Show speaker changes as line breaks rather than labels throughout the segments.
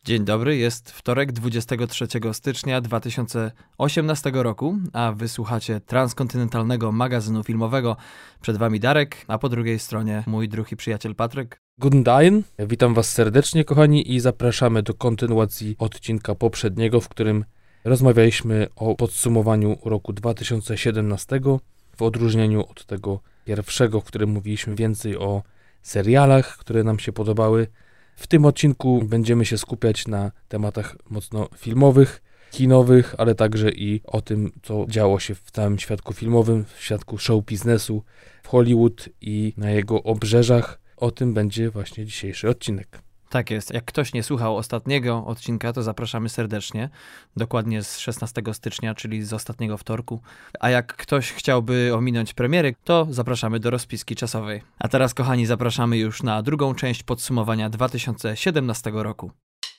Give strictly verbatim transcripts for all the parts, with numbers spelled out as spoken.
Dzień dobry, jest wtorek, dwudziestego trzeciego stycznia dwa tysiące osiemnastego roku, a wysłuchacie transkontynentalnego magazynu filmowego. Przed wami Darek, a po drugiej stronie mój drugi przyjaciel Patryk.
Guten Tag, witam was serdecznie, kochani, i zapraszamy do kontynuacji odcinka poprzedniego, w którym rozmawialiśmy o podsumowaniu roku dwa tysiące siedemnastego, w odróżnieniu od tego pierwszego, w którym mówiliśmy więcej o serialach, które nam się podobały. W tym odcinku będziemy się skupiać na tematach mocno filmowych, kinowych, ale także i o tym, co działo się w całym świadku filmowym, w świadku show biznesu, w Hollywood i na jego obrzeżach. O tym będzie właśnie dzisiejszy odcinek.
Tak jest. Jak ktoś nie słuchał ostatniego odcinka, to zapraszamy serdecznie. Dokładnie z szesnastego stycznia, czyli z ostatniego wtorku. A jak ktoś chciałby ominąć premiery, to zapraszamy do rozpiski czasowej. A teraz, kochani, zapraszamy już na drugą część podsumowania dwa tysiące siedemnastego roku.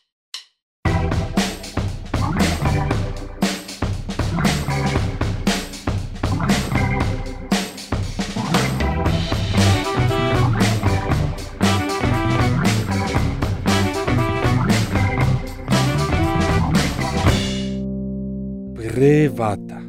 Prywata.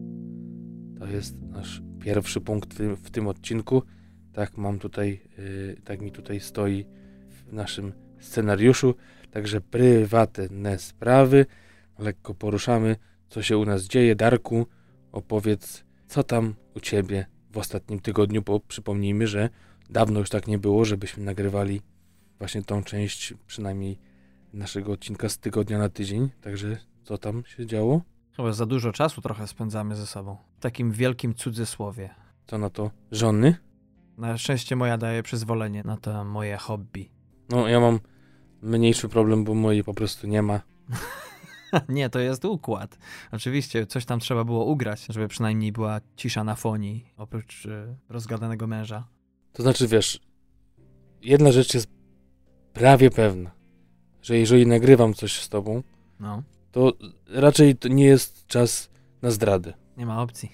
To jest nasz pierwszy punkt w tym, w tym odcinku. Tak mam tutaj, yy, tak mi tutaj stoi w naszym scenariuszu. Także prywatne sprawy. Lekko poruszamy, co się u nas dzieje. Darku, opowiedz, co tam u ciebie w ostatnim tygodniu, bo przypomnijmy, że dawno już tak nie było, żebyśmy nagrywali właśnie tą część, przynajmniej naszego odcinka z tygodnia na tydzień. Także co tam się działo?
Chyba za dużo czasu trochę spędzamy ze sobą. W takim wielkim cudzysłowie.
Co na to? Żony?
Na szczęście moja daje przyzwolenie na to moje hobby.
No, ja mam mniejszy problem, bo mojej po prostu nie ma.
Nie, to jest układ. Oczywiście coś tam trzeba było ugrać, żeby przynajmniej była cisza na fonii, oprócz y, rozgadanego męża.
To znaczy, wiesz, jedna rzecz jest prawie pewna, że jeżeli nagrywam coś z tobą,
No.
to raczej to nie jest czas na zdradę.
Nie ma opcji.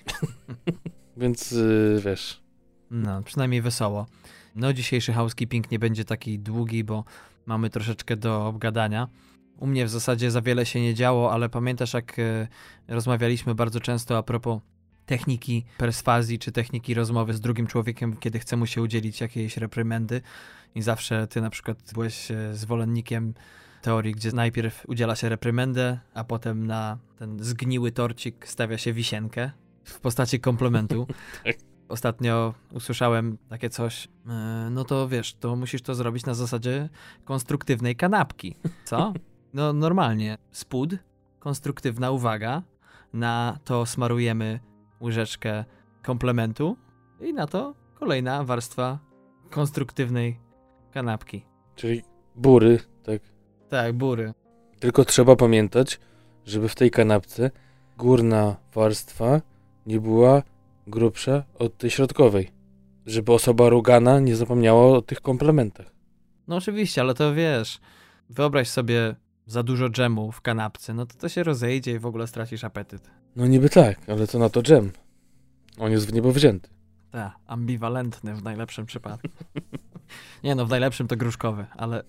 Więc yy, wiesz.
No, przynajmniej wesoło. No, dzisiejszy housekeeping nie będzie taki długi, bo mamy troszeczkę do obgadania. U mnie w zasadzie za wiele się nie działo, ale pamiętasz, jak y, rozmawialiśmy bardzo często a propos techniki perswazji, czy techniki rozmowy z drugim człowiekiem, kiedy chce mu się udzielić jakiejś reprymendy i zawsze ty na przykład byłeś y, zwolennikiem teorii, gdzie najpierw udziela się reprymendę, a potem na ten zgniły torcik stawia się wisienkę w postaci komplementu.
Tak.
Ostatnio usłyszałem takie coś, yy, no to wiesz, to musisz to zrobić na zasadzie konstruktywnej kanapki. Co? No normalnie. Spód, konstruktywna uwaga, na to smarujemy łyżeczkę komplementu i na to kolejna warstwa konstruktywnej kanapki.
Czyli bury, tak?
Tak, bury.
Tylko trzeba pamiętać, żeby w tej kanapce górna warstwa nie była grubsza od tej środkowej. Żeby osoba rugana nie zapomniała o tych komplementach.
No oczywiście, ale to wiesz, wyobraź sobie za dużo dżemu w kanapce, no to to się rozejdzie i w ogóle stracisz apetyt.
No niby tak, ale to na to dżem. On jest w niebo wzięty.
Tak, ambiwalentny w najlepszym przypadku. Nie no, w najlepszym to gruszkowy, ale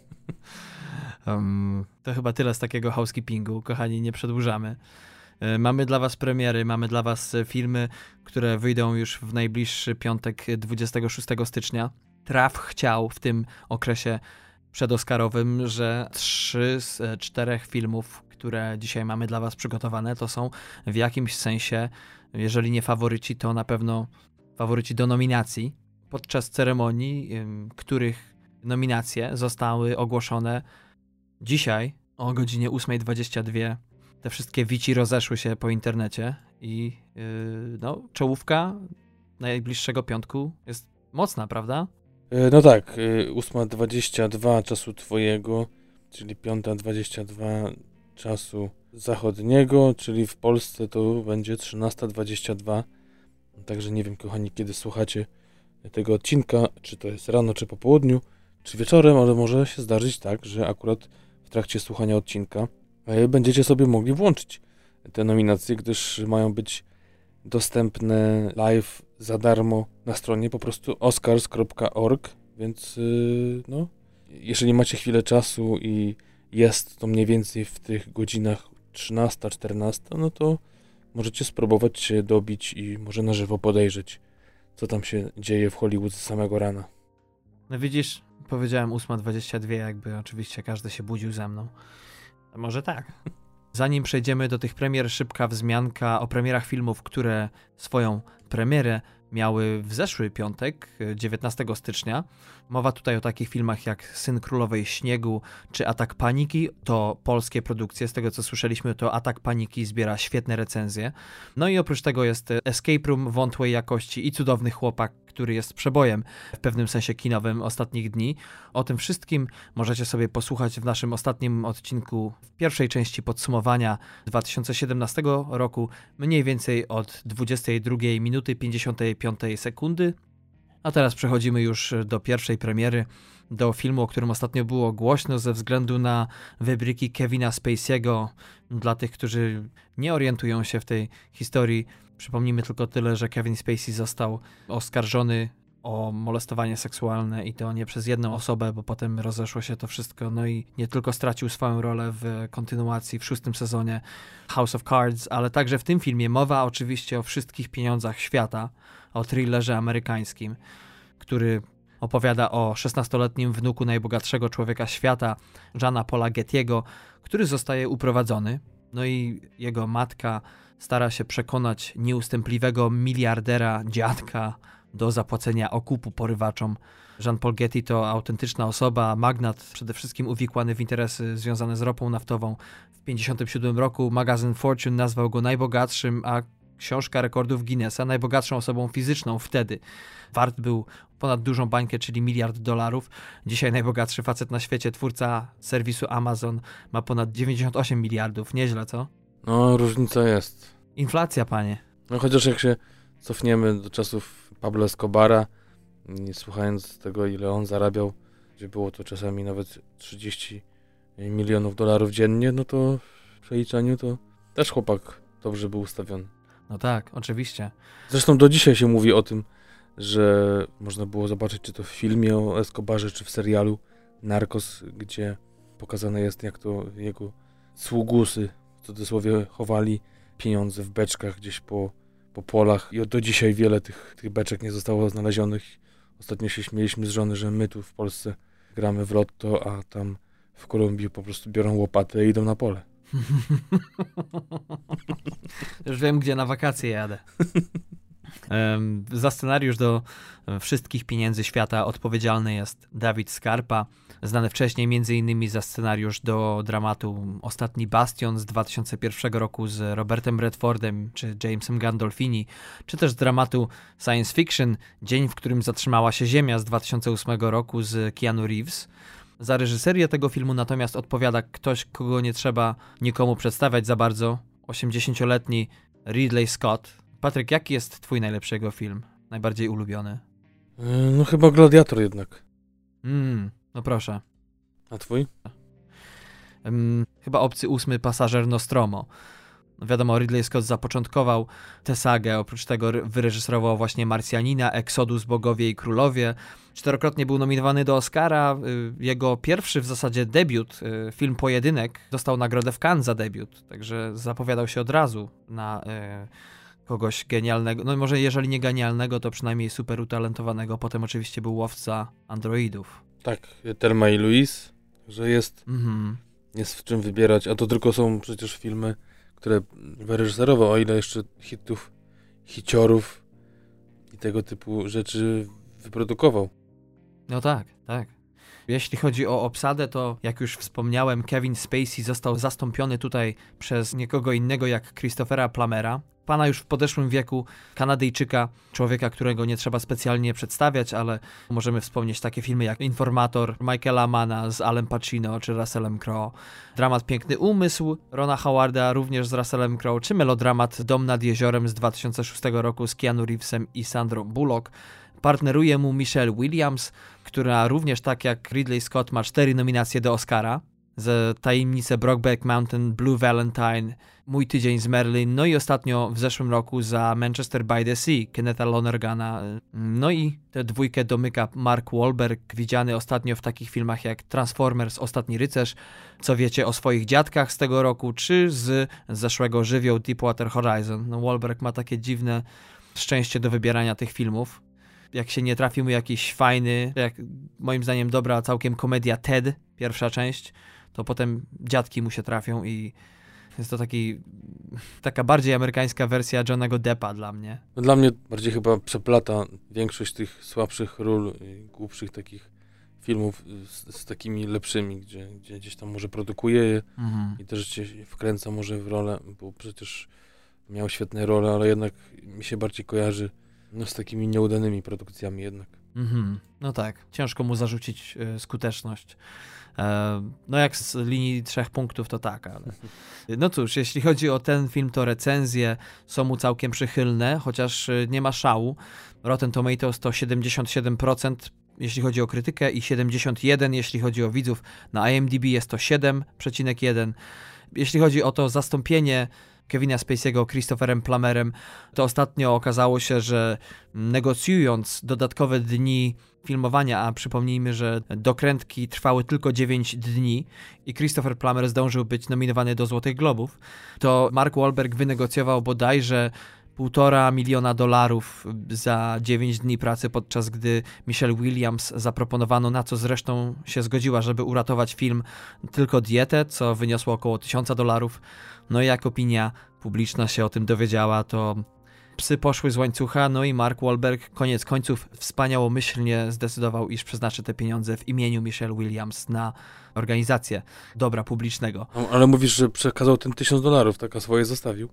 um, to chyba tyle z takiego housekeepingu. Kochani, nie przedłużamy. Y, mamy dla was premiery, mamy dla was filmy, które wyjdą już w najbliższy piątek dwudziestego szóstego stycznia. Traf chciał w tym okresie przedoscarowym, że trzy z czterech filmów, które dzisiaj mamy dla was przygotowane, to są w jakimś sensie, jeżeli nie faworyci, to na pewno faworyci do nominacji. Podczas ceremonii, których nominacje zostały ogłoszone dzisiaj o godzinie ósma dwadzieścia dwa. Te wszystkie wici rozeszły się po internecie i yy, no, czołówka najbliższego piątku jest mocna, prawda?
No tak, ósma dwadzieścia dwa czasu twojego, czyli piąta dwadzieścia dwa czasu zachodniego, czyli w Polsce to będzie trzynasta dwadzieścia dwa. Także nie wiem, kochani, kiedy słuchacie tego odcinka, czy to jest rano, czy po południu, czy wieczorem, ale może się zdarzyć tak, że akurat w trakcie słuchania odcinka będziecie sobie mogli włączyć te nominacje, gdyż mają być dostępne live za darmo na stronie po prostu oscars kropka org, więc yy, no, jeżeli macie chwilę czasu i jest to mniej więcej w tych godzinach trzynasta, czternasta, no to możecie spróbować się dobić i może na żywo podejrzeć, co tam się dzieje w Hollywood z samego rana.
No widzisz, powiedziałem ósma dwadzieścia dwa, jakby oczywiście każdy się budził ze mną. A może tak. Zanim przejdziemy do tych premier, szybka wzmianka o premierach filmów, które swoją premierę miały w zeszły piątek, dziewiętnastego stycznia. Mowa tutaj o takich filmach jak Syn Królowej Śniegu czy Atak Paniki. To polskie produkcje, z tego co słyszeliśmy, to Atak Paniki zbiera świetne recenzje. No i oprócz tego jest Escape Room wątłej jakości i Cudowny Chłopak, który jest przebojem w pewnym sensie kinowym ostatnich dni. O tym wszystkim możecie sobie posłuchać w naszym ostatnim odcinku, w pierwszej części podsumowania dwa tysiące siedemnastego roku, mniej więcej od dwudziestej drugiej minuty pięćdziesiątej piątej sekundy. A teraz przechodzimy już do pierwszej premiery, do filmu, o którym ostatnio było głośno ze względu na wybryki Kevina Spacey'ego. Dla tych, którzy nie orientują się w tej historii, przypomnijmy tylko tyle, że Kevin Spacey został oskarżony o molestowanie seksualne i to nie przez jedną osobę, bo potem rozeszło się to wszystko, no i nie tylko stracił swoją rolę w kontynuacji w szóstym sezonie House of Cards, ale także w tym filmie mowa oczywiście o wszystkich pieniądzach świata, o thrillerze amerykańskim, który opowiada o szesnastoletnim wnuku najbogatszego człowieka świata, Jeana Paula Getty'ego, który zostaje uprowadzony, no i jego matka stara się przekonać nieustępliwego miliardera dziadka do zapłacenia okupu porywaczom. Jean-Paul Getty to autentyczna osoba, magnat, przede wszystkim uwikłany w interesy związane z ropą naftową. W tysiąc dziewięćset pięćdziesiątym siódmym roku magazyn Fortune nazwał go najbogatszym, a książka rekordów Guinnessa najbogatszą osobą fizyczną wtedy. Wart był ponad dużą bańkę, czyli miliard dolarów. Dzisiaj najbogatszy facet na świecie, twórca serwisu Amazon, ma ponad dziewięćdziesiąt osiem miliardów. Nieźle, co?
No, różnica jest.
Inflacja, panie.
No chociaż jak się cofniemy do czasów Pablo Escobara, i słuchając tego, ile on zarabiał, gdzie było to czasami nawet trzydzieści milionów dolarów dziennie, no to w przeliczaniu to też chłopak dobrze był ustawiony.
No tak, oczywiście.
Zresztą do dzisiaj się mówi o tym, że można było zobaczyć, czy to w filmie o Escobarze, czy w serialu Narcos, gdzie pokazane jest, jak to jego sługusy w cudzysłowie chowali pieniądze w beczkach gdzieś po, po polach i do dzisiaj wiele tych, tych beczek nie zostało znalezionych. Ostatnio się śmieliśmy z żony, że my tu w Polsce gramy w lotto, a tam w Kolumbii po prostu biorą łopatę i idą na pole.
Już wiem, gdzie na wakacje jadę. Za scenariusz do Wszystkich pieniędzy świata odpowiedzialny jest David Scarpa, znany wcześniej między innymi za scenariusz do dramatu Ostatni Bastion z dwa tysiące pierwszego roku z Robertem Redfordem czy Jamesem Gandolfini, czy też z dramatu science fiction Dzień, w którym zatrzymała się Ziemia z dwa tysiące ósmego roku z Keanu Reeves. Za reżyserię tego filmu natomiast odpowiada ktoś, kogo nie trzeba nikomu przedstawiać za bardzo, osiemdziesięcioletni Ridley Scott. Patryk, jaki jest twój najlepszy jego film? Najbardziej ulubiony?
No chyba Gladiator jednak.
Mm, no proszę.
A twój?
Um, chyba Obcy ósmy Pasażer Nostromo. No wiadomo, Ridley Scott zapoczątkował tę sagę, oprócz tego wyreżyserował właśnie Marsjanina, Exodus, Bogowie i Królowie. Czterokrotnie był nominowany do Oscara. Jego pierwszy w zasadzie debiut, film Pojedynek, dostał nagrodę w Cannes za debiut, także zapowiadał się od razu na y, kogoś genialnego, no może jeżeli nie genialnego, to przynajmniej super utalentowanego. Potem oczywiście był Łowca androidów.
Tak, Thelma i Louise, że jest,
Mhm.
jest w czym wybierać, a to tylko są przecież filmy, które wyreżyserował, o ile jeszcze hitów, hiciorów i tego typu rzeczy wyprodukował.
No tak, tak. Jeśli chodzi o obsadę, to jak już wspomniałem, Kevin Spacey został zastąpiony tutaj przez nikogo innego jak Christophera Plummera. Pana już w podeszłym wieku Kanadyjczyka, człowieka, którego nie trzeba specjalnie przedstawiać, ale możemy wspomnieć takie filmy jak Informator Michaela Manna z Alem Pacino czy Russellem Crowe, dramat Piękny Umysł Rona Howarda również z Russellem Crowe, czy melodramat Dom nad jeziorem z dwa tysiące szóstego roku z Keanu Reevesem i Sandrą Bullock. Partneruje mu Michelle Williams, która również tak jak Ridley Scott ma cztery nominacje do Oscara. za Tajemnice Brokeback Mountain, Blue Valentine, Mój tydzień z Merlin, no i ostatnio w zeszłym roku za Manchester by the Sea, Kennetha Lonergana. No i tę dwójkę domyka Mark Wahlberg, widziany ostatnio w takich filmach jak Transformers, Ostatni Rycerz, Co wiecie o swoich dziadkach z tego roku, czy z zeszłego Żywioł Deepwater Horizon. No Wahlberg ma takie dziwne szczęście do wybierania tych filmów. Jak się nie trafi mu jakiś fajny, jak moim zdaniem dobra całkiem komedia Ted, pierwsza część, to potem dziadki mu się trafią i jest to taki, taka bardziej amerykańska wersja Johnnego Deppa dla mnie.
No dla mnie bardziej chyba przeplata większość tych słabszych ról, głupszych takich filmów z, z takimi lepszymi, gdzie, gdzie gdzieś tam może produkuje je mhm. i też cię wkręca może w rolę, bo przecież miał świetne role, ale jednak mi się bardziej kojarzy no, z takimi nieudanymi produkcjami jednak.
Mhm. No tak, ciężko mu zarzucić y, skuteczność. E, no jak z linii trzech punktów to tak, ale... No cóż, jeśli chodzi o ten film, to recenzje są mu całkiem przychylne, chociaż y, nie ma szału. Rotten Tomatoes to siedemdziesiąt siedem procent jeśli chodzi o krytykę i siedemdziesiąt jeden procent jeśli chodzi o widzów. Na I M D B jest to siedem przecinek jeden. Jeśli chodzi o to zastąpienie Kevina Spacey'ego Christopherem Plummerem, to ostatnio okazało się, że negocjując dodatkowe dni filmowania, a przypomnijmy, że dokrętki trwały tylko dziewięć dni i Christopher Plummer zdążył być nominowany do Złotych Globów, to Mark Wahlberg wynegocjował bodajże półtora miliona dolarów za dziewięć dni pracy, podczas gdy Michelle Williams zaproponowano, na co zresztą się zgodziła, żeby uratować film, tylko dietę, co wyniosło około tysiąca dolarów. No i jak opinia publiczna się o tym dowiedziała, to psy poszły z łańcucha, no i Mark Wahlberg koniec końców wspaniałomyślnie zdecydował, iż przeznaczy te pieniądze w imieniu Michelle Williams na organizację dobra publicznego.
No, ale mówisz, że przekazał ten tysiąc dolarów, tak, a swoje zostawił?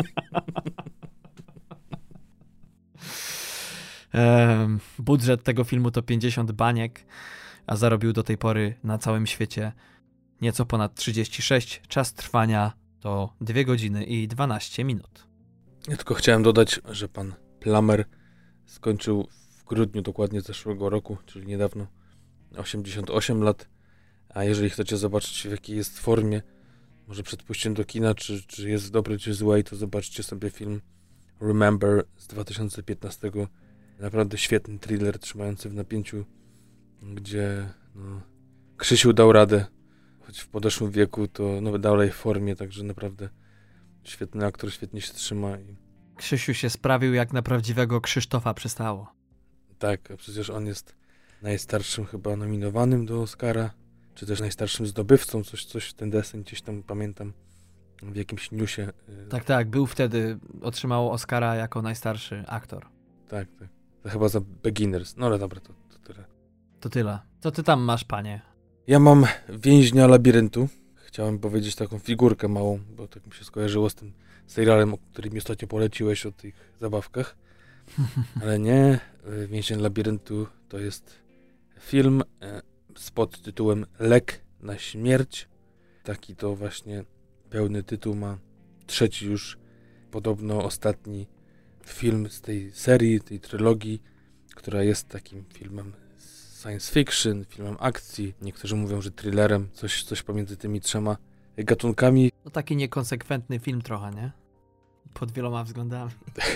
Um, budżet tego filmu to pięćdziesiąt baniek, a zarobił do tej pory na całym świecie nieco ponad trzydzieści sześć. Czas trwania to dwie godziny i dwanaście minut.
Ja tylko chciałem dodać, że pan Plummer skończył w grudniu dokładnie zeszłego roku, czyli niedawno, osiemdziesiąt osiem lat, a jeżeli chcecie zobaczyć, w jakiej jest formie, może przed pójściem do kina, czy, czy jest dobry, czy zły, to zobaczcie sobie film Remember z dwa tysiące piętnastego. Naprawdę świetny thriller trzymający w napięciu, gdzie no, Krzysiu dał radę, choć w podeszłym wieku, to no, dalej w formie, także naprawdę świetny aktor, świetnie się trzyma. I...
Krzysiu się sprawił, jak na prawdziwego Krzysztofa przystało.
Tak, a przecież on jest najstarszym chyba nominowanym do Oscara, czy też najstarszym zdobywcą, coś, coś ten deseń gdzieś tam pamiętam w jakimś newsie.
Tak, tak, był wtedy, otrzymał Oscara jako najstarszy aktor.
Tak, tak. To chyba za Beginners. No ale dobra, to, to tyle.
To tyle. Co ty tam masz, panie?
Ja mam Więźnia Labiryntu. Chciałem powiedzieć taką figurkę małą, bo tak mi się skojarzyło z tym serialem, o którym mi ostatnio poleciłeś, o tych zabawkach. Ale nie. Więźnia Labiryntu to jest film z podtytułem Lek na śmierć. Taki to właśnie pełny tytuł ma. Trzeci już, podobno ostatni film z tej serii, tej trylogii, która jest takim filmem science fiction, filmem akcji. Niektórzy mówią, że thrillerem, coś, coś pomiędzy tymi trzema gatunkami.
No taki niekonsekwentny film trochę, nie? Pod wieloma względami.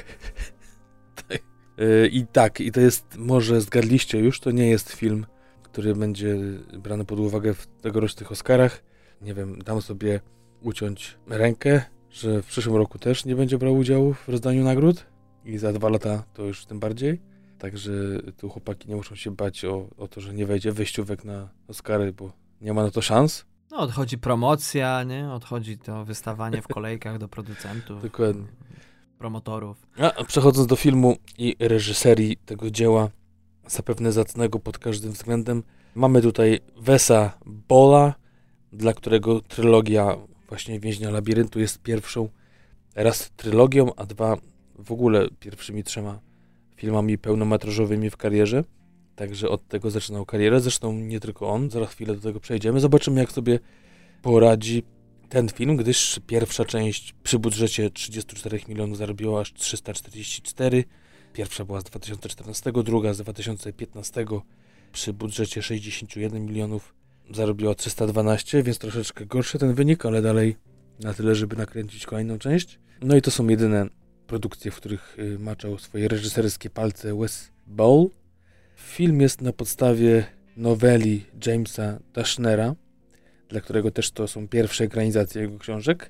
I tak, i to jest, może zgadliście już, to nie jest film, który będzie brany pod uwagę w tegorocznych Oscarach. Nie wiem, dam sobie uciąć rękę, że w przyszłym roku też nie będzie brał udziału w rozdaniu nagród i za dwa lata to już tym bardziej. Także tu chłopaki nie muszą się bać o, o to, że nie wejdzie wyjściówek na Oscary, bo nie ma na to szans.
No odchodzi promocja, nie? Odchodzi to wystawanie w kolejkach do producentów.
Dokładnie.
Promotorów.
A przechodząc do filmu i reżyserii tego dzieła, zapewne zacnego pod każdym względem, mamy tutaj Wesa Bolla, dla którego trylogia właśnie Więźnia Labiryntu jest pierwszą raz trylogią, a dwa w ogóle pierwszymi trzema filmami pełnometrażowymi w karierze. Także od tego zaczynał karierę. Zresztą nie tylko on, zaraz chwilę do tego przejdziemy. Zobaczymy, jak sobie poradzi ten film, gdyż pierwsza część przy budżecie trzydziestu czterech milionów zarobiła aż trzysta czterdzieści cztery. Pierwsza była z dwa tysiące czternastego, druga z dwa tysiące piętnastego przy budżecie sześćdziesięciu jeden milionów zarobiło trzysta dwanaście, więc troszeczkę gorszy ten wynik, ale dalej na tyle, żeby nakręcić kolejną część. No i to są jedyne produkcje, w których y, maczał swoje reżyserskie palce Wes Ball. Film jest na podstawie noweli Jamesa Dashnera, dla którego też to są pierwsze ekranizacje jego książek,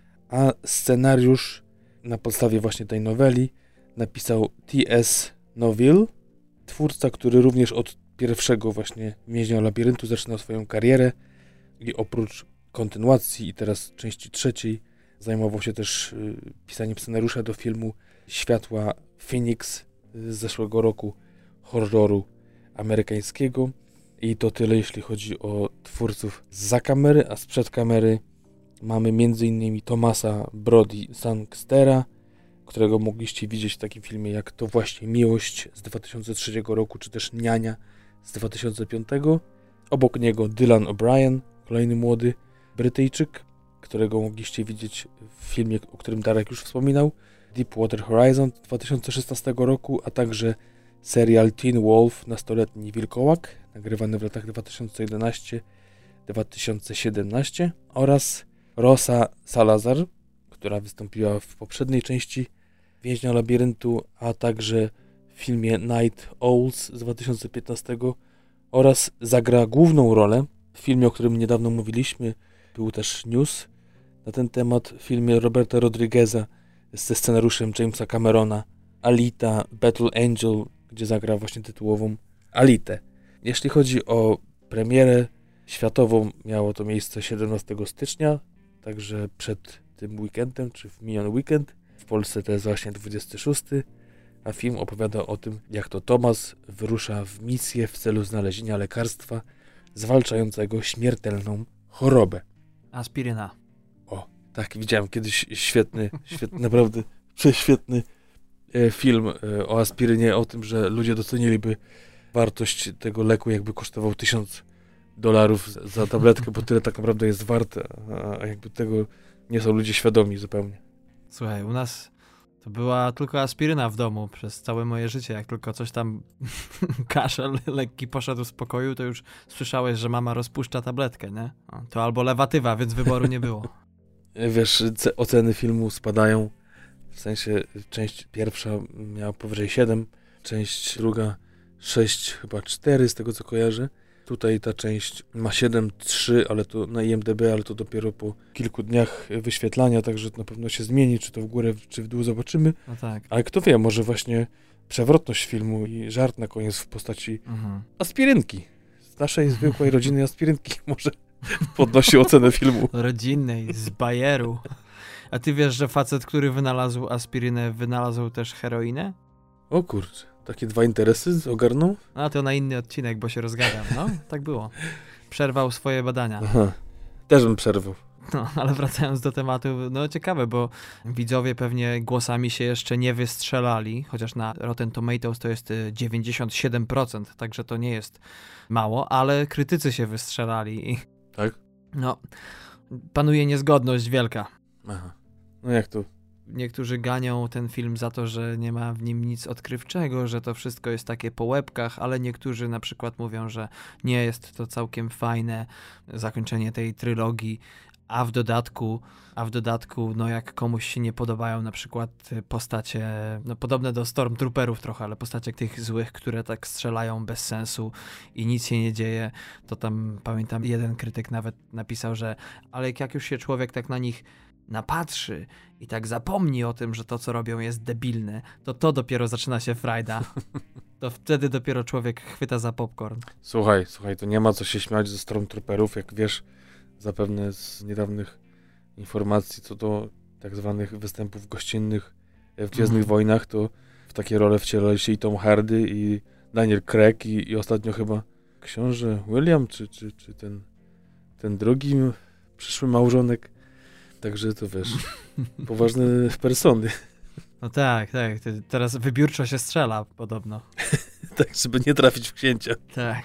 a scenariusz na podstawie właśnie tej noweli napisał T S Noville, twórca, który również od pierwszego właśnie Więźnia Labiryntu zaczynał swoją karierę i oprócz kontynuacji i teraz części trzeciej zajmował się też y, pisaniem scenariusza do filmu Światła Phoenix z zeszłego roku, horroru amerykańskiego. I to tyle, jeśli chodzi o twórców zza kamery, a sprzed kamery mamy m.in. Thomasa Brody Sangstera, którego mogliście widzieć w takim filmie jak To właśnie miłość z dwa tysiące trzeciego roku, czy też Niania z dwa tysiące piątego. Obok niego Dylan O'Brien, kolejny młody Brytyjczyk, którego mogliście widzieć w filmie, o którym Darek już wspominał, Deepwater Horizon z dwa tysiące szesnastego roku, a także serial Teen Wolf, Nastoletni Wilkołak, nagrywany w latach dwa tysiące jedenastego do dwa tysiące siedemnastego, oraz Rosa Salazar, która wystąpiła w poprzedniej części Więźnia Labiryntu, a także w filmie Night Owls z dwa tysiące piętnastego, oraz zagra główną rolę w filmie, o którym niedawno mówiliśmy. Był też news na ten temat w filmie Roberta Rodrigueza ze scenariuszem Jamesa Camerona, Alita Battle Angel, gdzie zagra właśnie tytułową Alitę. Jeśli chodzi o premierę światową, miało to miejsce siedemnastego stycznia, także przed tym weekendem, czy w miniony weekend. W Polsce to jest właśnie dwudziestego szóstego, a film opowiada o tym, jak to Thomas wyrusza w misję w celu znalezienia lekarstwa zwalczającego śmiertelną chorobę.
Aspiryna.
O, tak, widziałem kiedyś świetny, świetny, naprawdę prześwietny e, film e, o aspirynie, o tym, że ludzie doceniliby wartość tego leku, jakby kosztował tysiąc dolarów za, za tabletkę, bo tyle tak naprawdę jest warte, a, a jakby tego nie są ludzie świadomi zupełnie.
Słuchaj, u nas to była tylko aspiryna w domu przez całe moje życie. Jak tylko coś tam kaszel lekki poszedł z pokoju, to już słyszałeś, że mama rozpuszcza tabletkę, nie? O, to albo lewatywa, więc wyboru nie było.
Wiesz, ce- oceny filmu spadają, w sensie część pierwsza miała powyżej siedem, część druga sześć, chyba cztery z tego co kojarzę. Tutaj ta część ma siedem trzy, ale to na I M D B, ale to dopiero po kilku dniach wyświetlania, także na pewno się zmieni, czy to w górę, czy w dół, zobaczymy.
No tak.
Ale kto wie, może właśnie przewrotność filmu i żart na koniec w postaci
Mhm.
aspirynki. Z naszej zwykłej rodzinnej aspirynki może podnosi ocenę filmu.
Rodzinnej, z bajeru. A ty wiesz, że facet, który wynalazł aspirynę, wynalazł też heroinę?
O kurczę, takie dwa interesy ogarnął?
No to na inny odcinek, bo się rozgadam. No, tak było. Przerwał swoje badania.
Aha, też bym przerwał.
No, ale wracając do tematu, no ciekawe, bo widzowie pewnie głosami się jeszcze nie wystrzelali, chociaż na Rotten Tomatoes to jest dziewięćdziesiąt siedem procent, także to nie jest mało, ale krytycy się wystrzelali.
Tak?
No, panuje niezgodność wielka.
Aha, no jak to?
Niektórzy ganią ten film za to, że nie ma w nim nic odkrywczego, że to wszystko jest takie po łebkach, ale niektórzy na przykład mówią, że nie jest to całkiem fajne zakończenie tej trylogii, a w dodatku, a w dodatku, no jak komuś się nie podobają na przykład postacie, no podobne do Stormtrooperów trochę, ale postacie tych złych, które tak strzelają bez sensu i nic się nie dzieje, to tam pamiętam jeden krytyk nawet napisał, że ale jak już się człowiek tak na nich napatrzy i tak zapomni o tym, że to, co robią, jest debilne, to to dopiero zaczyna się frajda. To wtedy dopiero człowiek chwyta za popcorn.
Słuchaj, słuchaj, to nie ma co się śmiać ze Stormtrooperów, jak wiesz zapewne z niedawnych informacji co do tak zwanych występów gościnnych w Gwiezdnych mm. Wojnach, to w takie role wcielali się i Tom Hardy, i Daniel Craig, i, i ostatnio chyba książę William, czy, czy, czy ten, ten drugi przyszły małżonek. Także to wiesz, poważne persony.
No tak, tak. Teraz wybiórczo się strzela podobno.
Tak, żeby nie trafić w księcia.
Tak.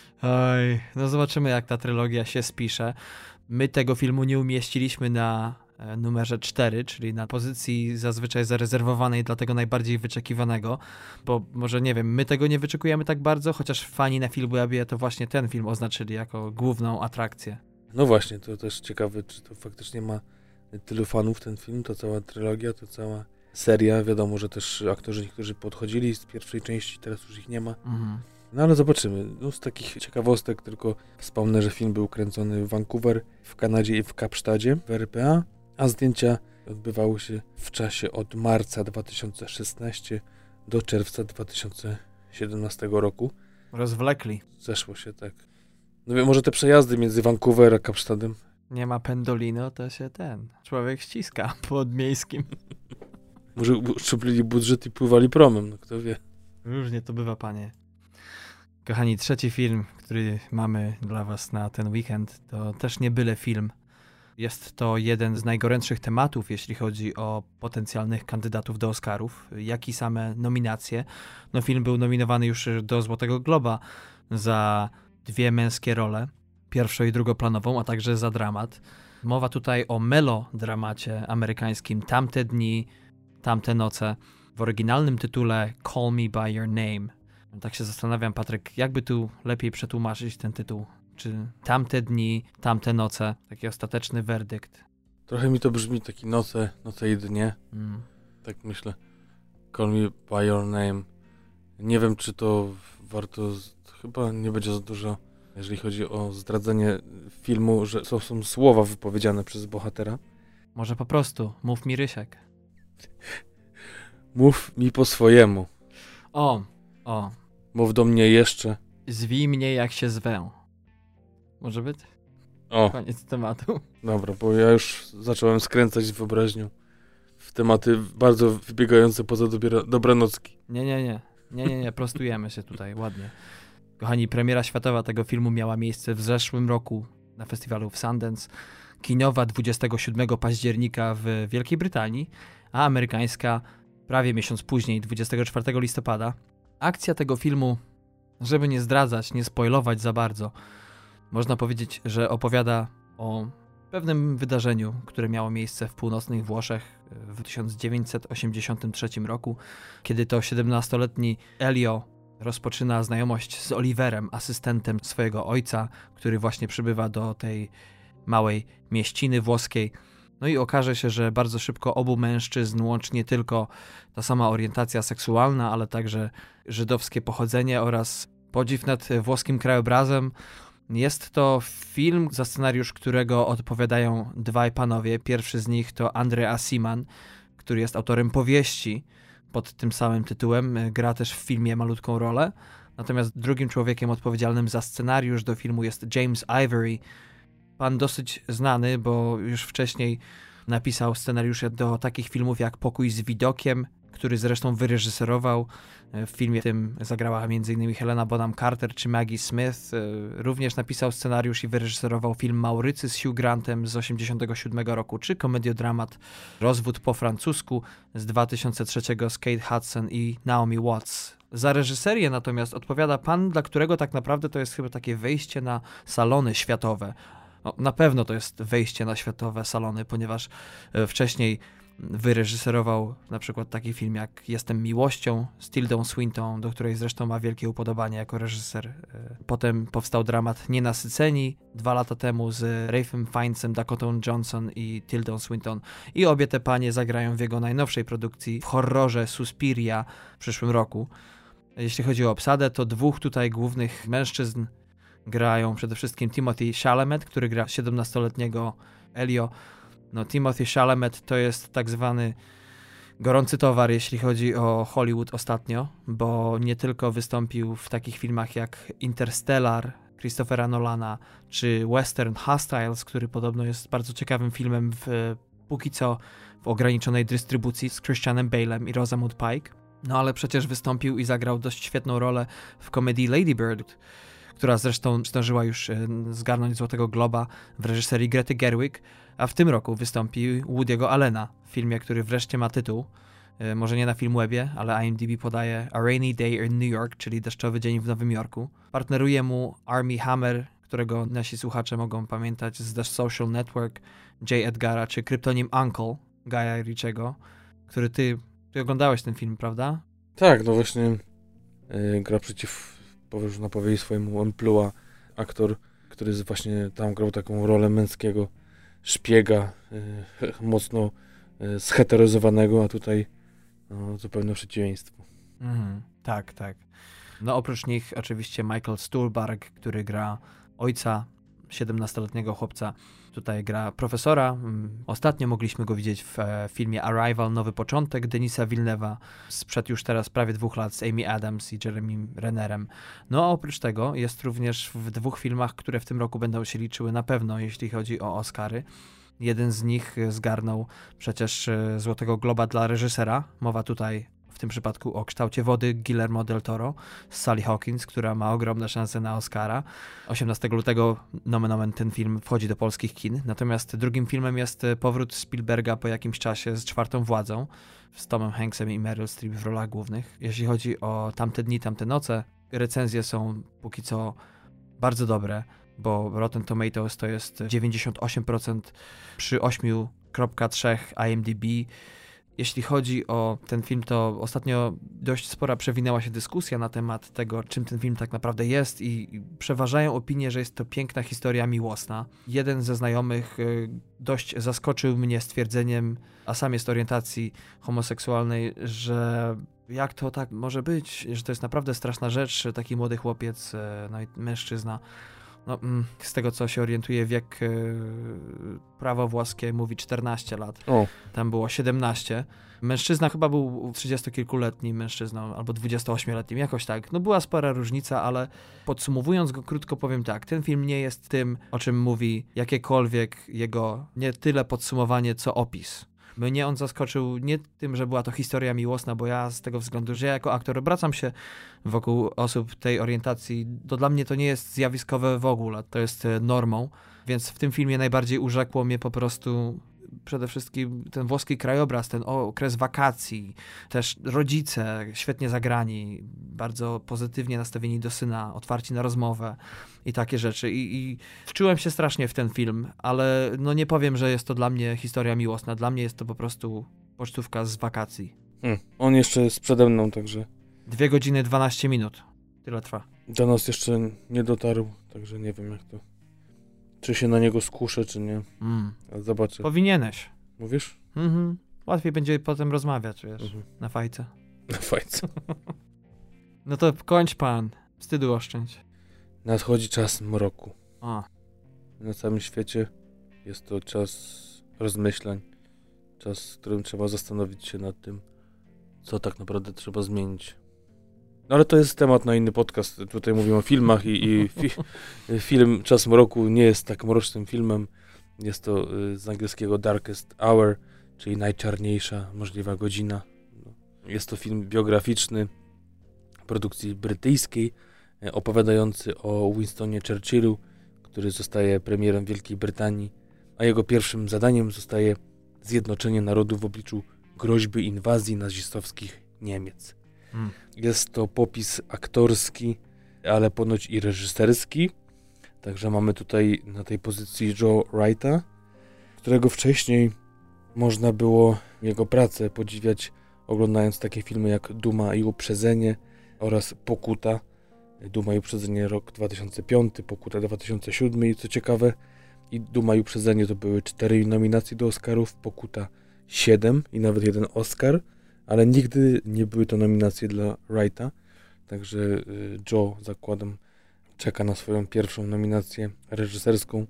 Oj, no zobaczymy jak ta trylogia się spisze. My tego filmu nie umieściliśmy na numerze cztery, czyli na pozycji zazwyczaj zarezerwowanej dla tego najbardziej wyczekiwanego, bo może nie wiem, my tego nie wyczekujemy tak bardzo, chociaż fani na Filmwebie to właśnie ten film oznaczyli jako główną atrakcję.
No właśnie, to też ciekawe, czy to faktycznie ma tylu fanów ten film, to cała trylogia, to cała seria. Wiadomo, że też aktorzy niektórzy podchodzili z pierwszej części, teraz już ich nie ma.
Mhm.
No ale zobaczymy. No, z takich ciekawostek tylko wspomnę, że film był kręcony w Vancouver, w Kanadzie i w Kapsztadzie, w R P A, a zdjęcia odbywały się w czasie od marca dwa tysiące szesnastego do czerwca dwa tysiące siedemnastego roku.
Rozwlekli.
Zeszło się tak. No wiem, może te przejazdy między Vancouver a Kapsztadem.
Nie ma pendolino, to się ten człowiek ściska pod miejskim.
Może uszczuplili budżet i pływali promem, no kto wie.
Różnie to bywa, panie. Kochani, trzeci film, który mamy dla was na ten weekend, to też nie byle film. Jest to jeden z najgorętszych tematów, jeśli chodzi o potencjalnych kandydatów do Oscarów, jak i same nominacje. No, film był nominowany już do Złotego Globa za dwie męskie role, pierwszo- i drugoplanową, a także za dramat. Mowa tutaj o melodramacie amerykańskim Tamte dni, tamte noce. W oryginalnym tytule Call Me By Your Name. Tak się zastanawiam, Patryk, jakby tu lepiej przetłumaczyć ten tytuł? Czy tamte dni, tamte noce? Taki ostateczny werdykt.
Trochę mi to brzmi, taki noce, noce i dnie.
Mm.
Tak myślę. Call Me By Your Name. Nie wiem, czy to warto, chyba nie będzie za dużo, jeżeli chodzi o zdradzenie filmu, że to są słowa wypowiedziane przez bohatera.
Może po prostu, mów mi Rysiek.
Mów mi po swojemu.
O, o.
Mów do mnie jeszcze.
Zwij mnie jak się zwę. Może być?
O,
Koniec tematu.
dobra, bo ja już zacząłem skręcać wyobraźnią w tematy bardzo wybiegające poza dobiera, dobranocki.
Nie, nie, nie. Nie, nie, nie. Prostujemy się tutaj ładnie. Kochani, premiera światowa tego filmu miała miejsce w zeszłym roku na festiwalu w Sundance. Kinowa dwudziestego siódmego października w Wielkiej Brytanii, a amerykańska prawie miesiąc później, dwudziestego czwartego listopada. Akcja tego filmu, żeby nie zdradzać, nie spoilować za bardzo, można powiedzieć, że opowiada o pewnym wydarzeniu, które miało miejsce w północnych Włoszech w tysiąc dziewięćset osiemdziesiątym trzecim roku, kiedy to siedemnastoletni Elio rozpoczyna znajomość z Oliverem, asystentem swojego ojca, który właśnie przybywa do tej małej mieściny włoskiej. No i okaże się, że bardzo szybko obu mężczyzn łączy nie tylko ta sama orientacja seksualna, ale także żydowskie pochodzenie oraz podziw nad włoskim krajobrazem. Jest to film, za scenariusz którego odpowiadają dwaj panowie. Pierwszy z nich to Andrea Siman, który jest autorem powieści pod tym samym tytułem. Gra też w filmie malutką rolę. Natomiast drugim człowiekiem odpowiedzialnym za scenariusz do filmu jest James Ivory. Pan dosyć znany, bo już wcześniej napisał scenariusze do takich filmów jak Pokój z widokiem, który zresztą wyreżyserował. W filmie tym zagrała między innymi Helena Bonham Carter czy Maggie Smith. Również napisał scenariusz i wyreżyserował film Maurycy z Hugh Grantem z osiemdziesiątego siódmego roku, czy komediodramat Rozwód po francusku z dwa tysiące trzeciego z Kate Hudson i Naomi Watts. Za reżyserię natomiast odpowiada pan, dla którego tak naprawdę to jest chyba takie wejście na salony światowe. No, na pewno to jest wejście na światowe salony, ponieważ wcześniej wyreżyserował na przykład taki film jak Jestem miłością z Tildą Swinton, do której zresztą ma wielkie upodobanie jako reżyser. Potem powstał dramat Nienasyceni dwa lata temu z Ralphem Fiennesem, Dakotą Johnson i Tildą Swinton. I obie te panie zagrają w jego najnowszej produkcji w horrorze Suspiria w przyszłym roku. Jeśli chodzi o obsadę, to dwóch tutaj głównych mężczyzn grają przede wszystkim Timothy Chalamet, który gra siedemnastoletniego Elio. No, Timothy Chalamet to jest tak zwany gorący towar, jeśli chodzi o Hollywood ostatnio, bo nie tylko wystąpił w takich filmach jak Interstellar Christophera Nolana, czy Western Hostiles, który podobno jest bardzo ciekawym filmem w, póki co w ograniczonej dystrybucji z Christianem Bale'em i Rosamund Pike. No ale przecież wystąpił i zagrał dość świetną rolę w komedii Lady Bird, która zresztą zdążyła już zgarnąć Złotego Globa w reżyserii Grety Gerwig, a w tym roku wystąpi Woody'ego Allena w filmie, który wreszcie ma tytuł, może nie na Filmwebie, ale I M D B podaje A Rainy Day in New York, czyli Deszczowy Dzień w Nowym Jorku. Partneruje mu Armie Hammer, którego nasi słuchacze mogą pamiętać z The Social Network, J. Edgara, czy kryptonim Uncle Guya Ritchiego, który ty, ty oglądałeś ten film, prawda?
Tak, no właśnie yy, gra przeciw, można powiedzieć, swojemu amplua aktor, który właśnie tam grał taką rolę męskiego szpiega, yy, mocno yy, scheteryzowanego, a tutaj no, zupełne przeciwieństwo.
Mhm, tak, tak. No oprócz nich oczywiście Michael Stuhlbarg, który gra ojca siedemnastoletniego chłopca. Tutaj gra profesora. Ostatnio mogliśmy go widzieć w e, filmie Arrival, Nowy Początek, Denisa Villeneuve'a sprzed już teraz prawie dwóch lat z Amy Adams i Jeremy Rennerem. No a oprócz tego jest również w dwóch filmach, które w tym roku będą się liczyły na pewno, jeśli chodzi o Oscary. Jeden z nich zgarnął przecież Złotego Globa dla reżysera. Mowa tutaj w tym przypadku o Kształcie wody Guillermo del Toro z Sally Hawkins, która ma ogromne szanse na Oscara. osiemnastego lutego nomen omen ten film wchodzi do polskich kin. Natomiast drugim filmem jest powrót Spielberga po jakimś czasie z Czwartą władzą z Tomem Hanksem i Meryl Streep w rolach głównych. Jeśli chodzi o Tamte dni, tamte noce, recenzje są póki co bardzo dobre, bo Rotten Tomatoes to jest dziewięćdziesiąt osiem procent przy osiem przecinek trzy I M D B. Jeśli chodzi o ten film, to ostatnio dość spora przewinęła się dyskusja na temat tego, czym ten film tak naprawdę jest i przeważają opinie, że jest to piękna historia miłosna. Jeden ze znajomych dość zaskoczył mnie stwierdzeniem, a sam jest orientacji homoseksualnej, że jak to tak może być, że to jest naprawdę straszna rzecz, taki młody chłopiec, no i mężczyzna. No, z tego, co się orientuje, wiek yy, prawo włoskie mówi czternaście lat.
O.
Tam było siedemnaście. Mężczyzna chyba był trzydziestokilkuletnim mężczyzną, albo dwudziestoośmioletnim, jakoś tak. No była spora różnica, ale podsumowując go krótko powiem tak. Ten film nie jest tym, o czym mówi jakiekolwiek jego nie tyle podsumowanie, co opis. Mnie on zaskoczył nie tym, że była to historia miłosna, bo ja z tego względu, że ja jako aktor obracam się wokół osób tej orientacji, to dla mnie to nie jest zjawiskowe w ogóle, to jest normą, więc w tym filmie najbardziej urzekło mnie po prostu przede wszystkim ten włoski krajobraz, ten okres wakacji, też rodzice świetnie zagrani, bardzo pozytywnie nastawieni do syna, otwarci na rozmowę i takie rzeczy. I, i wczułem się strasznie w ten film, ale no nie powiem, że jest to dla mnie historia miłosna. Dla mnie jest to po prostu pocztówka z wakacji.
Hmm. On jeszcze jest przede mną, także...
Dwie godziny, dwanaście minut. Tyle trwa.
Do nas jeszcze nie dotarł, także nie wiem jak to... Czy się na niego skuszę, czy nie.
Mm.
Zobaczę.
Powinieneś.
Mówisz?
Mhm. Łatwiej będzie potem rozmawiać, wiesz, mhm. na fajce.
Na fajce.
No to kończ pan. Wstydu oszczędź.
Nadchodzi czas mroku.
A.
Na całym świecie jest to czas rozmyślań. Czas, w którym trzeba zastanowić się nad tym, co tak naprawdę trzeba zmienić. No ale to jest temat na inny podcast. Tutaj mówimy o filmach i, i fi, film Czas mroku nie jest tak mrocznym filmem. Jest to z angielskiego Darkest Hour, czyli najczarniejsza możliwa godzina. Jest to film biograficzny produkcji brytyjskiej, opowiadający o Winstonie Churchillu, który zostaje premierem Wielkiej Brytanii, a jego pierwszym zadaniem zostaje zjednoczenie narodu w obliczu groźby inwazji nazistowskich Niemiec. Hmm. Jest to popis aktorski, ale ponoć i reżyserski. Także mamy tutaj na tej pozycji Joe Wrighta, którego wcześniej można było jego pracę podziwiać oglądając takie filmy jak Duma i Uprzedzenie oraz Pokuta. Duma i Uprzedzenie rok dwa tysiące piąty, Pokuta dwa tysiące siódmy i co ciekawe i Duma i Uprzedzenie to były cztery nominacje do Oscarów, Pokuta siedem i nawet jeden Oscar, ale nigdy nie były to nominacje dla Wrighta, także Joe, zakładam, czeka na swoją pierwszą nominację reżyserską.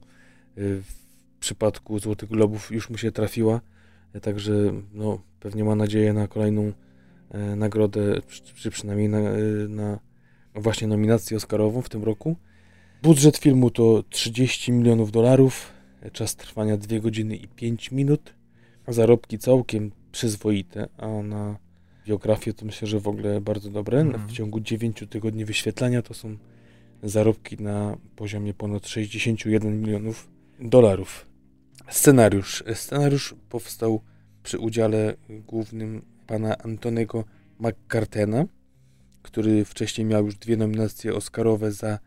W przypadku Złotych Globów już mu się trafiła, także no, pewnie ma nadzieję na kolejną e, nagrodę, czy, czy przynajmniej na, e, na właśnie nominację Oscarową w tym roku. Budżet filmu to trzydzieści milionów dolarów, czas trwania dwie godziny i pięć minut, a zarobki całkiem przyzwoite, a na biografię to myślę, że w ogóle bardzo dobre. Mm. W ciągu dziewięciu tygodni wyświetlania to są zarobki na poziomie ponad sześćdziesiąt jeden milionów dolarów. Scenariusz. Scenariusz powstał przy udziale głównym pana Antonego McCartena, który wcześniej miał już dwie nominacje Oscarowe za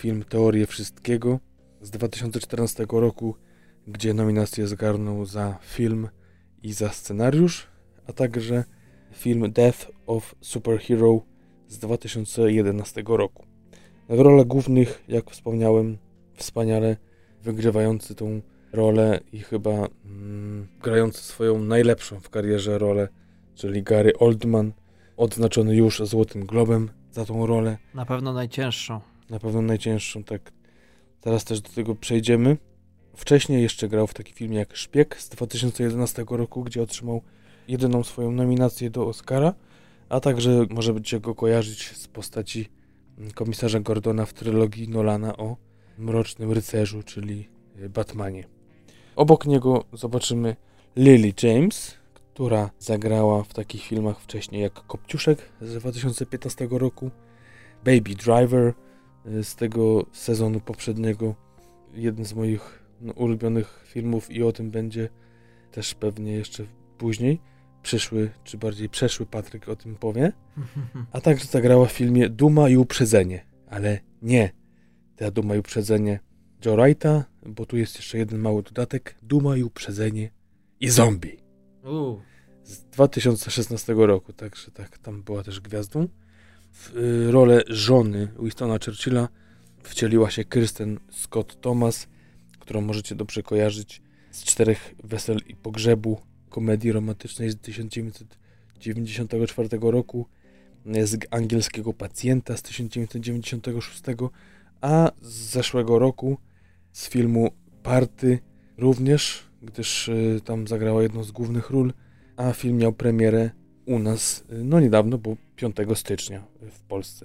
film Teorię Wszystkiego z dwa tysiące czternastego roku, gdzie nominację zgarnął za film i za scenariusz, a także film Death of Superhero z dwa tysiące jedenastego roku. W rolach głównych, jak wspomniałem, wspaniale wygrywający tą rolę i chyba mm, grający swoją najlepszą w karierze rolę, czyli Gary Oldman, odznaczony już Złotym Globem za tą rolę.
Na pewno najcięższą.
Na pewno najcięższą, tak. Teraz też do tego przejdziemy. Wcześniej jeszcze grał w takim filmie jak Szpieg z dwa tysiące jedenastego roku, gdzie otrzymał jedyną swoją nominację do Oscara, a także może będziecie go kojarzyć z postaci komisarza Gordona w trylogii Nolana o Mrocznym Rycerzu, czyli Batmanie. Obok niego zobaczymy Lily James, która zagrała w takich filmach wcześniej jak Kopciuszek z dwa tysiące piętnastego roku, Baby Driver z tego sezonu poprzedniego, jeden z moich no, ulubionych filmów i o tym będzie też pewnie jeszcze później. Przyszły, czy bardziej przeszły Patryk o tym powie. A także zagrała w filmie Duma i Uprzedzenie. Ale nie ta Duma i Uprzedzenie Joe Wrighta, bo tu jest jeszcze jeden mały dodatek. Duma i Uprzedzenie i Zombie.
Uh.
Z dwa tysiące szesnastego roku, także tak, tam była też gwiazdą. W y, rolę żony Winstona Churchilla wcieliła się Kristen Scott Thomas, którą możecie dobrze kojarzyć z Czterech Wesel i Pogrzebu, komedii romantycznej z tysiąc dziewięćset dziewięćdziesiątego czwartego roku, z Angielskiego Pacjenta z tysiąc dziewięćset dziewięćdziesiątego szóstego, a z zeszłego roku z filmu Party również, gdyż y, tam zagrała jedną z głównych ról, a film miał premierę u nas, y, no niedawno, bo piątego stycznia w Polsce.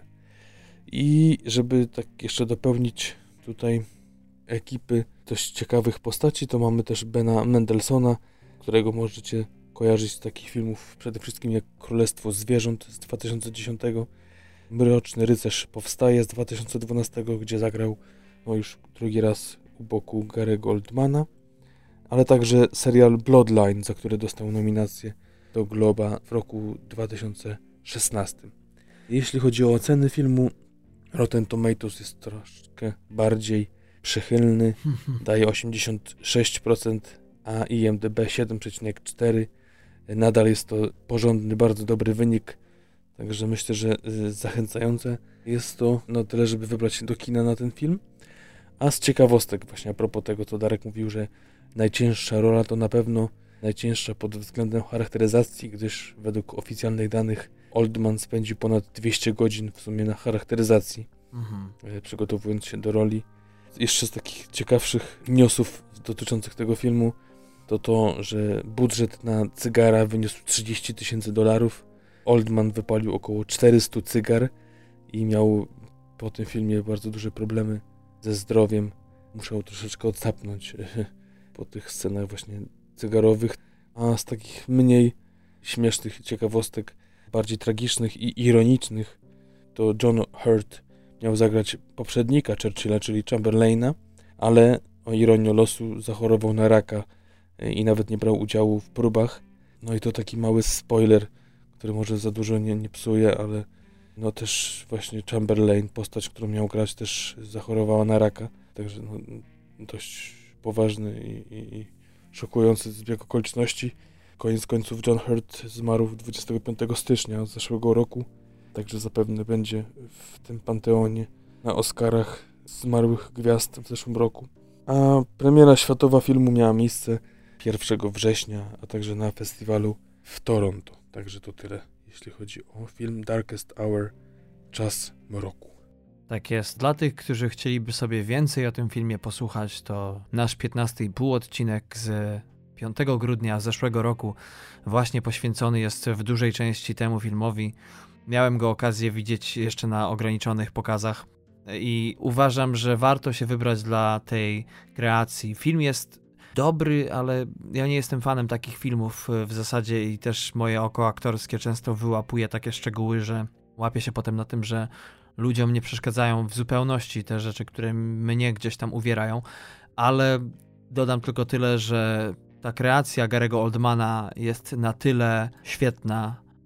I żeby tak jeszcze dopełnić tutaj ekipy dość ciekawych postaci, to mamy też Bena Mendelssohna, którego możecie kojarzyć z takich filmów przede wszystkim jak Królestwo Zwierząt z dwa tysiące dziesiątego, Mroczny Rycerz Powstaje z dwa tysiące dwunastego, gdzie zagrał no już drugi raz u boku Gary'ego Oldmana, ale także serial Bloodline, za który dostał nominację do Globa w roku dwa tysiące szesnastym. Jeśli chodzi o oceny filmu, Rotten Tomatoes jest troszkę bardziej przychylny, daje osiemdziesiąt sześć procent, a I M D B siedem przecinek cztery. Nadal jest to porządny, bardzo dobry wynik, także myślę, że zachęcające jest to na tyle, żeby wybrać się do kina na ten film. A z ciekawostek właśnie a propos tego, co Darek mówił, że najcięższa rola to na pewno najcięższa pod względem charakteryzacji, gdyż według oficjalnych danych Oldman spędził ponad dwieście godzin w sumie na charakteryzacji, mhm. przygotowując się do roli. Jeszcze z takich ciekawszych newsów dotyczących tego filmu to to, że budżet na cygara wyniósł trzydzieści tysięcy dolarów. Oldman wypalił około czterysta cygar i miał po tym filmie bardzo duże problemy ze zdrowiem. Musiał troszeczkę odsapnąć po tych scenach właśnie cygarowych. A z takich mniej śmiesznych ciekawostek, bardziej tragicznych i ironicznych, to John Hurt miał zagrać poprzednika Churchilla, czyli Chamberlaina, ale o ironię losu zachorował na raka i nawet nie brał udziału w próbach. No i to taki mały spoiler, który może za dużo nie, nie psuje, ale no też właśnie Chamberlain, postać, którą miał grać, też zachorowała na raka. Także no, dość poważny i, i, i szokujący zbieg okoliczności. Koniec końców John Hurt zmarł dwudziestego piątego stycznia zeszłego roku, także zapewne będzie w tym panteonie na Oscarach zmarłych gwiazd w zeszłym roku. A premiera światowa filmu miała miejsce pierwszego września, a także na festiwalu w Toronto. Także to tyle, jeśli chodzi o film Darkest Hour, Czas Mroku.
Tak jest. Dla tych, którzy chcieliby sobie więcej o tym filmie posłuchać, to nasz piętnasty i pół odcinek z piątego grudnia zeszłego roku właśnie poświęcony jest w dużej części temu filmowi. Miałem go okazję widzieć jeszcze na ograniczonych pokazach i uważam, że warto się wybrać dla tej kreacji. Film jest dobry, ale ja nie jestem fanem takich filmów w zasadzie i też moje oko aktorskie często wyłapuje takie szczegóły, że łapię się potem na tym, że ludziom nie przeszkadzają w zupełności te rzeczy, które mnie gdzieś tam uwierają, ale dodam tylko tyle, że ta kreacja Gary'ego Oldmana jest na tyle świetna,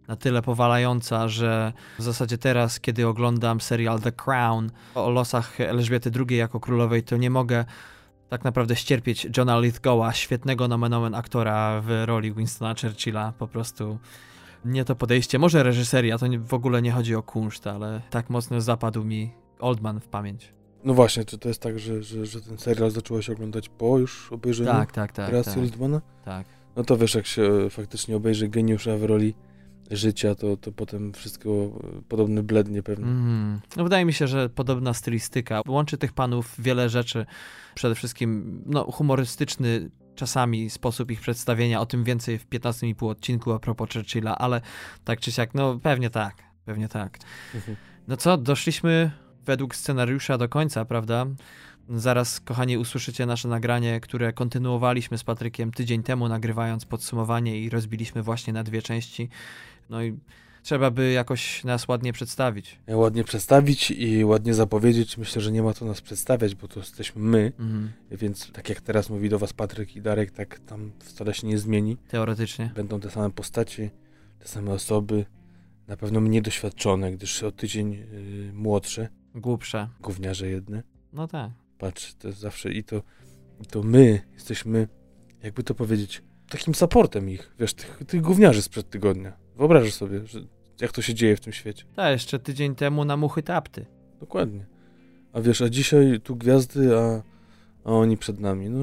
na tyle powalająca, że w zasadzie teraz, kiedy oglądam serial The Crown o losach Elżbiety drugiej jako królowej, to nie mogę tak naprawdę ścierpieć Johna Lithgowa, świetnego nomen omen aktora w roli Winstona Churchilla. Po prostu nie to podejście. Może reżyseria, to nie, w ogóle nie chodzi o kunszt, ale tak mocno zapadł mi Oldman w pamięć.
No właśnie, czy to jest tak, że, że, że ten serial zacząłeś oglądać po już obejrzeniu
tak, tak, tak,
kreacji
tak.
Oldmana?
Tak.
No to wiesz, jak się faktycznie obejrzy geniusza w roli życia, to, to potem wszystko podobny blednie pewnie.
Mm. No wydaje mi się, że podobna stylistyka. Łączy tych panów wiele rzeczy. Przede wszystkim no, humorystyczny czasami sposób ich przedstawienia, o tym więcej w piętnastym i pół odcinku a propos Churchilla, ale tak czy siak, no pewnie tak, pewnie tak.
Mhm.
No co, doszliśmy według scenariusza do końca, prawda? Zaraz, kochani, usłyszycie nasze nagranie, które kontynuowaliśmy z Patrykiem tydzień temu, nagrywając podsumowanie i rozbiliśmy właśnie na dwie części. No i trzeba by jakoś nas ładnie przedstawić.
Ładnie przedstawić i ładnie zapowiedzieć. Myślę, że nie ma to nas przedstawiać, bo to jesteśmy my,
Mhm.
więc tak jak teraz mówi do was Patryk i Darek, tak tam wcale się nie zmieni.
Teoretycznie.
Będą te same postacie, te same osoby, na pewno mniej doświadczone, gdyż o tydzień yy, młodsze,
Głupsze.
gówniarze jedne.
No tak.
Patrz, to jest zawsze i to, i to my jesteśmy, jakby to powiedzieć, takim supportem ich, wiesz, tych, tych gówniarzy sprzed tygodnia. Wyobrażasz sobie, że jak to się dzieje w tym świecie.
Tak, jeszcze tydzień temu na muchy tapty.
Dokładnie. A wiesz, a dzisiaj tu gwiazdy, a, a oni przed nami. No.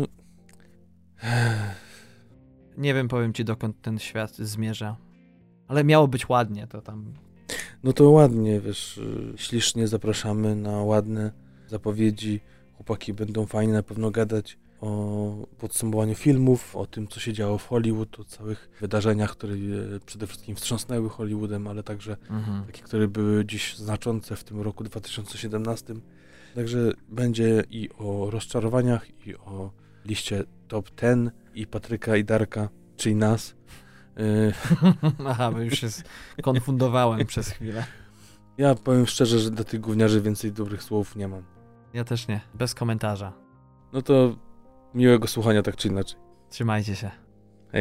Nie wiem, powiem ci, dokąd ten świat zmierza. Ale miało być ładnie, to tam...
No to ładnie, wiesz, ślicznie zapraszamy na ładne zapowiedzi. Chłopaki będą fajnie na pewno gadać o podsumowaniu filmów, o tym, co się działo w Hollywood, o całych wydarzeniach, które przede wszystkim wstrząsnęły Hollywoodem, ale także
Mhm.
takie, które były dziś znaczące w tym roku dwa tysiące siedemnastym. Także będzie i o rozczarowaniach, i o liście top dziesięć, i Patryka, i Darka, czyli nas. Y-
Aha, bo już się konfundowałem przez chwilę.
ja powiem szczerze, że dla tych gówniarzy więcej dobrych słów nie mam.
Ja też nie, bez komentarza.
No to miłego słuchania tak czy inaczej.
Trzymajcie się.
Hej.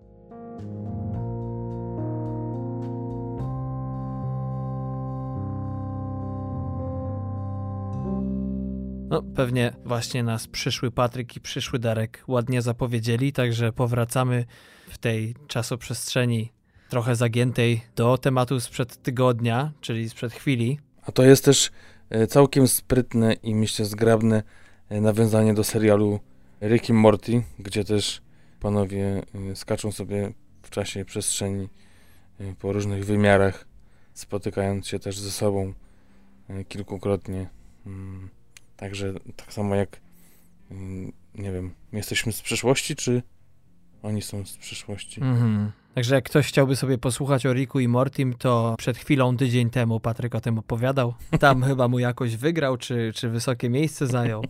No pewnie właśnie nas przyszły Patryk i przyszły Darek ładnie zapowiedzieli, także powracamy w tej czasoprzestrzeni trochę zagiętej do tematu sprzed tygodnia, czyli sprzed chwili.
A to jest też e, całkiem sprytne i myślę zgrabne e, nawiązanie do serialu Rick i Morty, gdzie też panowie e, skaczą sobie w czasie przestrzeni e, po różnych wymiarach, spotykając się też ze sobą e, kilkukrotnie. Mm, także tak samo jak mm, nie wiem, my jesteśmy z przyszłości, czy oni są z przyszłości?
Mhm. Także jak ktoś chciałby sobie posłuchać o Ricku i Mortim, to przed chwilą, tydzień temu Patryk o tym opowiadał. Tam chyba mu jakoś wygrał, czy, czy wysokie miejsce zajął.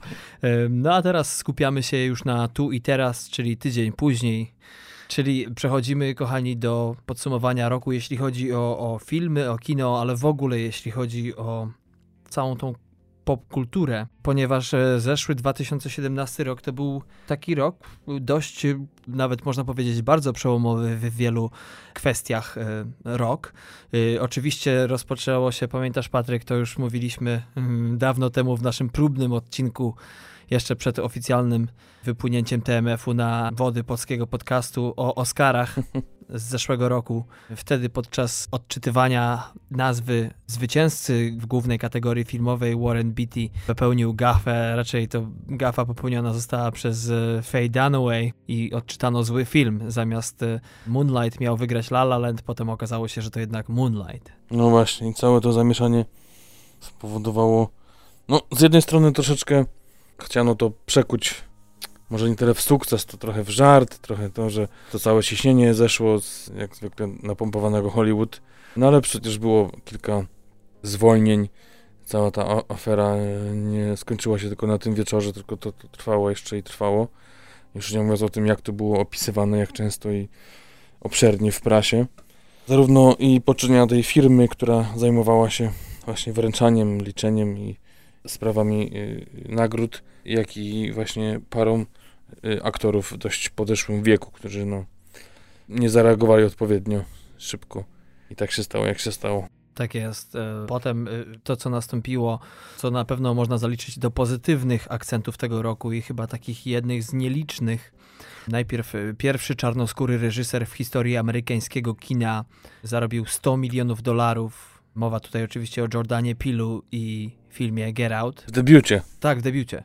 No a teraz skupiamy się już na tu i teraz, czyli tydzień później. Czyli przechodzimy, kochani, do podsumowania roku, jeśli chodzi o, o filmy, o kino, ale w ogóle jeśli chodzi o całą tą popkulturę, ponieważ zeszły dwa tysiące siedemnasty rok to był taki rok dość, nawet można powiedzieć, bardzo przełomowy w wielu kwestiach rok. Oczywiście rozpoczęło się, pamiętasz Patryk, to już mówiliśmy dawno temu w naszym próbnym odcinku, jeszcze przed oficjalnym wypłynięciem T M F-u na wody polskiego podcastu o Oscarach z zeszłego roku. Wtedy podczas odczytywania nazwy zwycięzcy w głównej kategorii filmowej Warren Beatty popełnił gafę, raczej to gafa popełniona została przez Faye Dunaway i odczytano zły film. Zamiast Moonlight miał wygrać La La Land, potem okazało się, że to jednak Moonlight.
No właśnie, i całe to zamieszanie spowodowało, no z jednej strony troszeczkę chciano to przekuć, może nie tyle w sukces, to trochę w żart, trochę to, że to całe ciśnienie zeszło z, jak zwykle, napompowanego Hollywood. No ale przecież było kilka zwolnień. Cała ta afera nie skończyła się tylko na tym wieczorze, tylko to, to trwało jeszcze i trwało. Już nie mówiąc o tym, jak to było opisywane, jak często i obszernie w prasie. Zarówno i poczynienia tej firmy, która zajmowała się właśnie wręczaniem, liczeniem i sprawami y, nagród, jak i właśnie parą y, aktorów w dość podeszłym wieku, którzy no, nie zareagowali odpowiednio szybko I tak się stało, jak się stało.
Tak jest. Potem to, co nastąpiło, co na pewno można zaliczyć do pozytywnych akcentów tego roku i chyba takich jednych z nielicznych. Najpierw pierwszy czarnoskóry reżyser w historii amerykańskiego kina zarobił sto milionów dolarów. Mowa tutaj oczywiście o Jordanie Peelu i filmie Get Out.
W debiucie.
Tak, w debiucie.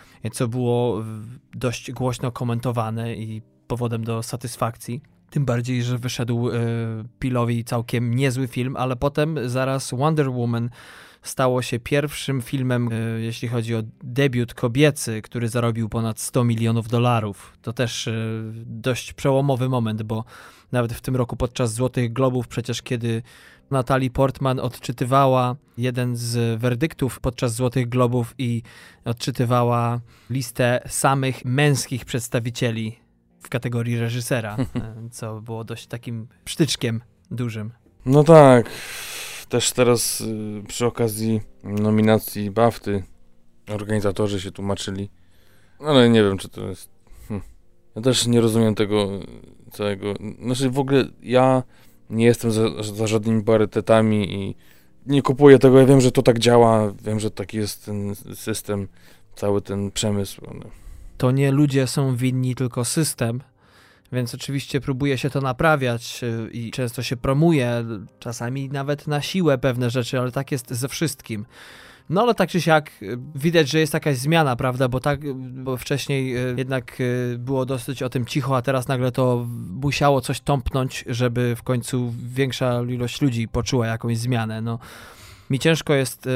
Co było dość głośno komentowane i powodem do satysfakcji. Tym bardziej, że wyszedł y, Peelowi całkiem niezły film, ale potem zaraz Wonder Woman stało się pierwszym filmem, y, jeśli chodzi o debiut kobiecy, który zarobił ponad sto milionów dolarów. To też y, dość przełomowy moment, bo nawet w tym roku podczas Złotych Globów, przecież kiedy Natalie Portman odczytywała jeden z werdyktów podczas Złotych Globów i odczytywała listę samych męskich przedstawicieli w kategorii reżysera, co było dość takim psztyczkiem dużym.
No tak. Też teraz y, przy okazji nominacji BAFTY organizatorzy się tłumaczyli. Ale nie wiem, czy to jest... Hm. Ja też nie rozumiem tego całego... Znaczy w ogóle ja nie jestem za, za żadnymi parytetami i nie kupuję tego. Ja wiem, że to tak działa. Wiem, że taki jest ten system, cały ten przemysł.
To nie ludzie są winni, tylko system, więc oczywiście próbuje się to naprawiać i często się promuje, czasami nawet na siłę pewne rzeczy, ale tak jest ze wszystkim. No ale tak czy siak widać, że jest jakaś zmiana, prawda, bo tak, bo wcześniej jednak było dosyć o tym cicho, a teraz nagle to musiało coś tąpnąć, żeby w końcu większa ilość ludzi poczuła jakąś zmianę. No, mi ciężko jest...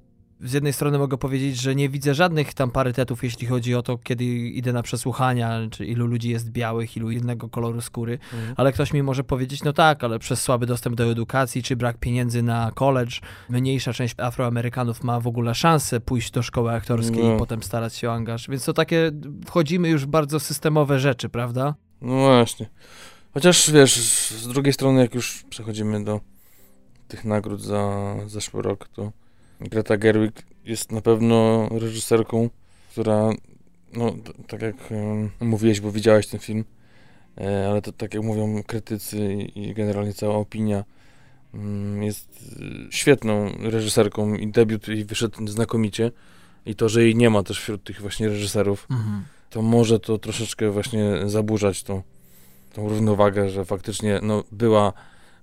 Z jednej strony mogę powiedzieć, że nie widzę żadnych tam parytetów, jeśli chodzi o to, kiedy idę na przesłuchania, czy ilu ludzi jest białych, ilu innego koloru skóry, mhm. ale ktoś mi może powiedzieć, no tak, ale przez słaby dostęp do edukacji, czy brak pieniędzy na college, mniejsza część Afroamerykanów ma w ogóle szansę pójść do szkoły aktorskiej no. i potem starać się o angaż. Więc to takie, wchodzimy już w bardzo systemowe rzeczy, prawda?
No właśnie. Chociaż wiesz, z drugiej strony, jak już przechodzimy do tych nagród za zeszły rok, to Greta Gerwig jest na pewno reżyserką, która, no t- tak jak um, mówiłeś, bo widziałeś ten film, e, ale to tak jak mówią krytycy i, i generalnie cała opinia, um, jest e, świetną reżyserką i debiut jej wyszedł znakomicie i to, że jej nie ma też wśród tych właśnie reżyserów, mhm. to może to troszeczkę właśnie zaburzać tą, tą równowagę, że faktycznie no, była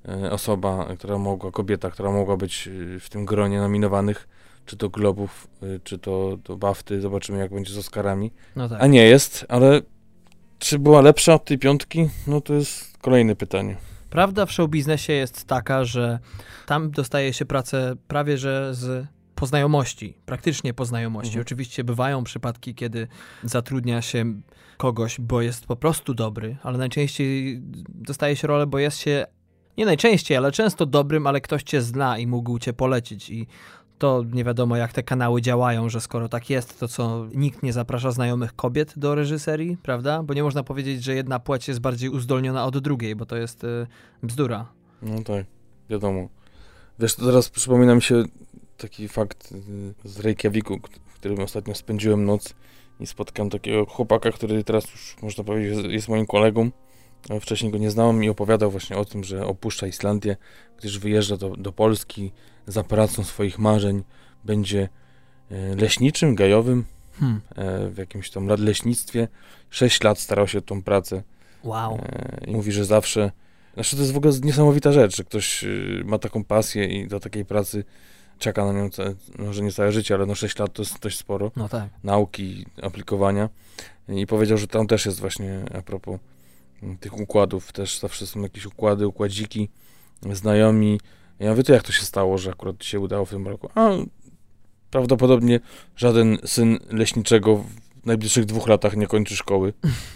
osoba, która mogła, kobieta, która mogła być w tym gronie nominowanych, czy to Globów, czy to do BAFTY, zobaczymy jak będzie z Oscarami. No tak. A nie jest, ale czy była lepsza od tej piątki? No to jest kolejne pytanie.
Prawda w showbiznesie jest taka, że tam dostaje się pracę prawie że z poznajomości, praktycznie poznajomości. Mhm. Oczywiście bywają przypadki, kiedy zatrudnia się kogoś, bo jest po prostu dobry, ale najczęściej dostaje się rolę, bo jest się nie najczęściej, ale często dobrym, ale ktoś cię zna i mógł cię polecić i to nie wiadomo jak te kanały działają, że skoro tak jest, to co nikt nie zaprasza znajomych kobiet do reżyserii, prawda? Bo nie można powiedzieć, że jedna płeć jest bardziej uzdolniona od drugiej, bo to jest y, bzdura.
No tak, wiadomo. Wiesz, to teraz przypomina mi się taki fakt y, z Reykjaviku, w którym ostatnio spędziłem noc i spotkałem takiego chłopaka, który teraz już można powiedzieć jest moim kolegą. Wcześniej go nie znałem i opowiadał właśnie o tym, że opuszcza Islandię, gdyż wyjeżdża do, do Polski za pracą swoich marzeń. Będzie e, leśniczym, gajowym, hmm. e, w jakimś tam leśnictwie. Sześć lat starał się o tą pracę.
Wow.
E, I mówi, że zawsze... Znaczy to jest w ogóle niesamowita rzecz, że ktoś y, ma taką pasję i do takiej pracy czeka na nią, całe, może nie całe życie, ale no sześć lat to jest dość sporo.
No tak.
Nauki, aplikowania. I powiedział, że tam też jest właśnie a propos tych układów, też zawsze są jakieś układy, układziki, znajomi. Ja mówię, to jak to się stało, że akurat się udało w tym roku? A prawdopodobnie żaden syn leśniczego w najbliższych dwóch latach nie kończy szkoły.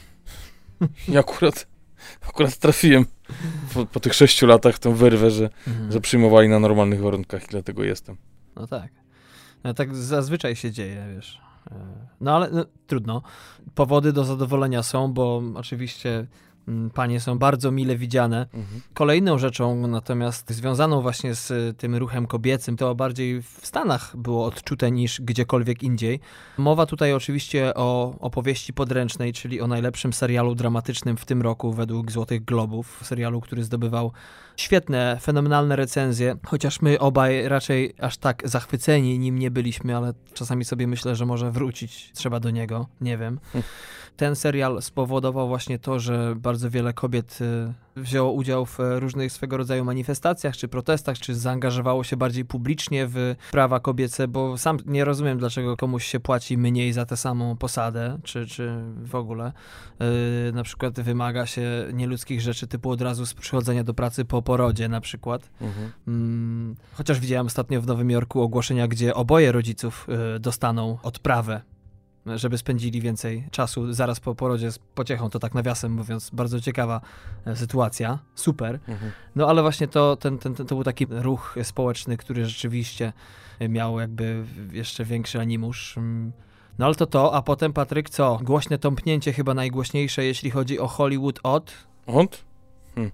I akurat, akurat trafiłem po, po tych sześciu latach tą wyrwę, że, mhm. że przyjmowali na normalnych warunkach i dlatego jestem.
No tak. No tak zazwyczaj się dzieje, wiesz. No ale no, trudno. Powody do zadowolenia są, bo oczywiście Panie są bardzo mile widziane.
Mhm.
Kolejną rzeczą natomiast związaną właśnie z tym ruchem kobiecym, to bardziej w Stanach było odczute niż gdziekolwiek indziej. Mowa tutaj oczywiście o opowieści podręcznej, czyli o najlepszym serialu dramatycznym w tym roku według Złotych Globów. Serialu, który zdobywał świetne, fenomenalne recenzje, chociaż my obaj raczej aż tak zachwyceni nim nie byliśmy, ale czasami sobie myślę, że może wrócić trzeba do niego, nie wiem. Hmm. Ten serial spowodował właśnie to, że bardzo wiele kobiet wzięło udział w różnych swego rodzaju manifestacjach czy protestach, czy zaangażowało się bardziej publicznie w prawa kobiece, bo sam nie rozumiem, dlaczego komuś się płaci mniej za tę samą posadę, czy, czy w ogóle. Yy, na przykład wymaga się nieludzkich rzeczy typu od razu przychodzenia do pracy po porodzie na przykład. Mhm. Yy, chociaż widziałem ostatnio w Nowym Jorku ogłoszenia, gdzie oboje rodziców yy, dostaną odprawę, żeby spędzili więcej czasu zaraz po porodzie z pociechą, to tak nawiasem mówiąc, bardzo ciekawa sytuacja, super. Mhm. No ale właśnie to, ten, ten, ten, to był taki ruch społeczny, który rzeczywiście miał jakby jeszcze większy animusz. No ale to to, a potem Patryk, co? Głośne tąpnięcie, chyba najgłośniejsze, jeśli chodzi o Hollywood od?
Od? Hm.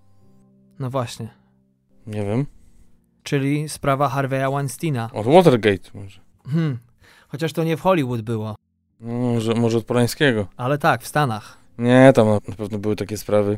No właśnie.
Nie wiem.
Czyli sprawa Harvey'a Weinsteina.
Od Watergate może.
Hmm. Chociaż to nie w Hollywood było.
No, może, może od Polańskiego.
Ale tak, w Stanach.
Nie, tam na pewno były takie sprawy.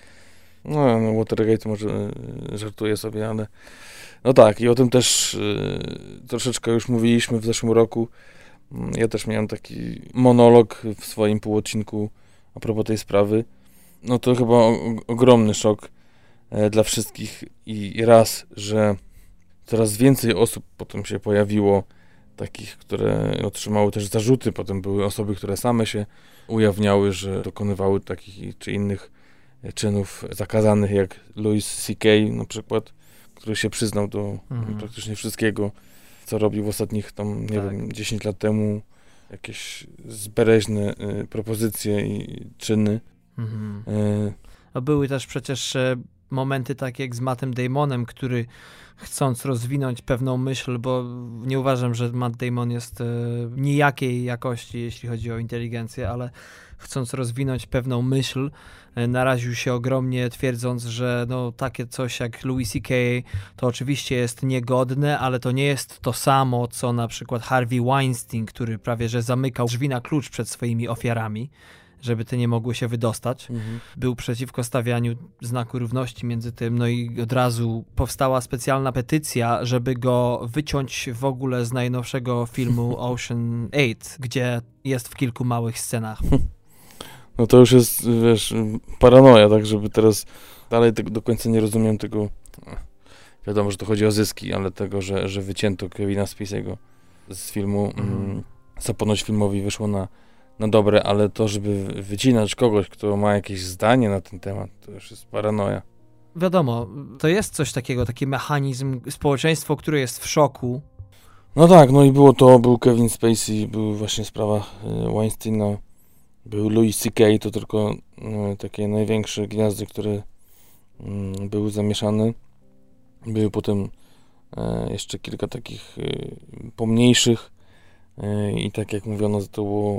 No, no Watergate może y, żartuję sobie, ale... No tak, i o tym też y, troszeczkę już mówiliśmy w zeszłym roku. Ja też miałem taki monolog w swoim półodcinku a propos tej sprawy. No to chyba o, ogromny szok e, dla wszystkich. I raz, że coraz więcej osób potem się pojawiło, takich, które otrzymały też zarzuty. Potem były osoby, które same się ujawniały, że dokonywały takich czy innych czynów zakazanych, jak Louis C K na przykład, który się przyznał do mhm. praktycznie wszystkiego, co robił w ostatnich tam, nie tak. wiem, dziesięć lat temu, jakieś zbereźne y, propozycje i czyny. Mhm. Y-
A były też przecież momenty takie jak z Mattem Damonem, który chcąc rozwinąć pewną myśl, bo nie uważam, że Matt Damon jest e, nijakiej jakości, jeśli chodzi o inteligencję, ale chcąc rozwinąć pewną myśl, e, naraził się ogromnie, twierdząc, że no, takie coś jak Louis C K to oczywiście jest niegodne, ale to nie jest to samo, co na przykład Harvey Weinstein, który prawie że zamykał drzwi na klucz przed swoimi ofiarami, żeby te nie mogły się wydostać. Mhm. Był przeciwko stawianiu znaku równości między tym, no i od razu powstała specjalna petycja, żeby go wyciąć w ogóle z najnowszego filmu Ocean osiem, gdzie jest w kilku małych scenach.
No to już jest, wiesz, paranoja, tak, żeby teraz dalej tego, do końca nie rozumiem tego, wiadomo, że to chodzi o zyski, ale tego, że, że wycięto Kevina Spacey'ego z filmu, mhm. co ponoć filmowi wyszło na no dobre, ale to, żeby wycinać kogoś, kto ma jakieś zdanie na ten temat, to już jest paranoja.
Wiadomo, to jest coś takiego, taki mechanizm, społeczeństwo, które jest w szoku.
No tak, no i było to, był Kevin Spacey, był właśnie sprawa Weinsteina, był Louis C K, to tylko no, takie największe gwiazdy, które mm, były zamieszane. Były potem e, jeszcze kilka takich e, pomniejszych e, i tak jak mówiono, to było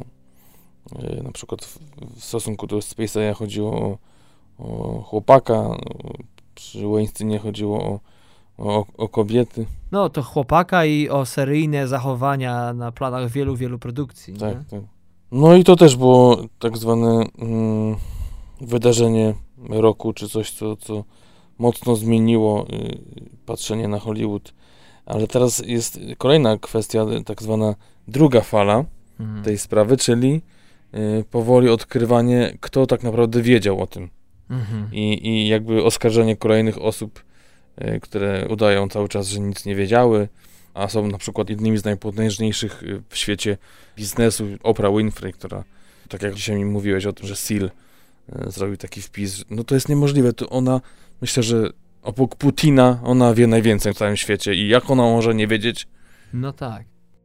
na przykład w, w stosunku do Spacey'a chodziło o, o chłopaka, przy Weinsteinie chodziło o, o, o kobiety.
No to chłopaka i o seryjne zachowania na planach wielu, wielu produkcji.
Tak, tak. No i to też było tak zwane mm, wydarzenie roku, czy coś, co, co mocno zmieniło y, patrzenie na Hollywood. Ale teraz jest kolejna kwestia, tak zwana druga fala mhm. tej sprawy, czyli powoli odkrywanie, kto tak naprawdę wiedział o tym. Mhm. I, I jakby oskarżenie kolejnych osób, które udają cały czas, że nic nie wiedziały, a są na przykład jednymi z najpotężniejszych w świecie biznesu, Oprah Winfrey, która, tak jak dzisiaj mi mówiłeś o tym, że Seal zrobił taki wpis, no to jest niemożliwe. To ona, myślę, że obok Putina, ona wie najwięcej w całym świecie i jak ona może nie wiedzieć?
No tak.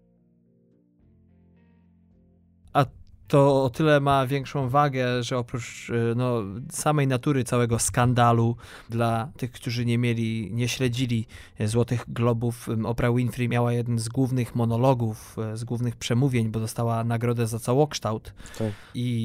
A to o tyle ma większą wagę, że oprócz no, samej natury całego skandalu, dla tych, którzy nie mieli, nie śledzili Złotych Globów, Oprah Winfrey miała jeden z głównych monologów, z głównych przemówień, bo dostała nagrodę za całokształt. Tak. I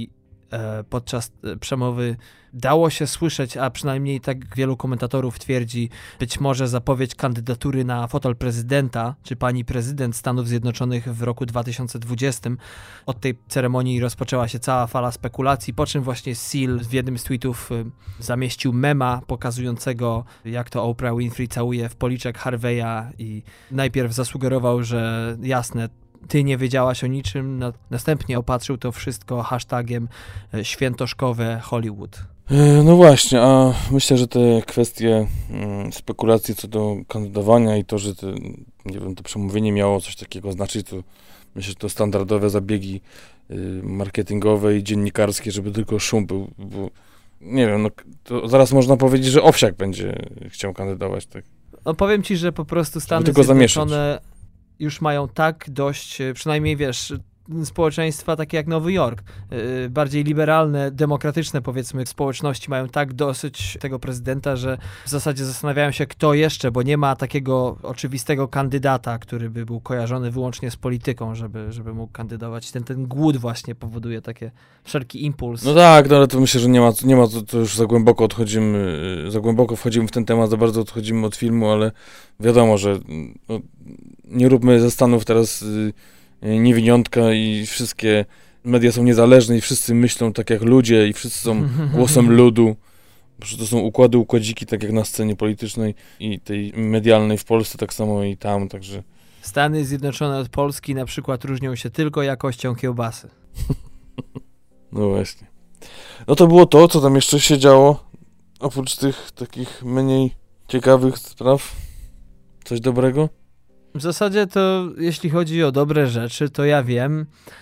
e, podczas przemowy dało się słyszeć, a przynajmniej tak wielu komentatorów twierdzi, być może zapowiedź kandydatury na fotel prezydenta, czy pani prezydent Stanów Zjednoczonych w roku dwa tysiące dwudziestym. Od tej ceremonii rozpoczęła się cała fala spekulacji, po czym właśnie Seal w jednym z tweetów zamieścił mema pokazującego, jak to Oprah Winfrey całuje w policzek Harveya i najpierw zasugerował, że jasne, ty nie wiedziałaś o niczym, na, następnie opatrzył to wszystko hashtagiem świętoszkowe Hollywood.
No właśnie, a myślę, że te kwestie mm, spekulacji co do kandydowania i to, że te, nie wiem, to przemówienie miało coś takiego znaczyć, to myślę, że to standardowe zabiegi y, marketingowe i dziennikarskie, żeby tylko szum był, bo nie wiem, no to zaraz można powiedzieć, że Owsiak będzie chciał kandydować, tak?
No powiem ci, że po prostu Stany
tylko
Zjednoczone
zamieszać.
Już mają tak dość, przynajmniej wiesz, społeczeństwa takie jak Nowy Jork, yy, bardziej liberalne, demokratyczne powiedzmy społeczności mają tak dosyć tego prezydenta, że w zasadzie zastanawiają się kto jeszcze, bo nie ma takiego oczywistego kandydata, który by był kojarzony wyłącznie z polityką, żeby, żeby mógł kandydować. Ten, ten głód właśnie powoduje takie wszelki impuls.
No tak, no ale to myślę, że nie ma, nie ma to, to już za głęboko odchodzimy, za głęboko wchodzimy w ten temat, za bardzo odchodzimy od filmu, ale wiadomo, że no, nie róbmy ze Stanów teraz y, niewiniątka i wszystkie media są niezależne i wszyscy myślą tak jak ludzie i wszyscy są głosem ludu. Że to są układy, układziki, tak jak na scenie politycznej i tej medialnej w Polsce, tak samo i tam, także...
Stany Zjednoczone od Polski na przykład różnią się tylko jakością kiełbasy.
No właśnie. No to było to, co tam jeszcze się działo, oprócz tych takich mniej ciekawych spraw. Coś dobrego?
W zasadzie to, jeśli chodzi o dobre rzeczy, to ja wiem.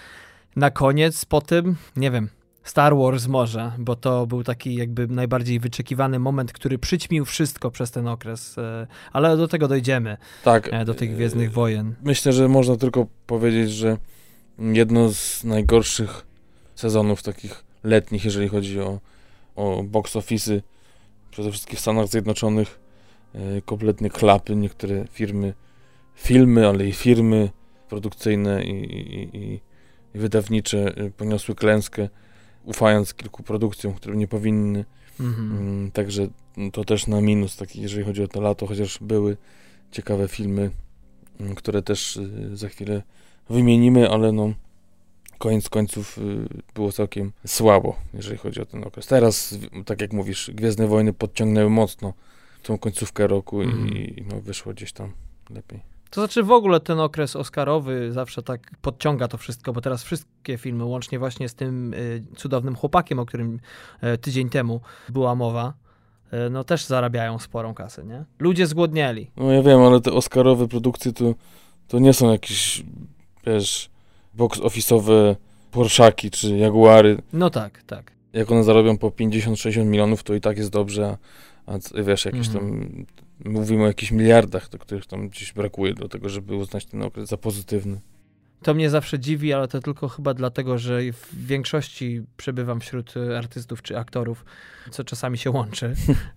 Na koniec, po tym, nie wiem, Star Wars może, bo to był taki jakby najbardziej wyczekiwany moment, który przyćmił wszystko przez ten okres, ale do tego dojdziemy,
tak,
do tych Gwiezdnych Wojen.
Myślę, że można tylko powiedzieć, że jedno z najgorszych sezonów takich letnich, jeżeli chodzi o, o box office'y, przede wszystkim w Stanach Zjednoczonych, kompletnie klapy, niektóre firmy, filmy, ale i firmy produkcyjne i, i, i, i wydawnicze poniosły klęskę, ufając kilku produkcjom, które nie powinny. Mhm. Także to też na minus, taki, jeżeli chodzi o to lato, chociaż były ciekawe filmy, które też za chwilę wymienimy, ale no koniec końców było całkiem słabo, jeżeli chodzi o ten okres. Teraz, tak jak mówisz, Gwiezdne Wojny podciągnęły mocno tą końcówkę roku mhm. i no, wyszło gdzieś tam lepiej.
To znaczy w ogóle ten okres oscarowy zawsze tak podciąga to wszystko, bo teraz wszystkie filmy, łącznie właśnie z tym y, cudownym chłopakiem, o którym y, tydzień temu była mowa, y, no też zarabiają sporą kasę, nie? Ludzie zgłodnieli.
No ja wiem, ale te oscarowe produkcje to, to nie są jakieś, wiesz, box office'owe Porszaki czy Jaguary.
No tak, tak.
Jak one zarobią po pięćdziesiąt sześćdziesiąt milionów, to i tak jest dobrze, a, a wiesz, jakieś mm. tam... Mówimy o jakichś miliardach, do których tam gdzieś brakuje do tego, żeby uznać ten okres za pozytywny.
To mnie zawsze dziwi, ale to tylko chyba dlatego, że w większości przebywam wśród artystów czy aktorów, co czasami się łączy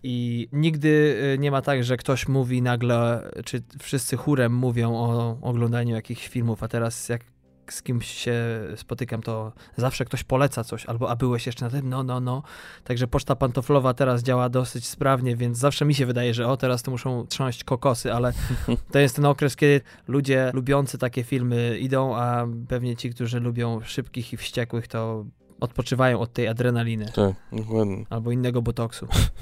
i nigdy nie ma tak, że ktoś mówi nagle, czy wszyscy chórem mówią o oglądaniu jakichś filmów, a teraz jak z kimś się spotykam, to zawsze ktoś poleca coś, albo a byłeś jeszcze na tym, no, no, no. Także poczta pantoflowa teraz działa dosyć sprawnie, więc zawsze mi się wydaje, że o, teraz to muszą trząść kokosy, ale to jest ten okres, kiedy ludzie lubiący takie filmy idą, a pewnie ci, którzy lubią szybkich i wściekłych, to odpoczywają od tej adrenaliny.
Tak, dokładnie.
Albo innego botoksu.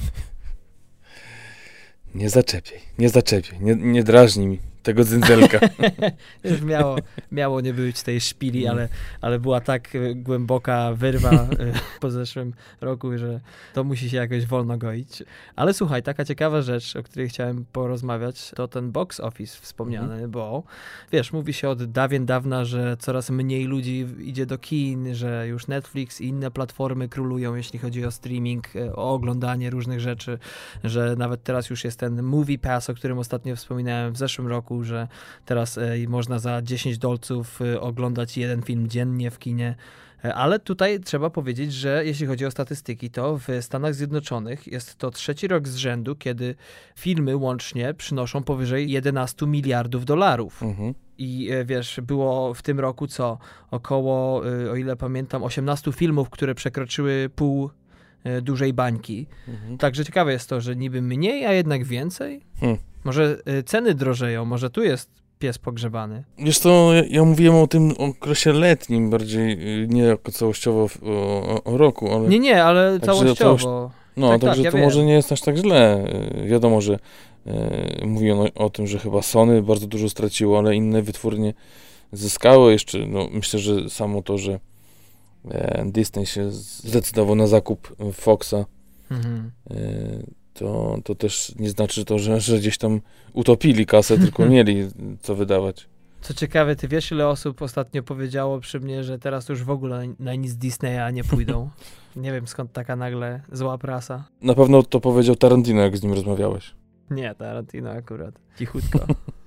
Nie zaczepiaj, nie zaczepiaj, nie, nie drażnij mi tego dzyndelka.
Już miało, miało nie być tej szpili, ale, ale była tak głęboka wyrwa po zeszłym roku, że to musi się jakoś wolno goić. Ale słuchaj, taka ciekawa rzecz, o której chciałem porozmawiać, to ten box office wspomniany, mhm. bo wiesz, mówi się od dawien dawna, że coraz mniej ludzi idzie do kin, że już Netflix i inne platformy królują, jeśli chodzi o streaming, o oglądanie różnych rzeczy, że nawet teraz już jest ten Movie Pass, o którym ostatnio wspominałem w zeszłym roku, że teraz e, można za dziesięć dolców e, oglądać jeden film dziennie w kinie, e, ale tutaj trzeba powiedzieć, że jeśli chodzi o statystyki, to w Stanach Zjednoczonych jest to trzeci rok z rzędu, kiedy filmy łącznie przynoszą powyżej jedenaście miliardów dolarów. Mhm. I wiesz, było w tym roku co? Około, o ile pamiętam, osiemnaście filmów, które przekroczyły pół dużej bańki. Mhm. Także ciekawe jest to, że niby mniej, a jednak więcej. Hmm. Może ceny drożeją, może tu jest pies pogrzebany.
Wiesz co, ja, ja mówiłem o tym okresie letnim bardziej, nie jako całościowo o, o, o roku, ale...
Nie, nie, ale całościowo. Całości...
No,
tak,
także
tak,
to
ja
może
wiem.
nie jest aż tak źle. Wiadomo, że e, mówiono o tym, że chyba Sony bardzo dużo straciło, ale inne wytwórnie zyskały jeszcze. No, myślę, że samo to, że e, Disney się zdecydował na zakup Foxa, mhm. e, to, to też nie znaczy to, że, że gdzieś tam utopili kasę, tylko mieli co wydawać.
Co ciekawe, ty wiesz, ile osób ostatnio powiedziało przy mnie, że teraz już w ogóle na nic Disneya nie pójdą. Nie wiem, skąd taka nagle zła prasa.
Na pewno to powiedział Tarantino, jak z nim rozmawiałeś.
Nie, Tarantino akurat. Cichutko.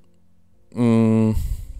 mm,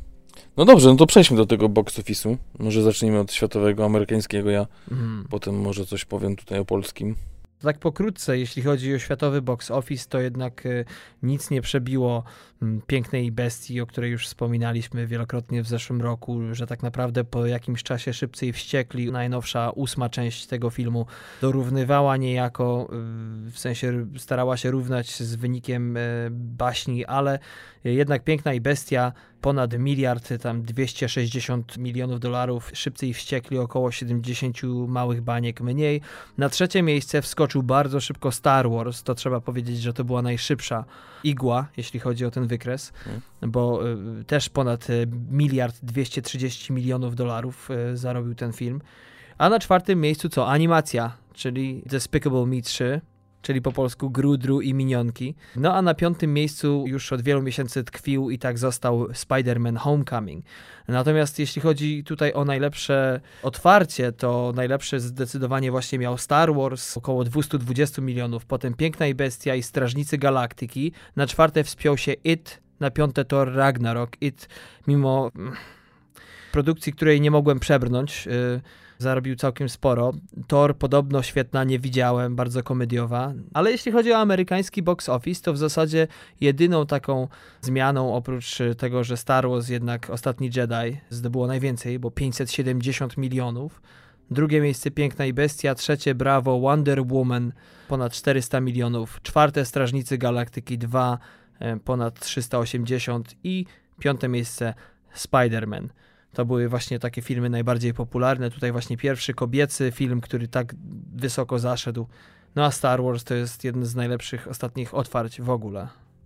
no dobrze, no to przejdźmy do tego box office'u. Może zacznijmy od światowego, amerykańskiego. Ja mm. potem może coś powiem tutaj o polskim.
Tak pokrótce, jeśli chodzi o światowy box office, to jednak y, nic nie przebiło y, Pięknej Bestii, o której już wspominaliśmy wielokrotnie w zeszłym roku, że tak naprawdę po jakimś czasie Szybcy i Wściekli, najnowsza ósma część tego filmu, dorównywała niejako, y, w sensie starała się równać z wynikiem y, baśni, ale y, jednak Piękna i Bestia ponad miliard, tam dwieście sześćdziesiąt milionów dolarów, Szybcy i Wściekli około siedemdziesiąt małych baniek mniej. Na trzecie miejsce wskoczył bardzo szybko Star Wars, to trzeba powiedzieć, że to była najszybsza igła, jeśli chodzi o ten wykres, hmm. bo y, też ponad y, miliard dwieście trzydzieści milionów dolarów y, zarobił ten film. A na czwartym miejscu co? Animacja, czyli Despicable Me trzy, czyli po polsku Gru, Dru i Minionki. No a na piątym miejscu już od wielu miesięcy tkwił i tak został Spider-Man Homecoming. Natomiast jeśli chodzi tutaj o najlepsze otwarcie, to najlepsze zdecydowanie właśnie miał Star Wars, około dwieście dwadzieścia milionów, potem Piękna i Bestia i Strażnicy Galaktyki. Na czwarte wspiął się It, na piąte Thor Ragnarok. It, mimo produkcji, której nie mogłem przebrnąć, yy, zarobił całkiem sporo. Thor podobno świetna, nie widziałem, bardzo komediowa. Ale jeśli chodzi o amerykański box office, to w zasadzie jedyną taką zmianą, oprócz tego, że Star Wars jednak Ostatni Jedi zdobyło najwięcej, bo pięćset siedemdziesiąt milionów. Drugie miejsce Piękna i Bestia, trzecie Brawo, Wonder Woman, ponad czterysta milionów. Czwarte Strażnicy Galaktyki dwa, ponad trzysta osiemdziesiąt i piąte miejsce Spider-Man. To były właśnie takie filmy najbardziej popularne. Tutaj właśnie pierwszy kobiecy film, który tak wysoko zaszedł. No a Star Wars to jest jeden z najlepszych ostatnich otwarć w ogóle.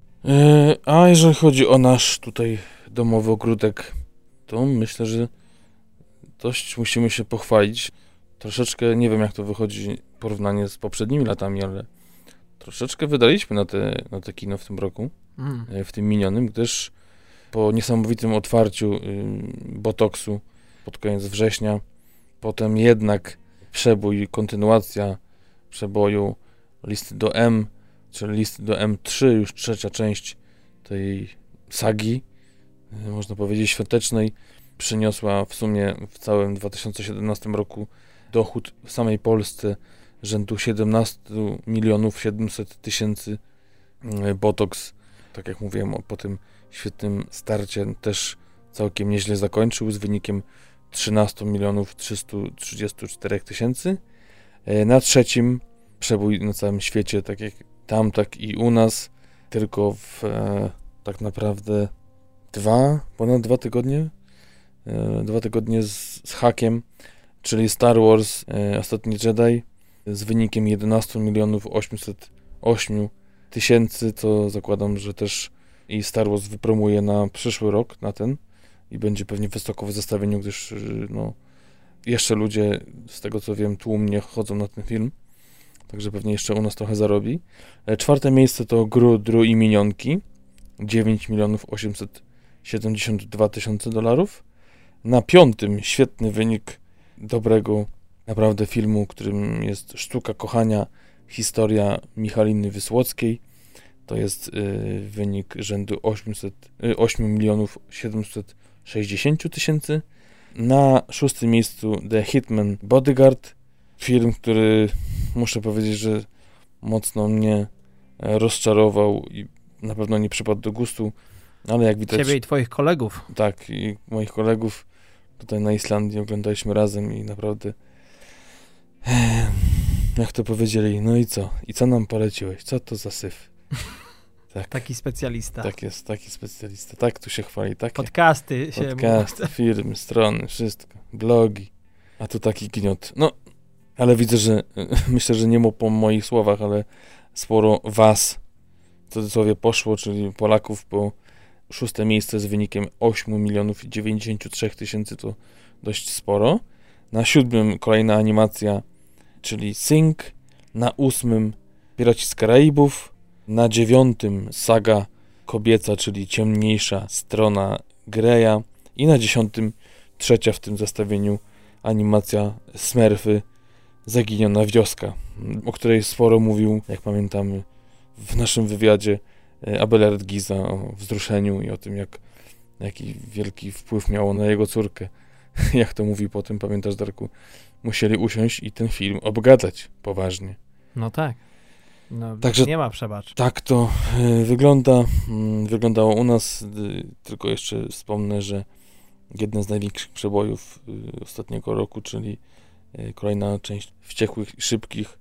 Yy, a jeżeli chodzi o nasz tutaj domowy ogródek, to myślę, że dość musimy się pochwalić. Troszeczkę, nie wiem jak to wychodzi w porównaniu z poprzednimi latami, ale troszeczkę wydaliśmy na te, na te kino w tym roku, mm. w tym minionym, gdyż po niesamowitym otwarciu y, Botoksu pod koniec września, potem jednak przebój, kontynuacja przeboju Listy do M, czyli Listy do M trzy, już trzecia część tej sagi, y, można powiedzieć świątecznej, przyniosła w sumie w całym dwa tysiące siedemnastym roku dochód w samej Polsce rzędu siedemnaście milionów siedemset tysięcy. y, Botoks, tak jak mówiłem, po tym świetnym starcie też całkiem nieźle zakończył z wynikiem trzynaście milionów trzysta trzydzieści cztery tysięcy. Na trzecim przebój na całym świecie, tak jak tam, tak i u nas, tylko w e, tak naprawdę dwa, ponad dwa tygodnie, e, dwa tygodnie z, z hakiem, czyli Star Wars e, Ostatni Jedi z wynikiem jedenaście milionów osiemset osiem tysięcy, co zakładam, że też i Star Wars wypromuje na przyszły rok, na ten, i będzie pewnie wysoko w zestawieniu, gdyż no, jeszcze ludzie, z tego co wiem, tłumnie chodzą na ten film, także pewnie jeszcze u nas trochę zarobi. Czwarte miejsce to Gru, Dru i Minionki, dziewięć milionów osiemset siedemdziesiąt dwa tysiące dolarów. Na piątym świetny wynik dobrego naprawdę filmu, którym jest Sztuka Kochania, historia Michaliny Wysłockiej. To jest y, wynik rzędu osiemset, y, osiem milionów siedemset sześćdziesiąt tysięcy. Na szóstym miejscu The Hitman Bodyguard. Film, który muszę powiedzieć, że mocno mnie rozczarował i na pewno nie przypadł do gustu. Ale jak widać...
Ciebie i twoich kolegów.
Tak, i moich kolegów tutaj na Islandii oglądaliśmy razem i naprawdę... Jak to powiedzieli, no i co? I co nam poleciłeś? Co to za syf? Tak.
Taki specjalista.
Tak jest, taki specjalista. Tak tu się chwali. Takie
Podcasty się
podcasty, firmy, strony, wszystko. Blogi. A tu taki gniot. No, ale widzę, że myślę, że nie mu po moich słowach, ale sporo was w cudzysłowie poszło, czyli Polaków po szóste miejsce z wynikiem osiem milionów dziewięćdziesiąt trzy tysięcy, to dość sporo. Na siódmym kolejna animacja, czyli Sing. Na ósmym Piraci z Karaibów. Na dziewiątym saga kobieca, czyli ciemniejsza strona Greya. I na dziesiątym trzecia w tym zestawieniu animacja Smurfy, Zaginiona wioska, o której sporo mówił, jak pamiętamy, w naszym wywiadzie Abelard Giza o wzruszeniu i o tym, jak, jaki wielki wpływ miało na jego córkę. Jak to mówi potem, pamiętasz, Darku? Musieli usiąść i ten film obgadać poważnie.
No tak. No,
Także
nie ma przebacz.
Tak to y, wygląda. Y, wyglądało u nas. Y, tylko jeszcze wspomnę, że jeden z największych przebojów y, ostatniego roku, czyli y, kolejna część Wściekłych i Szybkich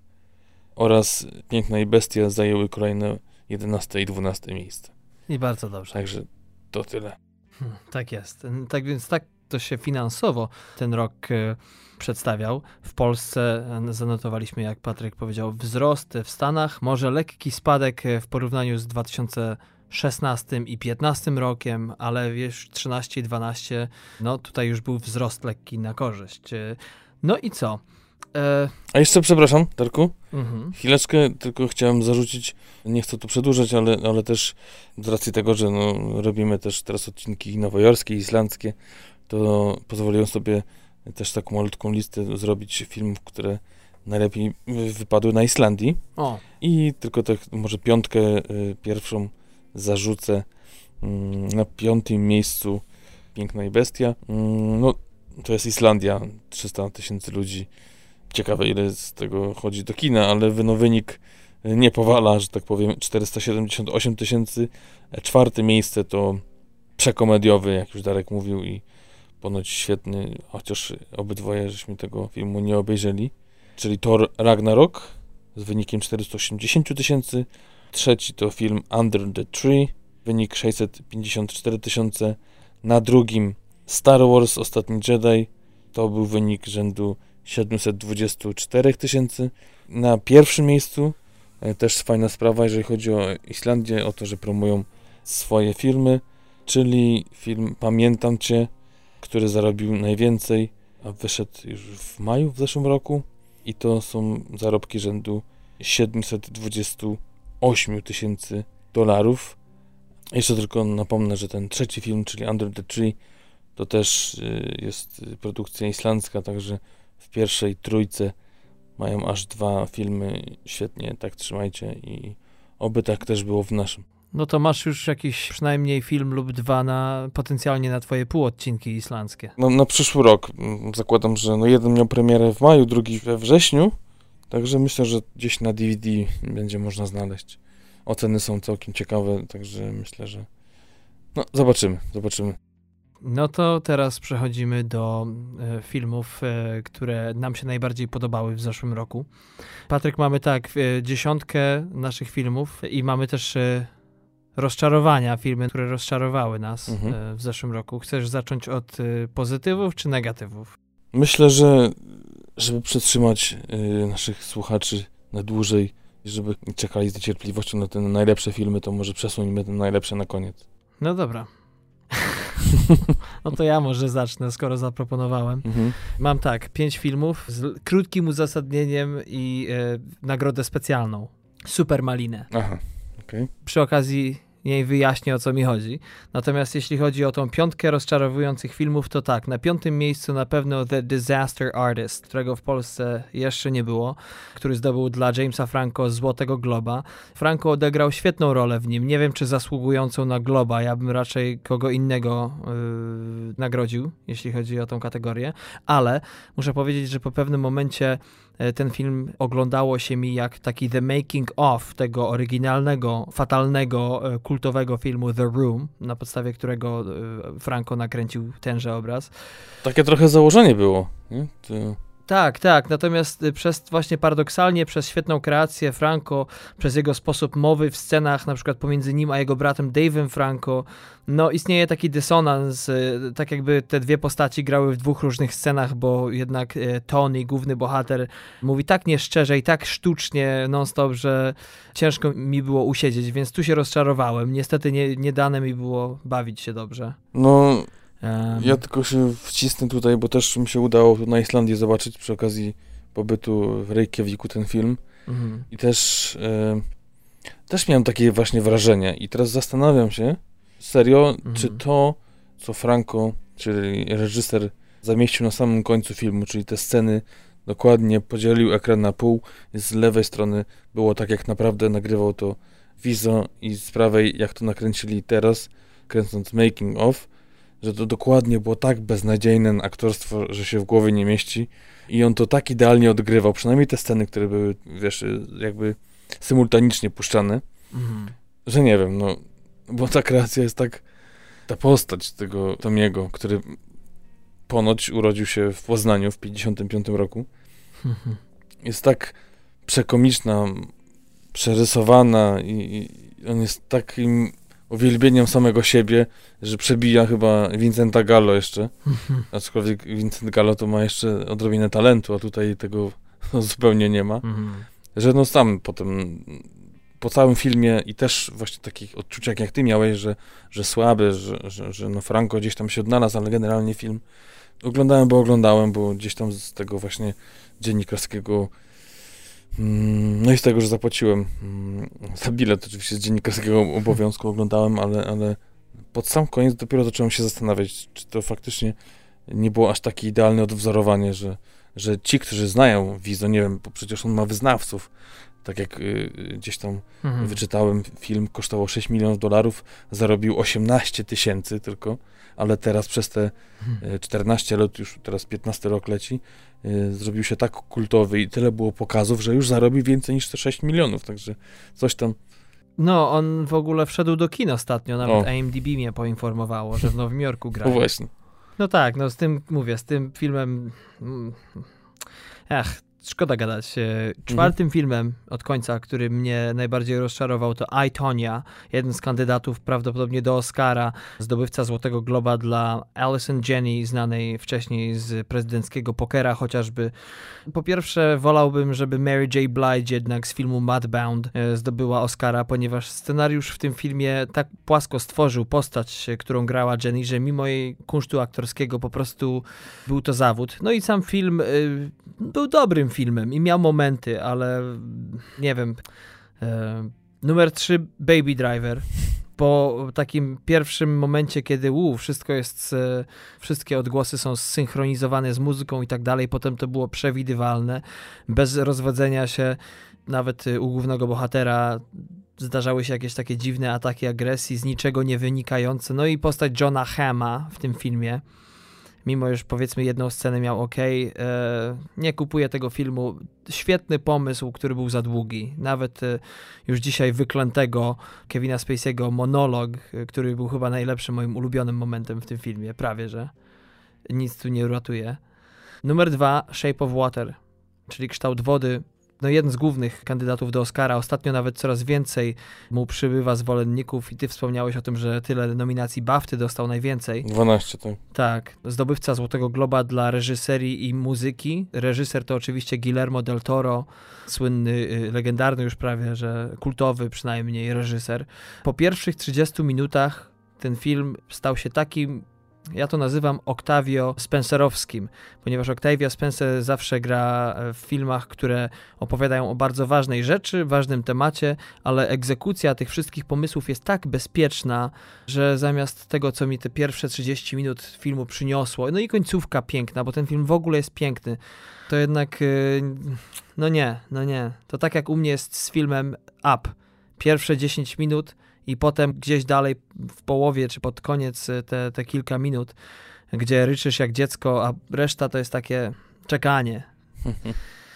oraz Piękna i Bestia zajęły kolejne jedenaste i dwunaste miejsce.
I bardzo dobrze.
Także to tyle.
Hmm, tak jest. Tak więc tak to się finansowo ten rok y, przedstawiał. W Polsce zanotowaliśmy, jak Patryk powiedział, wzrost w Stanach, może lekki spadek w porównaniu z dwa tysiące szesnastym i piętnastym rokiem, ale wiesz, trzynaście i dwanaście, no tutaj już był wzrost lekki na korzyść. No i co? E...
A jeszcze, przepraszam, Darku,
mhm.
chwileczkę, tylko chciałem zarzucić, nie chcę tu przedłużać, ale, ale też z racji tego, że no, robimy też teraz odcinki nowojorskie, islandzkie, to pozwoliłem sobie też taką malutką listę zrobić filmów, które najlepiej wypadły na Islandii.
O.
I tylko tak może piątkę y, pierwszą zarzucę. Y, na piątym miejscu Piękna i Bestia. Y, no, to jest Islandia, trzysta tysięcy ludzi. Ciekawe, ile z tego chodzi do kina, ale no, wynik nie powala, że tak powiem, czterysta siedemdziesiąt osiem tysięcy. Czwarte miejsce to przekomediowy, jak już Darek mówił, i ponoć świetny, chociaż obydwoje żeśmy tego filmu nie obejrzeli, czyli Thor Ragnarok z wynikiem czterysta osiemdziesiąt tysięcy. Trzeci to film Under the Tree, wynik sześćset pięćdziesiąt cztery tysiące. Na drugim Star Wars Ostatni Jedi, to był wynik rzędu siedemset dwadzieścia cztery tysięcy. Na pierwszym miejscu e, też fajna sprawa, jeżeli chodzi o Islandię, o to, że promują swoje filmy, czyli film Pamiętam Cię, który zarobił najwięcej, a wyszedł już w maju w zeszłym roku, i to są zarobki rzędu siedemset dwadzieścia osiem tysięcy dolarów. Jeszcze tylko napomnę, że ten trzeci film, czyli Under the Tree, to też y, jest produkcja islandzka, także w pierwszej trójce mają aż dwa filmy. Świetnie, tak trzymajcie, i oby tak też było w naszym.
No to masz już jakiś przynajmniej film lub dwa na potencjalnie na twoje półodcinki islandzkie.
No, na przyszły rok. Zakładam, że no jeden miał premierę w maju, drugi we wrześniu. Także myślę, że gdzieś na D V D będzie można znaleźć. Oceny są całkiem ciekawe, także myślę, że no zobaczymy, zobaczymy.
No to teraz przechodzimy do e, filmów, e, które nam się najbardziej podobały w zeszłym roku. Patryk, mamy tak, e, dziesiątkę naszych filmów i mamy też e, rozczarowania, filmy, które rozczarowały nas mhm. e, w zeszłym roku. Chcesz zacząć od e, pozytywów czy negatywów?
Myślę, że żeby przetrzymać y, naszych słuchaczy na dłużej, żeby czekali z niecierpliwością na te najlepsze filmy, to może przesuńmy te najlepsze na koniec.
No dobra. No to ja może zacznę, skoro zaproponowałem. Mhm. Mam tak, pięć filmów z krótkim uzasadnieniem i e, nagrodę specjalną. Super Malinę.
Aha, okej. Okay.
Przy okazji jej wyjaśnię, o co mi chodzi. Natomiast jeśli chodzi o tą piątkę rozczarowujących filmów, to tak, na piątym miejscu na pewno The Disaster Artist, którego w Polsce jeszcze nie było, który zdobył dla Jamesa Franco Złotego Globa. Franco odegrał świetną rolę w nim, nie wiem, czy zasługującą na Globa, ja bym raczej kogo innego yy, nagrodził, jeśli chodzi o tą kategorię, ale muszę powiedzieć, że po pewnym momencie ten film oglądało się mi jak taki the making of tego oryginalnego, fatalnego, kultowego filmu The Room, na podstawie którego Franco nakręcił tenże obraz.
Takie trochę założenie było, nie? To...
Tak, tak, natomiast przez właśnie paradoksalnie, przez świetną kreację Franco, przez jego sposób mowy w scenach, na przykład pomiędzy nim a jego bratem Dave'em Franco, no istnieje taki dysonans, tak jakby te dwie postaci grały w dwóch różnych scenach, bo jednak Tony, główny bohater, mówi tak nieszczerze i tak sztucznie non-stop, że ciężko mi było usiedzieć, więc tu się rozczarowałem. Niestety nie, nie dane mi było bawić się dobrze.
No...
Um.
Ja tylko się wcisnę tutaj, bo też mi się udało tu na Islandii zobaczyć przy okazji pobytu w Reykjaviku ten film. Mhm. I też e, też miałem takie właśnie wrażenie. I teraz zastanawiam się serio, mhm. czy to, co Franco, czyli reżyser, zamieścił na samym końcu filmu, czyli te sceny, dokładnie podzielił ekran na pół. Z lewej strony było tak, jak naprawdę nagrywał to Wizo, i z prawej, jak to nakręcili teraz, kręcąc making of, że to dokładnie było tak beznadziejne aktorstwo, że się w głowie nie mieści, i on to tak idealnie odgrywał, przynajmniej te sceny, które były, wiesz, jakby symultanicznie puszczane, mhm. że nie wiem, no, bo ta kreacja jest tak, ta postać tego Tomiego, który ponoć urodził się w Poznaniu w pięćdziesiątym piątym roku, mhm. jest tak przekomiczna, przerysowana i, i on jest takim uwielbieniem samego siebie, że przebija chyba Vincenta Gallo jeszcze. Mhm. Aczkolwiek Vincent Gallo to ma jeszcze odrobinę talentu, a tutaj tego no, zupełnie nie ma. Mhm. Że no sam potem po całym filmie i też właśnie takich odczuciach jak ty miałeś, że, że słaby, że, że, że no Franco gdzieś tam się odnalazł, ale generalnie film oglądałem, bo oglądałem, bo gdzieś tam z tego właśnie dziennikarskiego no i z tego, że zapłaciłem za bilet, oczywiście z dziennikarskiego obowiązku oglądałem, ale, ale pod sam koniec dopiero zacząłem się zastanawiać, czy to faktycznie nie było aż takie idealne odwzorowanie, że, że ci, którzy znają Wizo, nie wiem, bo przecież on ma wyznawców, tak jak y, gdzieś tam mhm. wyczytałem, film kosztował sześć milionów dolarów, zarobił osiemnaście tysięcy tylko, ale teraz przez te mhm. czternaście lat, już teraz piętnasty rok leci, y, zrobił się tak kultowy i tyle było pokazów, że już zarobił więcej niż te sześć milionów, także coś tam.
No, on w ogóle wszedł do kin ostatnio, nawet o. A M D B mnie poinformowało, że w Nowym Jorku gra.
No właśnie.
No tak, no z tym, mówię, z tym filmem, ach, szkoda gadać. Czwartym mhm. filmem od końca, który mnie najbardziej rozczarował, to I, Tonya, jeden z kandydatów prawdopodobnie do Oscara, zdobywca Złotego Globa dla Allison Janney, znanej wcześniej z prezydenckiego pokera chociażby. Po pierwsze, wolałbym, żeby Mary J. Blige jednak z filmu Mudbound zdobyła Oscara, ponieważ scenariusz w tym filmie tak płasko stworzył postać, którą grała Janney, że mimo jej kunsztu aktorskiego po prostu był to zawód. No i sam film y, był dobrym filmem i miał momenty, ale nie wiem. E, numer trzy, Baby Driver. Po takim pierwszym momencie, kiedy uu, wszystko jest, e, wszystkie odgłosy są zsynchronizowane z muzyką i tak dalej, potem to było przewidywalne, bez rozwodzenia się, nawet u głównego bohatera zdarzały się jakieś takie dziwne ataki agresji, z niczego nie wynikające. No i postać Johna Hamma w tym filmie, mimo już powiedzmy jedną scenę miał ok, e, nie kupuję tego filmu. Świetny pomysł, który był za długi. Nawet e, już dzisiaj wyklętego Kevina Spacey'ego monolog, e, który był chyba najlepszym moim ulubionym momentem w tym filmie, prawie że. Nic tu nie uratuje. Numer dwa, Shape of Water, czyli Kształt wody. No jeden z głównych kandydatów do Oscara. Ostatnio nawet coraz więcej mu przybywa zwolenników i ty wspomniałeś o tym, że tyle nominacji BAFTY dostał, najwięcej.
dwanaście, tak.
Tak. Zdobywca Złotego Globa dla reżyserii i muzyki. Reżyser to oczywiście Guillermo del Toro, słynny, legendarny już prawie, że kultowy przynajmniej reżyser. Po pierwszych trzydziestu minutach ten film stał się takim, ja to nazywam Octavio Spencerowskim, ponieważ Octavia Spencer zawsze gra w filmach, które opowiadają o bardzo ważnej rzeczy, ważnym temacie, ale egzekucja tych wszystkich pomysłów jest tak bezpieczna, że zamiast tego, co mi te pierwsze trzydzieści minut filmu przyniosło, no i końcówka piękna, bo ten film w ogóle jest piękny, to jednak no nie, no nie. To tak jak u mnie jest z filmem Up. Pierwsze dziesięć minut i potem gdzieś dalej w połowie, czy pod koniec te, te kilka minut, gdzie ryczysz jak dziecko, a reszta to jest takie czekanie.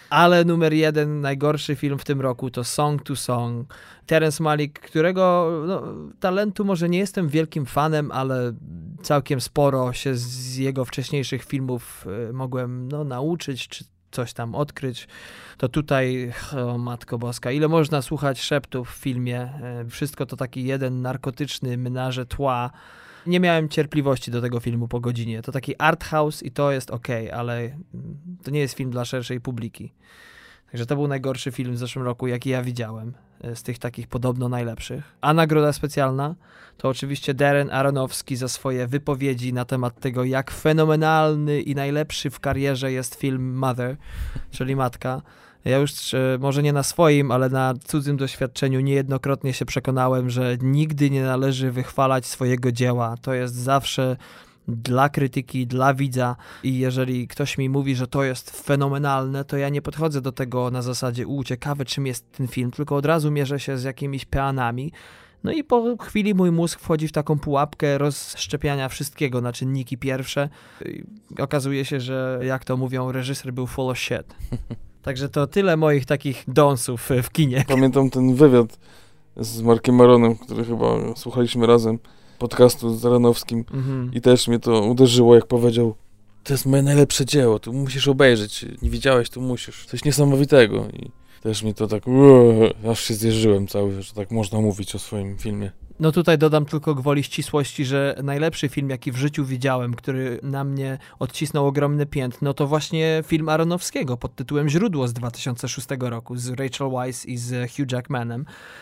Ale numer jeden, najgorszy film w tym roku to Song to Song. Terrence Malick, którego no, talentu może nie jestem wielkim fanem, ale całkiem sporo się z jego wcześniejszych filmów y, mogłem no, nauczyć, czy coś tam odkryć. To tutaj, o Matko Boska, ile można słuchać szeptów w filmie. Y, wszystko to taki jeden narkotyczny menaże tła. Nie miałem cierpliwości do tego filmu po godzinie. To taki art house i to jest okej, ale to nie jest film dla szerszej publiki. Także to był najgorszy film w zeszłym roku, jaki ja widziałem, z tych takich podobno najlepszych. A nagroda specjalna to oczywiście Darren Aronofsky za swoje wypowiedzi na temat tego, jak fenomenalny i najlepszy w karierze jest film Mother, czyli Matka. Ja już e, może nie na swoim, ale na cudzym doświadczeniu niejednokrotnie się przekonałem, że nigdy nie należy wychwalać swojego dzieła. To jest zawsze dla krytyki, dla widza i jeżeli ktoś mi mówi, że to jest fenomenalne, to ja nie podchodzę do tego na zasadzie u, ciekawe czym jest ten film, tylko od razu mierzę się z jakimiś peanami. No i po chwili mój mózg wchodzi w taką pułapkę rozszczepiania wszystkiego na czynniki pierwsze. I okazuje się, że jak to mówią, reżyser był full of shit. Także to tyle moich takich dąsów w kinie.
Pamiętam ten wywiad z Markiem Maronem, który chyba słuchaliśmy razem, podcastu z Aronofskim mhm. i też mnie to uderzyło, jak powiedział, to jest moje najlepsze dzieło, tu musisz obejrzeć, nie widziałeś, tu musisz. Coś niesamowitego i też mnie to tak, uuu, aż się zjeżyłem cały, że tak można mówić o swoim filmie.
No tutaj dodam tylko gwoli ścisłości, że najlepszy film, jaki w życiu widziałem, który na mnie odcisnął ogromny piętno, to właśnie film Aronofskiego pod tytułem Źródło z dwa tysiące szóstego roku z Rachel Weisz i z Hugh Jackmanem.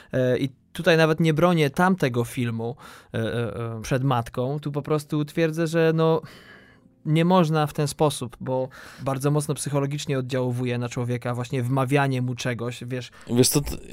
I tutaj nawet nie bronię tamtego filmu przed Matką, tu po prostu twierdzę, że no nie można w ten sposób, bo bardzo mocno psychologicznie oddziałuje na człowieka właśnie wmawianie mu czegoś, wiesz.
Wiesz co, to...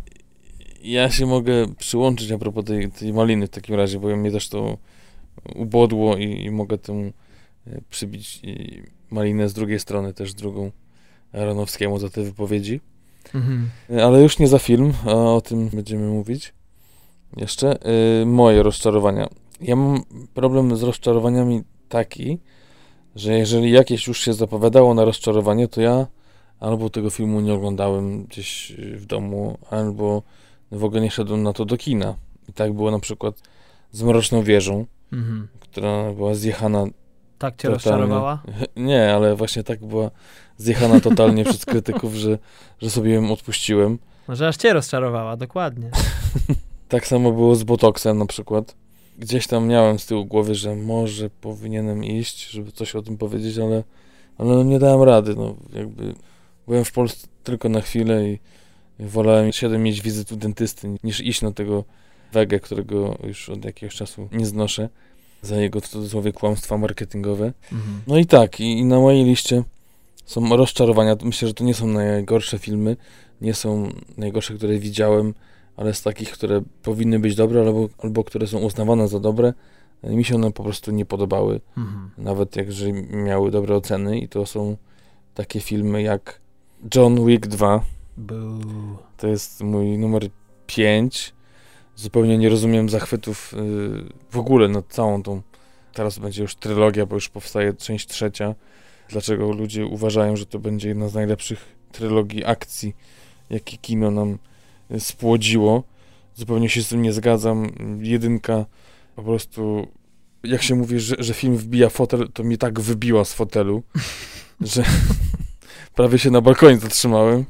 Ja się mogę przyłączyć a propos tej, tej maliny w takim razie, bo mnie też to ubodło i, i mogę temu przybić malinę z drugiej strony, też drugą Aronofskiemu za te wypowiedzi. Mhm. Ale już nie za film, a o tym będziemy mówić jeszcze. Yy, moje rozczarowania. Ja mam problem z rozczarowaniami taki, że jeżeli jakieś już się zapowiadało na rozczarowanie, to ja albo tego filmu nie oglądałem gdzieś w domu, albo w ogóle nie szedłem na to do kina. I tak było na przykład z Mroczną Wieżą, mhm. która była zjechana.
Tak cię
totalnie.
Rozczarowała?
Nie, ale właśnie tak była zjechana totalnie przez krytyków, że, że sobie ją odpuściłem.
Może aż cię rozczarowała, dokładnie.
Tak samo było z Botoksem na przykład. Gdzieś tam miałem z tyłu głowy, że może powinienem iść, żeby coś o tym powiedzieć, ale, ale nie dałem rady. No, jakby byłem w Polsce tylko na chwilę i wolałem siedem mieć wizyt u dentysty, niż iść na tego wegę, którego już od jakiegoś czasu nie znoszę, za jego w cudzysłowie kłamstwa marketingowe. Mhm. No i tak, i, i na mojej liście są rozczarowania. Myślę, że to nie są najgorsze filmy, nie są najgorsze, które widziałem, ale z takich, które powinny być dobre, albo, albo które są uznawane za dobre, mi się one po prostu nie podobały. Mhm. Nawet jak jeżeli miały dobre oceny i to są takie filmy jak John Wick dwa.
Boo.
To jest mój numer pięć. Zupełnie nie rozumiem zachwytów yy, w ogóle nad całą tą. Teraz będzie już trylogia, bo już powstaje część trzecia. Dlaczego ludzie uważają, że to będzie jedna z najlepszych trylogii akcji, jakie kino nam spłodziło. Zupełnie się z tym nie zgadzam. Jedynka po prostu, jak się mówi, że, że film wbija fotel, to mnie tak wybiła z fotelu, że prawie się na balkonie zatrzymałem.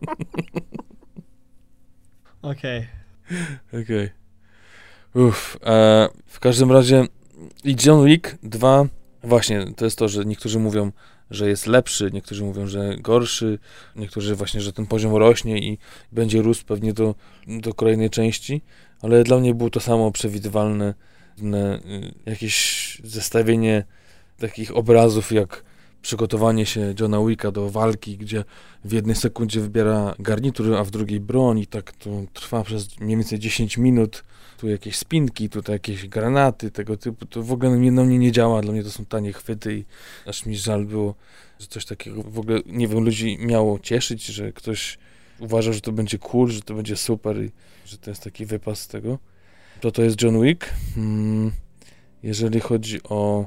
Okej.
Okay. Okej. Okay. Uff. E, w każdym razie i John Wick dwa, właśnie, to jest to, że niektórzy mówią, że jest lepszy, niektórzy mówią, że gorszy, niektórzy właśnie, że ten poziom rośnie i będzie rósł pewnie do, do kolejnej części, ale dla mnie było to samo przewidywalne, jakieś zestawienie takich obrazów jak przygotowanie się Johna Wicka do walki, gdzie w jednej sekundzie wybiera garnitur, a w drugiej broń i tak to trwa przez mniej więcej dziesięć minut. Tu jakieś spinki, tutaj jakieś granaty tego typu. To w ogóle na mnie nie działa. Dla mnie to są tanie chwyty i aż mi żal było, że coś takiego w ogóle, nie wiem, ludzi miało cieszyć, że ktoś uważał, że to będzie cool, że to będzie super i że to jest taki wypas z tego. To to jest John Wick. Hmm. Jeżeli chodzi o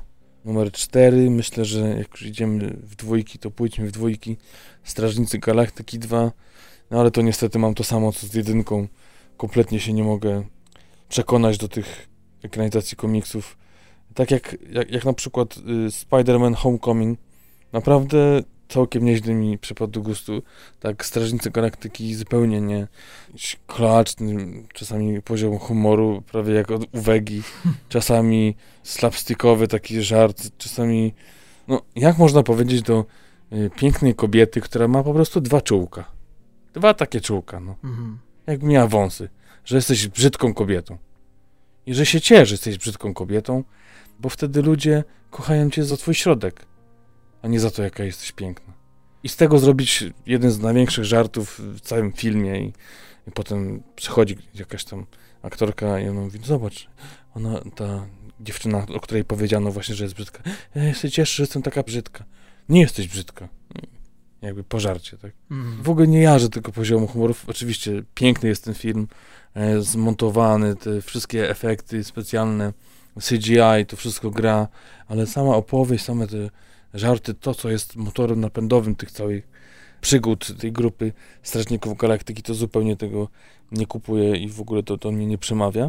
Numer cztery, myślę, że jak już idziemy w dwójki, to pójdźmy w dwójki. Strażnicy Galaktyki dwa, no ale to niestety mam to samo co z jedynką. Kompletnie się nie mogę przekonać do tych ekranizacji komiksów. Tak jak, jak, jak na przykład y, Spider-Man Homecoming, naprawdę całkiem nieźle mi przypadł do gustu. Tak, Strażnicy Galaktyki zupełnie nie. Kloaczny, czasami poziom humoru, prawie jak od uwegi. Czasami slapstickowy taki żart, czasami... No, jak można powiedzieć do y, pięknej kobiety, która ma po prostu dwa czółka. Dwa takie czółka, no. Mhm. Jakby miała wąsy. Że jesteś brzydką kobietą. I że się cieszy, że jesteś brzydką kobietą, bo wtedy ludzie kochają cię za twój środek, a nie za to, jaka jesteś piękna. I z tego zrobić jeden z największych żartów w całym filmie i, i potem przychodzi jakaś tam aktorka i ona mówi, zobacz, ona, ta dziewczyna, o której powiedziano właśnie, że jest brzydka. Ja się cieszę, że jestem taka brzydka. Nie jesteś brzydka. Jakby po żarcie, tak? Mm. W ogóle nie jarzę tylko poziomu humorów. Oczywiście piękny jest ten film, e, zmontowany, te wszystkie efekty specjalne, C G I, to wszystko gra, ale sama opowieść, same te żarty, to co jest motorem napędowym tych całych przygód tej grupy Strażników Galaktyki, to zupełnie tego nie kupuje i w ogóle to, to mnie nie przemawia.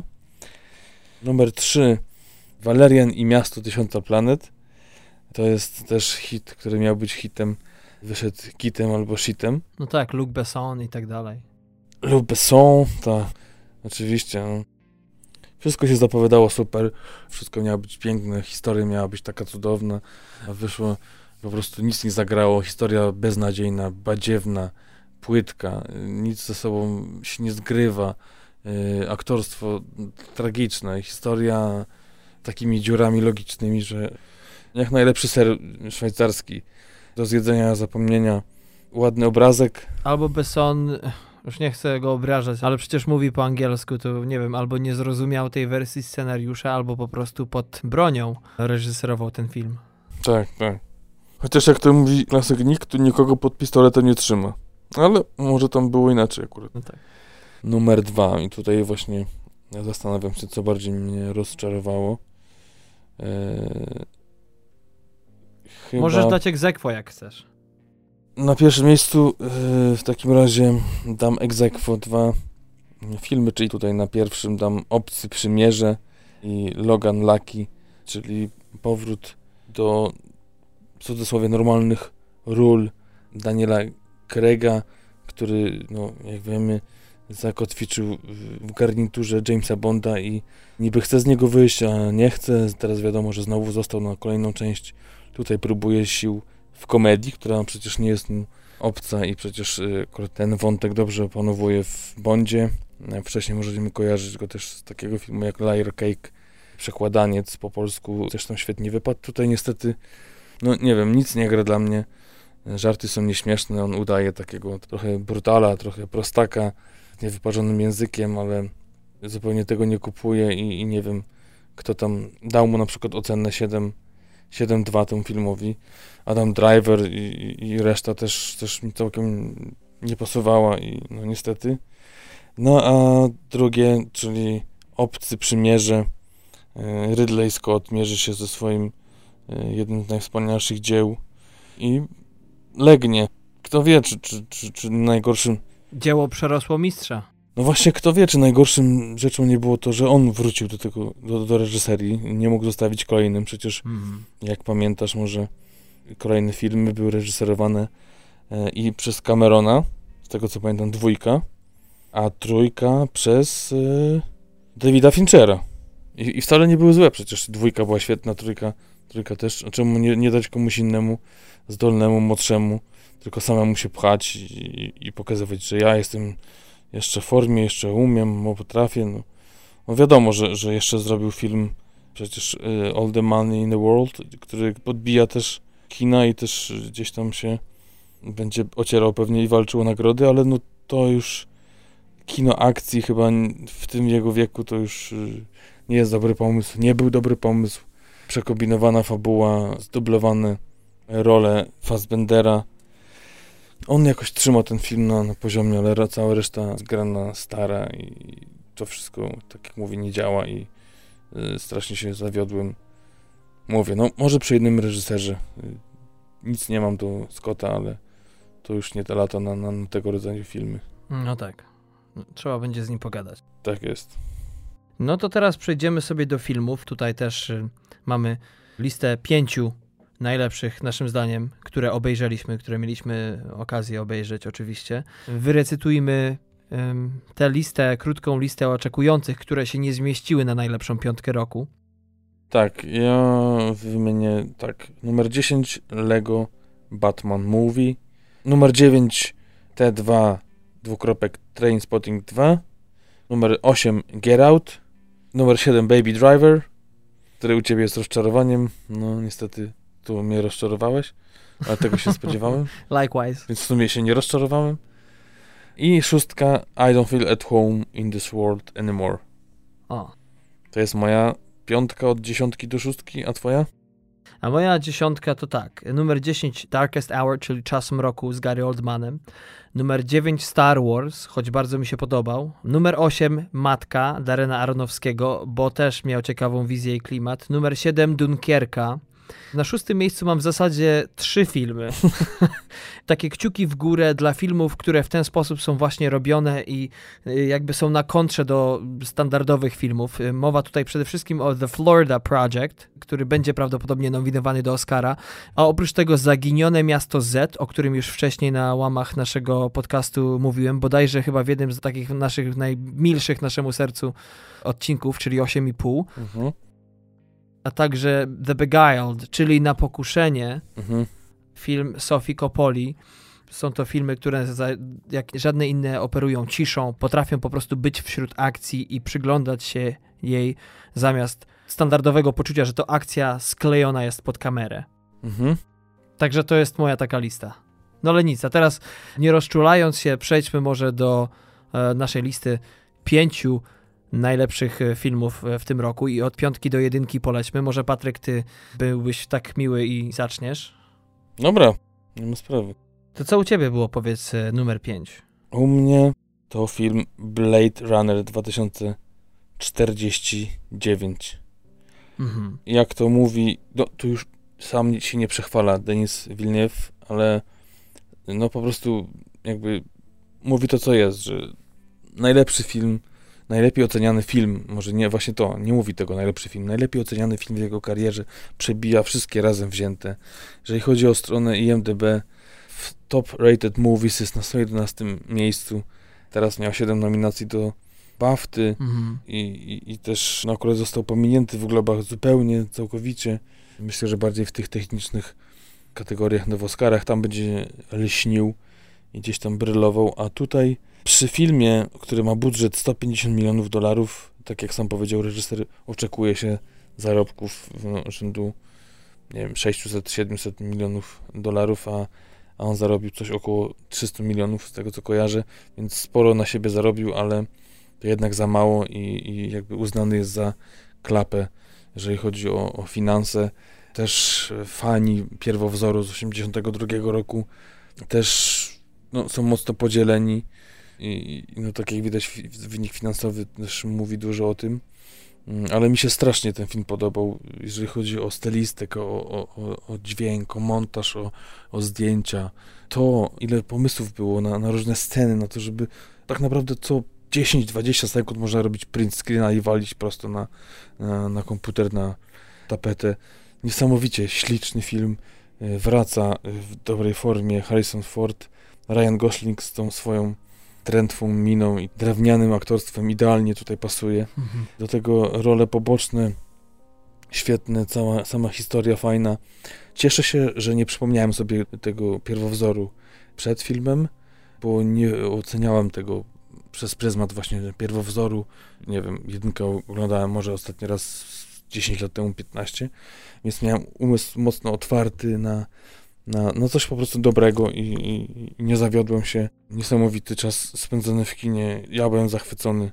Numer trzy, Valerian i Miasto Tysiąca Planet. To jest też hit, który miał być hitem, wyszedł kitem albo shitem.
No tak, Luc Besson i tak dalej.
Luc Besson, tak, oczywiście. No. Wszystko się zapowiadało super, wszystko miało być piękne, historia miała być taka cudowna, a wyszło, po prostu nic nie zagrało, historia beznadziejna, badziewna, płytka, nic ze sobą się nie zgrywa, yy, aktorstwo tragiczne, historia takimi dziurami logicznymi, że jak najlepszy ser szwajcarski, do zjedzenia, zapomnienia, ładny obrazek.
Albo Besson, już nie chcę go obrażać, ale przecież mówi po angielsku, to nie wiem, albo nie zrozumiał tej wersji scenariusza, albo po prostu pod bronią reżyserował ten film.
Tak, tak. Chociaż jak to mówi klasyk, nikt tu nikogo pod pistoletem nie trzyma. Ale może tam było inaczej akurat. No tak. Numer dwa. I tutaj właśnie ja zastanawiam się, co bardziej mnie rozczarowało. Eee, chyba...
Możesz dać ex aequo, jak chcesz.
Na pierwszym miejscu yy, w takim razie dam ex aequo dwa filmy, czyli tutaj na pierwszym dam Obcy Przymierze i Logan Lucky, czyli powrót do w cudzysłowie normalnych ról Daniela Craig'a, który, no, jak wiemy, zakotwiczył w garniturze Jamesa Bonda i niby chce z niego wyjść, a nie chce. Teraz wiadomo, że znowu został na kolejną część. Tutaj próbuje sił w komedii, która przecież nie jest mu obca i przecież ten wątek dobrze opanowuje w Bondzie. Wcześniej możemy kojarzyć go też z takiego filmu jak Layer Cake, Przekładaniec po polsku, zresztą świetnie wypadł. Tutaj niestety, no nie wiem, nic nie gra dla mnie. Żarty są nieśmieszne, on udaje takiego trochę brutala, trochę prostaka, z niewyparzonym językiem, ale zupełnie tego nie kupuje i, i nie wiem, kto tam dał mu na przykład ocenę siedem siedem dwa temu filmowi. Adam Driver i, i reszta też, też mi całkiem nie pasowała i no niestety. No a drugie, czyli Obcy Przymierze. Ridley Scott mierzy się ze swoim jednym z najwspanialszych dzieł i legnie. Kto wie, czy, czy, czy, czy najgorszym...
Dzieło przerosło mistrza.
No właśnie, kto wie, czy najgorszym rzeczą nie było to, że on wrócił do tego, do, do reżyserii. Nie mógł zostawić kolejnym. Przecież, mm. jak pamiętasz, może kolejne filmy były reżyserowane e, i przez Camerona, z tego co pamiętam, dwójka, a trójka przez e, Davida Finchera. I, I wcale nie były złe, przecież dwójka była świetna, trójka, trójka też. A czemu nie, nie dać komuś innemu, zdolnemu, młodszemu, tylko samemu się pchać i, i pokazywać, że ja jestem jeszcze w formie, jeszcze umiem, potrafię. No, no wiadomo, że, że jeszcze zrobił film przecież y, All the Money in the World, który podbija też kina i też gdzieś tam się będzie ocierał pewnie i walczył o nagrody, ale no to już kino akcji chyba w tym jego wieku to już y, nie jest dobry pomysł, nie był dobry pomysł. Przekombinowana fabuła, zdublowane role Fassbendera. On jakoś trzyma ten film na, na poziomie, ale cała reszta zgrana stara i to wszystko, tak jak mówię, nie działa i y, strasznie się zawiodłem. mówię, no może przy jednym reżyserze. Nic nie mam do Scotta, ale to już nie te lata na, na tego rodzaju filmy.
No tak. Trzeba będzie z nim pogadać.
Tak jest.
No to teraz przejdziemy sobie do filmów. Tutaj też y, mamy listę pięciu najlepszych, naszym zdaniem, które obejrzeliśmy, które mieliśmy okazję obejrzeć oczywiście. Wyrecytujmy y, tę listę, krótką listę oczekujących, które się nie zmieściły na najlepszą piątkę roku.
Tak, ja wymienię tak. Numer dziesięć Lego Batman Movie. Numer dziewięć T dwa dwukropek Trainspotting dwa. Numer osiem Get Out. Numer siedem Baby Driver, który u ciebie jest rozczarowaniem. No niestety tu mnie rozczarowałeś, ale tego się spodziewałem.
Likewise.
Więc w sumie się nie rozczarowałem. I szóstka I don't feel at home in this world anymore.
O.
To jest moja piątka od dziesiątki do szóstki, a twoja?
A moja dziesiątka to tak. Numer dziesięć Darkest Hour, czyli Czas Mroku z Gary Oldmanem. Numer dziewięć Star Wars, choć bardzo mi się podobał. Numer osiem Matka Darrena Aronofskiego, bo też miał ciekawą wizję i klimat. Numer siedem Dunkierka. Na szóstym miejscu mam w zasadzie trzy filmy. Takie kciuki w górę dla filmów, które w ten sposób są właśnie robione i jakby są na kontrze do standardowych filmów. Mowa tutaj przede wszystkim o The Florida Project, który będzie prawdopodobnie nominowany do Oscara, a oprócz tego Zaginione Miasto Z, o którym już wcześniej na łamach naszego podcastu mówiłem, bodajże chyba w jednym z takich naszych najmilszych naszemu sercu odcinków, czyli osiem i pół. Mhm. A także The Beguiled, czyli Na pokuszenie, mhm. film Sofii Coppoli. Są to filmy, które za, jak żadne inne operują ciszą, potrafią po prostu być wśród akcji i przyglądać się jej zamiast standardowego poczucia, że to akcja sklejona jest pod kamerę. Mhm. Także to jest moja taka lista. No ale nic, a teraz nie rozczulając się, przejdźmy może do e, naszej listy pięciu najlepszych filmów w tym roku i od piątki do jedynki polećmy. Może Patryk, ty byłbyś tak miły i zaczniesz?
Dobra, nie ma sprawy.
To co u ciebie było, powiedz, numer pięć?
U mnie to film Blade Runner dwa tysiące czterdzieści dziewięć. Mhm. Jak to mówi, no tu już sam się nie przechwala Denis Villeneuve, ale no po prostu jakby mówi to, co jest, że najlepszy film, najlepiej oceniany film, może nie właśnie to, nie mówi tego najlepszy film, najlepiej oceniany film w jego karierze, przebija wszystkie razem wzięte. Jeżeli chodzi o stronę I M D B, w Top Rated Movies jest na sto jedenastym miejscu. Teraz miał siedem nominacji do BAFTY mhm. i, i, i też no, akurat został pominięty w Globach zupełnie, całkowicie. Myślę, że bardziej w tych technicznych kategoriach, no w Oscarach tam będzie lśnił i gdzieś tam brylował, a tutaj przy filmie, który ma budżet sto pięćdziesiąt milionów dolarów, tak jak sam powiedział reżyser, oczekuje się zarobków no, rzędu, nie wiem, sześćset siedemset milionów dolarów, a, a on zarobił coś około trzysta milionów, z tego co kojarzę, więc sporo na siebie zarobił, ale to jednak za mało i, i jakby uznany jest za klapę, jeżeli chodzi o, o finanse. Też fani Pierwowzoru z osiemdziesiątego drugiego roku też no, są mocno podzieleni i, i no, tak jak widać wynik finansowy też mówi dużo o tym, ale mi się strasznie ten film podobał, jeżeli chodzi o stylistykę, o, o, o dźwięk, o montaż, o, o zdjęcia. To, ile pomysłów było na, na różne sceny, na to, żeby tak naprawdę co dziesięć dwadzieścia sekund można robić print screena i walić prosto na, na, na komputer, na tapetę. Niesamowicie śliczny film, wraca w dobrej formie Harrison Ford, Ryan Gosling z tą swoją trętwą miną i drewnianym aktorstwem idealnie tutaj pasuje. Mhm. Do tego role poboczne, świetne, cała sama historia fajna. Cieszę się, że nie przypomniałem sobie tego pierwowzoru przed filmem, bo nie oceniałem tego przez pryzmat właśnie pierwowzoru. Nie wiem, jedynkę oglądałem może ostatni raz dziesięć lat temu, piętnaście, więc miałem umysł mocno otwarty na, na, na coś po prostu dobrego i, i, i nie zawiodłem się. Niesamowity czas spędzony w kinie. Ja byłem zachwycony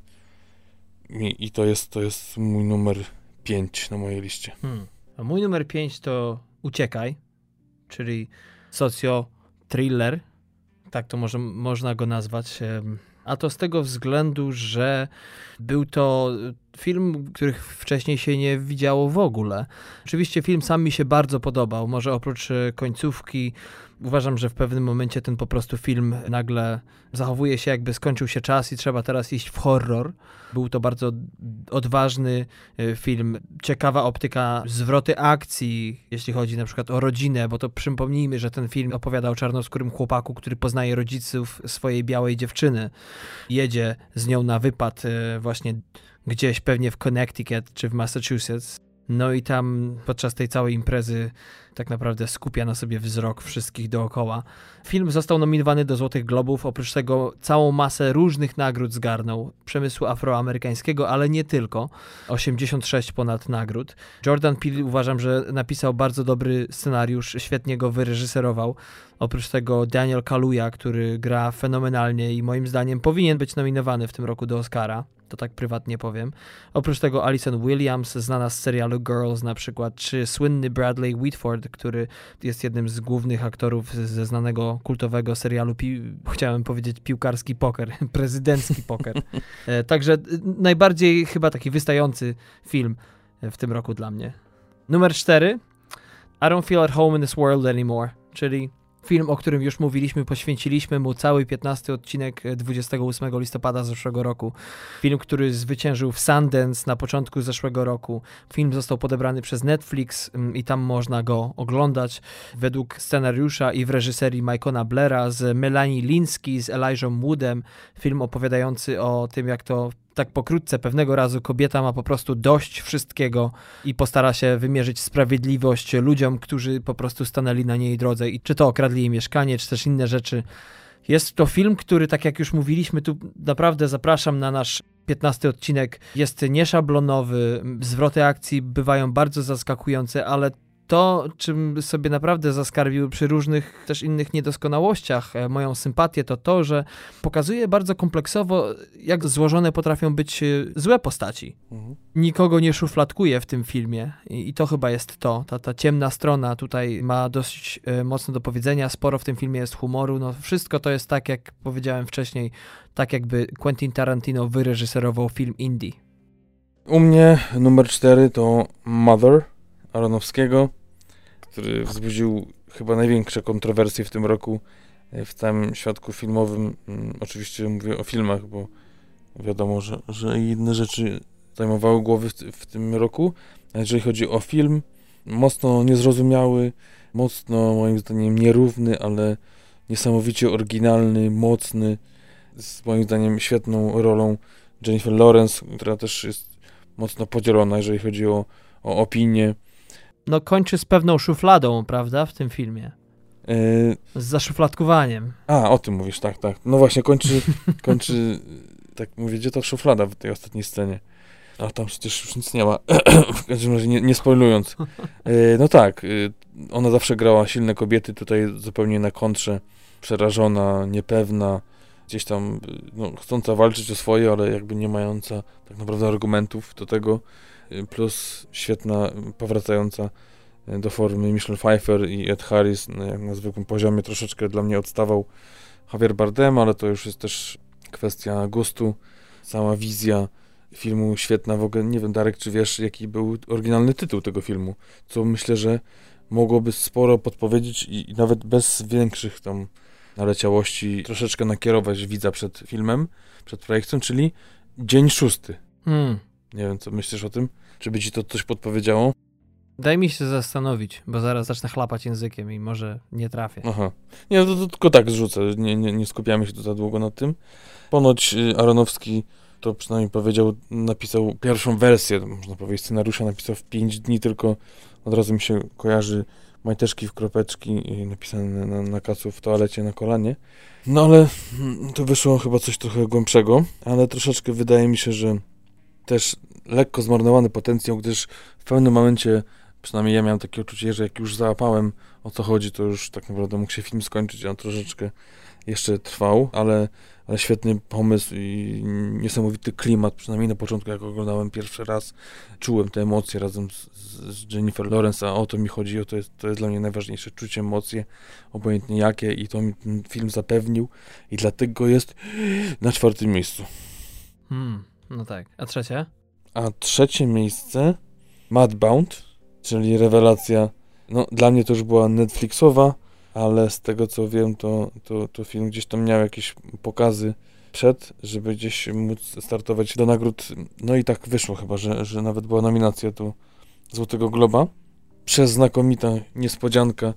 i, i to jest, to jest mój numer pięć na mojej liście. Hmm.
A mój numer pięć to Uciekaj, czyli socio-thriller, tak to może, można go nazwać. A to z tego względu, że był to film, których wcześniej się nie widziało w ogóle. Oczywiście film sam mi się bardzo podobał, może oprócz końcówki. Uważam, że w pewnym momencie ten po prostu film nagle zachowuje się, jakby skończył się czas i trzeba teraz iść w horror. Był to bardzo odważny film, ciekawa optyka, zwroty akcji, jeśli chodzi na przykład o rodzinę, bo to przypomnijmy, że ten film opowiada o czarnoskórym chłopaku, który poznaje rodziców swojej białej dziewczyny. Jedzie z nią na wypad właśnie gdzieś pewnie w Connecticut czy w Massachusetts. No i tam podczas tej całej imprezy tak naprawdę skupia na sobie wzrok wszystkich dookoła. Film został nominowany do Złotych Globów, oprócz tego całą masę różnych nagród zgarnął. Przemysłu afroamerykańskiego, ale nie tylko. osiemdziesiąt sześć ponad nagród. Jordan Peele uważam, że napisał bardzo dobry scenariusz, świetnie go wyreżyserował. Oprócz tego Daniel Kaluuya, który gra fenomenalnie i moim zdaniem powinien być nominowany w tym roku do Oscara. To tak prywatnie powiem. Oprócz tego Alison Williams, znana z serialu Girls na przykład, czy słynny Bradley Whitford, który jest jednym z głównych aktorów ze znanego kultowego serialu, pi- chciałem powiedzieć piłkarski poker, prezydencki poker. E, także najbardziej chyba taki wystający film w tym roku dla mnie. Numer cztery. I don't feel at home in this world anymore, czyli film, o którym już mówiliśmy, poświęciliśmy mu cały piętnasty odcinek dwudziestego ósmego listopada zeszłego roku. Film, który zwyciężył w Sundance na początku zeszłego roku. Film został podebrany przez Netflix i tam można go oglądać. Według scenariusza i w reżyserii Michaela Blaira z Melanie Linsky, z Elijah Woodem. Film opowiadający o tym, jak to tak pokrótce pewnego razu kobieta ma po prostu dość wszystkiego i postara się wymierzyć sprawiedliwość ludziom, którzy po prostu stanęli na jej drodze i czy to okradli jej mieszkanie, czy też inne rzeczy. Jest to film, który, tak jak już mówiliśmy, tu naprawdę zapraszam na nasz piętnasty odcinek. Jest nieszablonowy, zwroty akcji bywają bardzo zaskakujące, ale to, czym sobie naprawdę zaskarbił przy różnych też innych niedoskonałościach moją sympatię, to to, że pokazuje bardzo kompleksowo, jak złożone potrafią być złe postaci. Mhm. Nikogo nie szufladkuje w tym filmie i, i to chyba jest to. Ta, ta ciemna strona tutaj ma dość e, mocno do powiedzenia, sporo w tym filmie jest humoru, no wszystko to jest tak, jak powiedziałem wcześniej, tak jakby Quentin Tarantino wyreżyserował film indie.
U mnie numer cztery to Mother Aronofskiego, który wzbudził chyba największe kontrowersje w tym roku w całym świadku filmowym. Oczywiście mówię o filmach, bo wiadomo, że, że inne rzeczy zajmowały głowy w, w tym roku. A jeżeli chodzi o film, mocno niezrozumiały, mocno moim zdaniem nierówny, ale niesamowicie oryginalny, mocny, z moim zdaniem świetną rolą Jennifer Lawrence, która też jest mocno podzielona, jeżeli chodzi o, o opinię.
No kończy z pewną szufladą, prawda, w tym filmie. Yy... Z zaszufladkowaniem.
A, o tym mówisz, tak, tak. No właśnie, kończy, kończy tak mówię, gdzie ta szuflada w tej ostatniej scenie. A tam przecież już nic nie ma. W każdym razie, nie, nie spoilując. Yy, no tak, yy, ona zawsze grała silne kobiety, tutaj zupełnie na kontrze. Przerażona, niepewna, gdzieś tam no, chcąca walczyć o swoje, ale jakby nie mająca tak naprawdę argumentów do tego. Plus świetna, powracająca do formy Michelle Pfeiffer i Ed Harris, no jak na zwykłym poziomie troszeczkę dla mnie odstawał Javier Bardem, ale to już jest też kwestia gustu, cała wizja filmu świetna. W ogóle nie wiem, Darek, czy wiesz, jaki był oryginalny tytuł tego filmu, co myślę, że mogłoby sporo podpowiedzieć i, i nawet bez większych tam naleciałości troszeczkę nakierować widza przed filmem, przed projekcją, czyli Dzień Szósty. Hmm. Nie wiem, co myślisz o tym? Czy by ci to coś podpowiedziało?
Daj mi się zastanowić, bo zaraz zacznę chlapać językiem i może nie trafię.
Aha. Nie, to, to tylko tak zrzucę. Nie, nie, nie skupiamy się tu za długo nad tym. Ponoć Aronofski, to przynajmniej powiedział, napisał pierwszą wersję, można powiedzieć, scenariusza napisał w pięć dni, tylko od razu mi się kojarzy majteczki w kropeczki napisane na, na kacu w toalecie na kolanie. No ale to wyszło chyba coś trochę głębszego, ale troszeczkę wydaje mi się, że też lekko zmarnowany potencjał, gdyż w pewnym momencie, przynajmniej ja miałem takie uczucie, że jak już załapałem o co chodzi, to już tak naprawdę mógł się film skończyć, a troszeczkę jeszcze trwał, ale, ale świetny pomysł i niesamowity klimat, przynajmniej na początku, jak oglądałem pierwszy raz, czułem te emocje razem z, z Jennifer Lawrence, a o to mi chodzi, o to jest, to jest dla mnie najważniejsze, czuć emocje, obojętnie jakie, i to mi ten film zapewnił i dlatego jest na czwartym miejscu.
Hmm, no tak. A trzecie?
A trzecie miejsce Mudbound, czyli rewelacja, no dla mnie to już była Netflixowa, ale z tego co wiem, to, to, to film gdzieś tam miał jakieś pokazy przed, żeby gdzieś móc startować do nagród. No i tak wyszło chyba, że, że nawet była nominacja do Złotego Globa. Przeznakomita niespodzianka.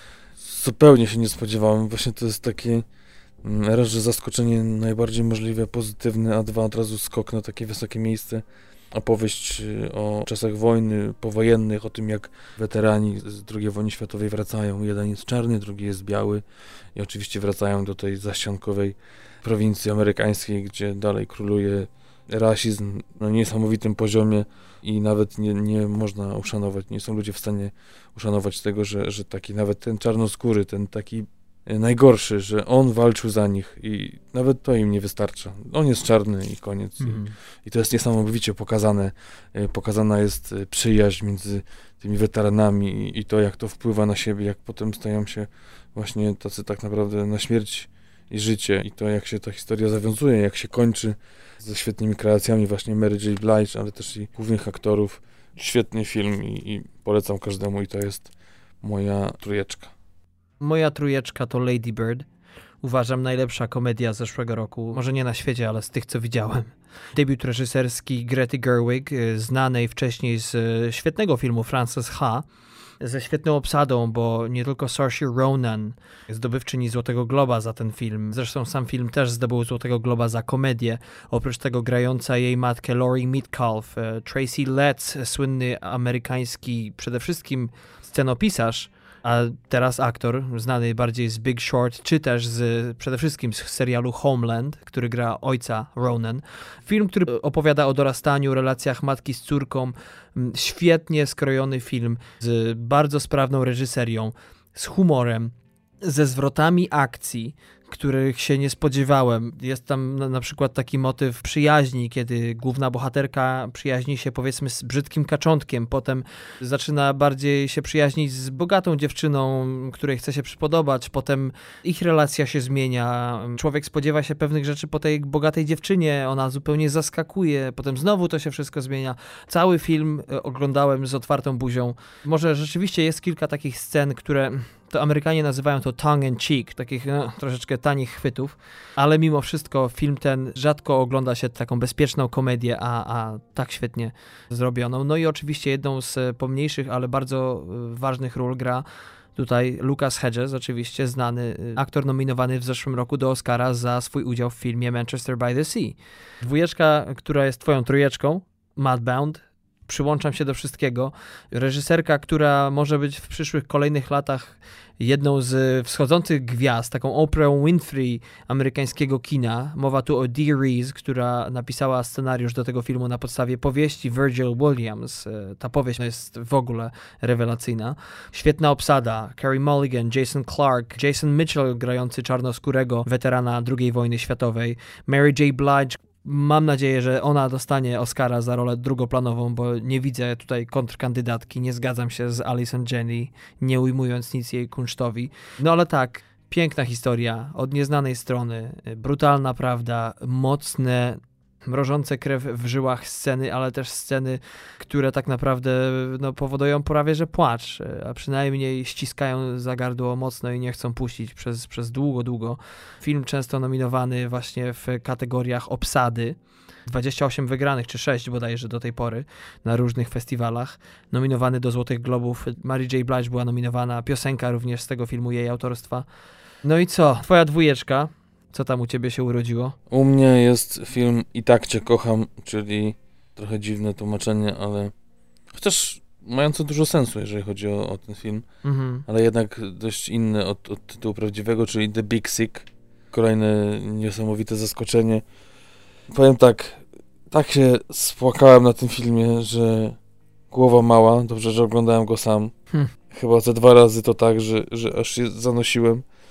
Zupełnie się nie spodziewałem. Właśnie to jest takie raz, że zaskoczenie najbardziej możliwe pozytywne, a dwa od razu skok na takie wysokie miejsce. Opowieść o czasach wojny powojennych, o tym jak weterani z drugiej wojny światowej wracają. Jeden jest czarny, drugi jest biały i oczywiście wracają do tej zaściankowej prowincji amerykańskiej, gdzie dalej króluje rasizm na niesamowitym poziomie i nawet nie, nie można uszanować, nie są ludzie w stanie uszanować tego, że, że taki nawet ten czarnoskóry, ten taki najgorszy, że on walczył za nich i nawet to im nie wystarcza. On jest czarny i koniec. Mm. I, I to jest niesamowicie pokazane. Pokazana jest przyjaźń między tymi weteranami i, i to, jak to wpływa na siebie, jak potem stają się właśnie tacy tak naprawdę na śmierć i życie i to, jak się ta historia zawiązuje, jak się kończy ze świetnymi kreacjami właśnie Mary J. Blige, ale też i głównych aktorów. Świetny film i, i polecam każdemu i to jest moja trójeczka.
Moja trójeczka to Lady Bird. Uważam najlepsza komedia zeszłego roku. Może nie na świecie, ale z tych, co widziałem. Debiut reżyserski Grety Gerwig, znanej wcześniej z świetnego filmu Frances Ha, ze świetną obsadą, bo nie tylko Saoirse Ronan, zdobywczyni Złotego Globa za ten film. Zresztą sam film też zdobył Złotego Globa za komedię. Oprócz tego grająca jej matkę Laurie Metcalf, Tracy Letts, słynny amerykański przede wszystkim scenopisarz, a teraz aktor, znany bardziej z Big Short, czy też z, przede wszystkim z serialu Homeland, który gra ojca Ronan. Film, który opowiada o dorastaniu, relacjach matki z córką. Świetnie skrojony film z bardzo sprawną reżyserią, z humorem, ze zwrotami akcji, których się nie spodziewałem. Jest tam na, na przykład taki motyw przyjaźni, kiedy główna bohaterka przyjaźni się powiedzmy z brzydkim kaczątkiem, potem zaczyna bardziej się przyjaźnić z bogatą dziewczyną, której chce się przypodobać, potem ich relacja się zmienia, człowiek spodziewa się pewnych rzeczy po tej bogatej dziewczynie, ona zupełnie zaskakuje, potem znowu to się wszystko zmienia. Cały film oglądałem z otwartą buzią. Może rzeczywiście jest kilka takich scen, które to Amerykanie nazywają to tongue in cheek, takich no, troszeczkę tanich chwytów, ale mimo wszystko film ten rzadko ogląda się taką bezpieczną komedię, a, a tak świetnie zrobioną. No i oczywiście jedną z pomniejszych, ale bardzo ważnych ról gra tutaj Lucas Hedges, oczywiście znany aktor nominowany w zeszłym roku do Oscara za swój udział w filmie Manchester by the Sea. Dwójeczka, która jest twoją trójeczką, Mudbound. Przyłączam się do wszystkiego. Reżyserka, która może być w przyszłych kolejnych latach jedną z wschodzących gwiazd, taką Oprah Winfrey amerykańskiego kina. Mowa tu o Dee Reese, która napisała scenariusz do tego filmu na podstawie powieści Virgil Williams. Ta powieść jest w ogóle rewelacyjna. Świetna obsada. Carey Mulligan, Jason Clarke, Jason Mitchell grający czarnoskórego weterana drugiej wojny światowej, Mary J. Blige. Mam nadzieję, że ona dostanie Oscara za rolę drugoplanową, bo nie widzę tutaj kontrkandydatki. Nie zgadzam się z Allison Janney, nie ujmując nic jej kunsztowi. No ale tak, piękna historia, od nieznanej strony, brutalna prawda, mocne, mrożące krew w żyłach sceny, ale też sceny, które tak naprawdę no, powodują prawie że płacz, a przynajmniej ściskają za gardło mocno i nie chcą puścić przez, przez długo, długo. Film często nominowany właśnie w kategoriach obsady. dwadzieścia osiem wygranych, czy sześć bodajże do tej pory, na różnych festiwalach. Nominowany do Złotych Globów. Mary J. Blige była nominowana, piosenka również z tego filmu, jej autorstwa. No i co? Twoja dwójeczka. Co tam u ciebie się urodziło?
U mnie jest film I tak cię kocham, czyli trochę dziwne tłumaczenie, ale chociaż mające dużo sensu, jeżeli chodzi o, o ten film, mhm. ale jednak dość inny od, od tytułu prawdziwego, czyli The Big Sick. Kolejne niesamowite zaskoczenie. Powiem tak, tak się spłakałem na tym filmie, że głowa mała, dobrze, że oglądałem go sam. Hmm. Chyba ze dwa razy to tak, że, że aż się zanosiłem.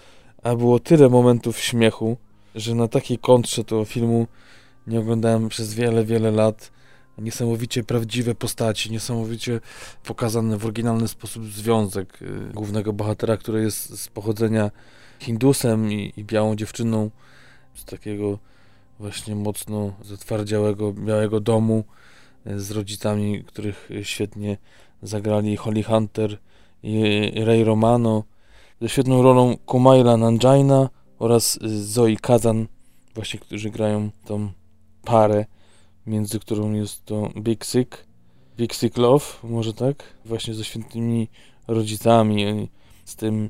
a było tyle momentów śmiechu, że na takiej kontrze tego filmu nie oglądałem przez wiele, wiele lat. Niesamowicie prawdziwe postaci, niesamowicie pokazany w oryginalny sposób związek y, głównego bohatera, który jest z pochodzenia Hindusem i, i białą dziewczyną z takiego właśnie mocno zatwardziałego, białego domu y, z rodzicami, których świetnie zagrali Holly Hunter i Ray Romano, ze świetną rolą Kumaila Nanjiani oraz Zoe Kazan, właśnie, którzy grają tą parę, między którą jest to Big Sick, Big Sick Love, może tak? Właśnie ze świętymi rodzicami, z tym,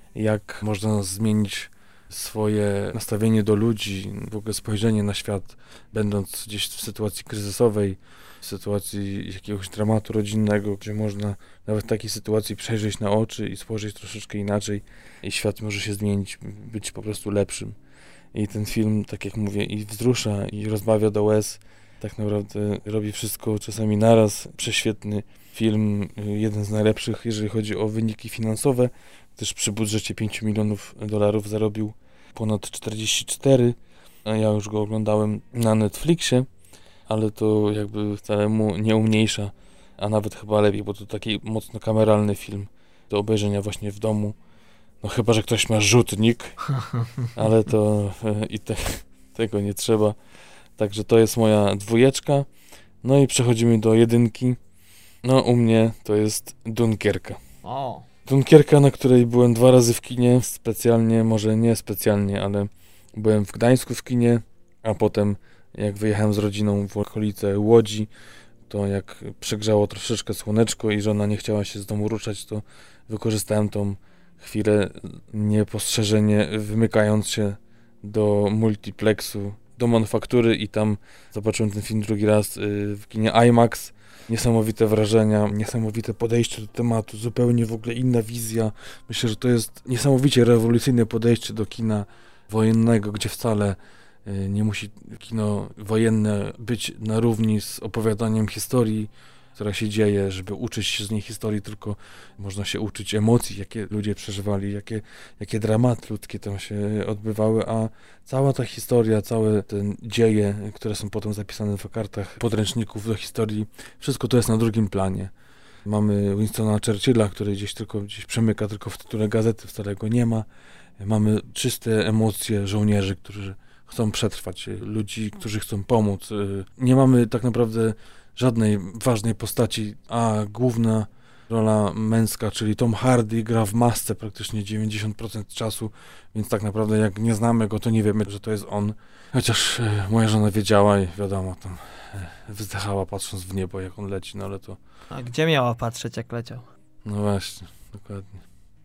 jak można zmienić swoje nastawienie do ludzi, w ogóle spojrzenie na świat, będąc gdzieś w sytuacji kryzysowej, w sytuacji jakiegoś dramatu rodzinnego, gdzie można nawet w takiej sytuacji przejrzeć na oczy i spojrzeć troszeczkę inaczej i świat może się zmienić, być po prostu lepszym. I ten film, tak jak mówię, i wzrusza, i rozbawia do łez. Tak naprawdę robi wszystko czasami naraz. Prześwietny film, jeden z najlepszych, jeżeli chodzi o wyniki finansowe. Też przy budżecie pięć milionów dolarów zarobił ponad czterdzieści cztery, a ja już go oglądałem na Netflixie, ale to jakby wcale mu nie umniejsza, a nawet chyba lepiej, bo to taki mocno kameralny film do obejrzenia właśnie w domu. No chyba, że ktoś ma rzutnik, ale to e, i te, tego nie trzeba. Także to jest moja dwójeczka. No i przechodzimy do jedynki. No u mnie to jest Dunkierka.
O.
Dunkierka, na której byłem dwa razy w kinie, specjalnie, może nie specjalnie, ale byłem w Gdańsku w kinie, a potem jak wyjechałem z rodziną w okolice Łodzi, to jak przegrzało troszeczkę słoneczko i żona nie chciała się z domu ruszać, to wykorzystałem tą chwilę niepostrzeżenie, wymykając się do multiplexu, do Manufaktury i tam zobaczyłem ten film drugi raz w kinie IMAX. Niesamowite wrażenia, niesamowite podejście do tematu, zupełnie w ogóle inna wizja. Myślę, że to jest niesamowicie rewolucyjne podejście do kina wojennego, gdzie wcale nie musi kino wojenne być na równi z opowiadaniem historii, która się dzieje, żeby uczyć się z niej historii, tylko można się uczyć emocji, jakie ludzie przeżywali, jakie, jakie dramaty ludzkie tam się odbywały, a cała ta historia, całe te dzieje, które są potem zapisane w kartach podręczników do historii, wszystko to jest na drugim planie. Mamy Winstona Churchilla, który gdzieś tylko gdzieś przemyka tylko w tytule gazety, wcale go nie ma. Mamy czyste emocje żołnierzy, którzy chcą przetrwać, ludzi, którzy chcą pomóc. Nie mamy tak naprawdę żadnej ważnej postaci, a główna rola męska, czyli Tom Hardy, gra w masce praktycznie dziewięćdziesiąt procent czasu, więc tak naprawdę jak nie znamy go, to nie wiemy, że to jest on. Chociaż e, moja żona wiedziała i wiadomo, tam e, wzdychała patrząc w niebo, jak on leci, no ale to...
A gdzie miała patrzeć, jak leciał?
No właśnie, dokładnie.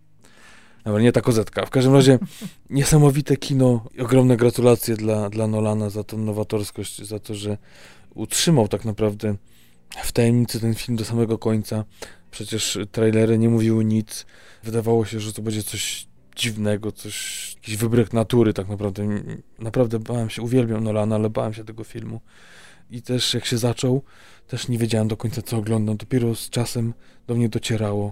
Dobra, nie ta kozetka. W każdym razie niesamowite kino i ogromne gratulacje dla, dla Nolana za tą nowatorskość, za to, że utrzymał tak naprawdę w tajemnicy ten film do samego końca. Przecież trailery nie mówiły nic. Wydawało się, że to będzie coś dziwnego, coś, jakiś wybryk natury tak naprawdę. Naprawdę bałem się, uwielbiam Nolana, ale bałem się tego filmu. I też jak się zaczął, też nie wiedziałem do końca, co oglądam. Dopiero z czasem do mnie docierało,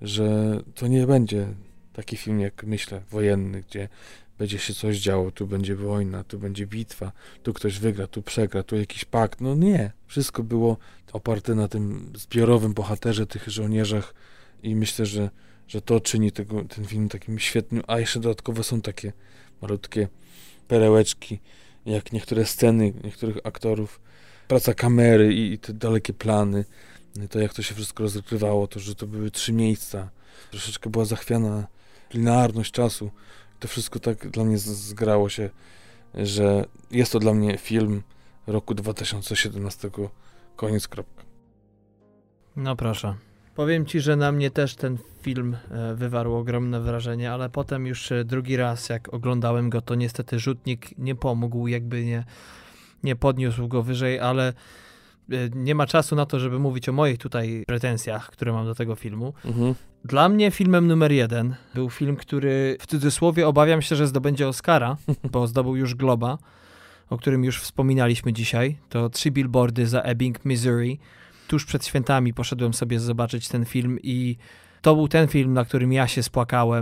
że to nie będzie taki film, jak myślę, wojenny, gdzie będzie się coś działo, tu będzie wojna, tu będzie bitwa, tu ktoś wygra, tu przegra, tu jakiś pakt. No nie, wszystko było oparte na tym zbiorowym bohaterze, tych żołnierzach i myślę, że, że to czyni tego, ten film takim świetnym, a jeszcze dodatkowo są takie malutkie perełeczki, jak niektóre sceny niektórych aktorów, praca kamery i, i te dalekie plany, to jak to się wszystko rozgrywało, to, że to były trzy miejsca, troszeczkę była zachwiana linearność czasu. To wszystko tak dla mnie zgrało się, że jest to dla mnie film roku dwa tysiące siedemnastego. Koniec, kropka.
No proszę. Powiem ci, że na mnie też ten film wywarł ogromne wrażenie, ale potem już drugi raz, jak oglądałem go, to niestety rzutnik nie pomógł, jakby nie, nie podniósł go wyżej, ale nie ma czasu na to, żeby mówić o moich tutaj pretensjach, które mam do tego filmu. Mhm. Dla mnie filmem numer jeden był film, który w cudzysłowie obawiam się, że zdobędzie Oscara, bo zdobył już Globa, o którym już wspominaliśmy dzisiaj. To Trzy billboardy za Ebbing, Missouri. Tuż przed świętami poszedłem sobie zobaczyć ten film i to był ten film, na którym ja się spłakałem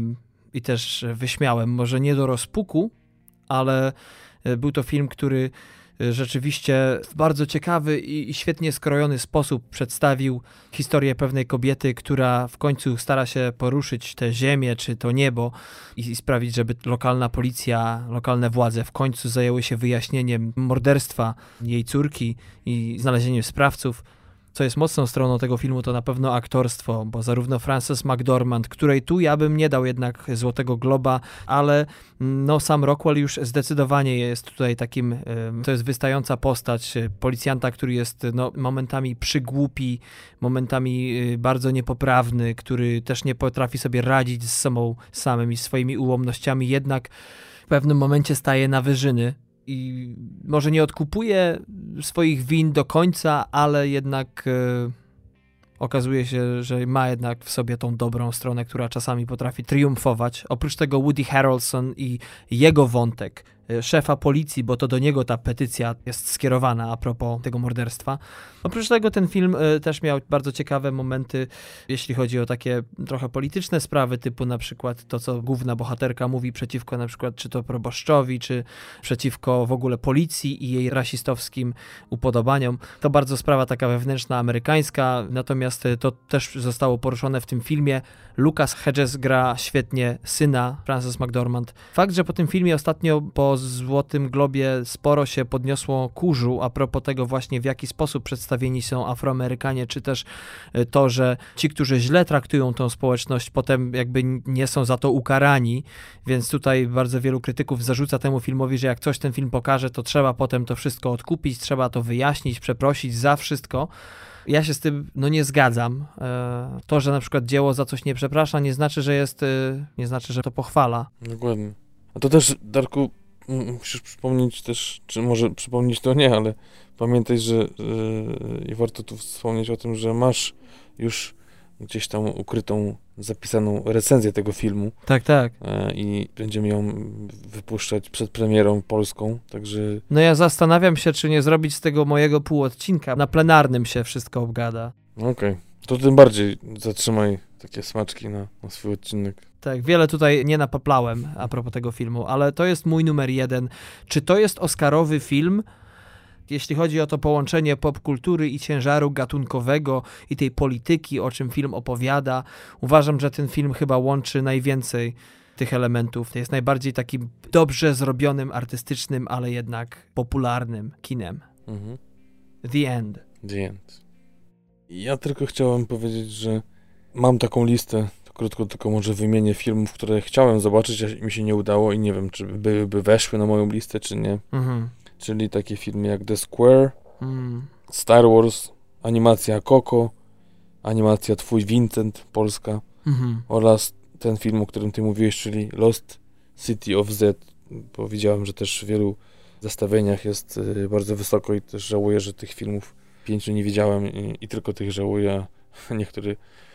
i też wyśmiałem. Może nie do rozpuku, ale był to film, który rzeczywiście w bardzo ciekawy i świetnie skrojony sposób przedstawił historię pewnej kobiety, która w końcu stara się poruszyć tę ziemię czy to niebo i sprawić, żeby lokalna policja, lokalne władze w końcu zajęły się wyjaśnieniem morderstwa jej córki i znalezieniem sprawców. Co jest mocną stroną tego filmu, to na pewno aktorstwo, bo zarówno Frances McDormand, której tu ja bym nie dał jednak Złotego Globa, ale no sam Rockwell już zdecydowanie jest tutaj takim, to jest wystająca postać policjanta, który jest no, momentami przygłupi, momentami bardzo niepoprawny, który też nie potrafi sobie radzić z sobą samym i swoimi ułomnościami, jednak w pewnym momencie staje na wyżyny. I może nie odkupuje swoich win do końca, ale jednak e, okazuje się, że ma jednak w sobie tą dobrą stronę, która czasami potrafi triumfować. Oprócz tego Woody Harrelson i jego wątek, e, szefa policji, bo to do niego ta petycja jest skierowana a propos tego morderstwa. Oprócz tego ten film e, też miał bardzo ciekawe momenty, jeśli chodzi o takie trochę polityczne sprawy, typu na przykład to, co główna bohaterka mówi przeciwko na przykład czy to proboszczowi, czy przeciwko w ogóle policji i jej rasistowskim upodobaniom. To bardzo sprawa taka wewnętrzna, amerykańska, natomiast to też zostało poruszone w tym filmie. Lucas Hedges gra świetnie syna Frances McDormand. Fakt, że po tym filmie ostatnio po Złotym Globie sporo się podniosło kurzu a propos tego właśnie, w jaki sposób przedstawieni są Afroamerykanie, czy też to, że ci, którzy źle traktują tą społeczność, potem jakby nie są za to ukarani, więc tutaj bardzo wielu krytyków zarzuca temu filmowi, że jak coś ten film pokaże, to trzeba potem to wszystko odkupić, trzeba to wyjaśnić, przeprosić za wszystko. Ja się z tym no nie zgadzam. To, że na przykład dzieło za coś nie przeprasza, nie znaczy, że jest, nie znaczy, że to pochwala.
Dokładnie. A to też, Darku, musisz przypomnieć też, czy może przypomnieć to nie, ale pamiętaj, że yy, i warto tu wspomnieć o tym, że masz już gdzieś tam ukrytą, zapisaną recenzję tego filmu.
Tak, tak.
Yy, I będziemy ją wypuszczać przed premierą polską, także...
No ja zastanawiam się, czy nie zrobić z tego mojego półodcinka. Na plenarnym się wszystko obgada.
Okej. Okay. To tym bardziej zatrzymaj takie smaczki na, na swój odcinek.
Tak, wiele tutaj nie napaplałem a propos tego filmu, ale to jest mój numer jeden. Czy to jest oscarowy film? Jeśli chodzi o to połączenie popkultury i ciężaru gatunkowego i tej polityki, o czym film opowiada, uważam, że ten film chyba łączy najwięcej tych elementów. Jest najbardziej takim dobrze zrobionym, artystycznym, ale jednak popularnym kinem. Mhm. The End.
The End. Ja tylko chciałem powiedzieć, że mam taką listę, to krótko tylko może wymienię filmów, które chciałem zobaczyć, a mi się nie udało i nie wiem, czy byłyby weszły na moją listę, czy nie. Mhm. Czyli takie filmy jak The Square, mm. Star Wars, animacja Coco, animacja Twój Vincent, polska, mm-hmm. oraz ten film, o którym ty mówiłeś, czyli Lost City of Z, bo widziałem, że też w wielu zestawieniach jest y, bardzo wysoko i też żałuję, że tych filmów pięciu nie widziałem i, i tylko tych żałuję, a niektóre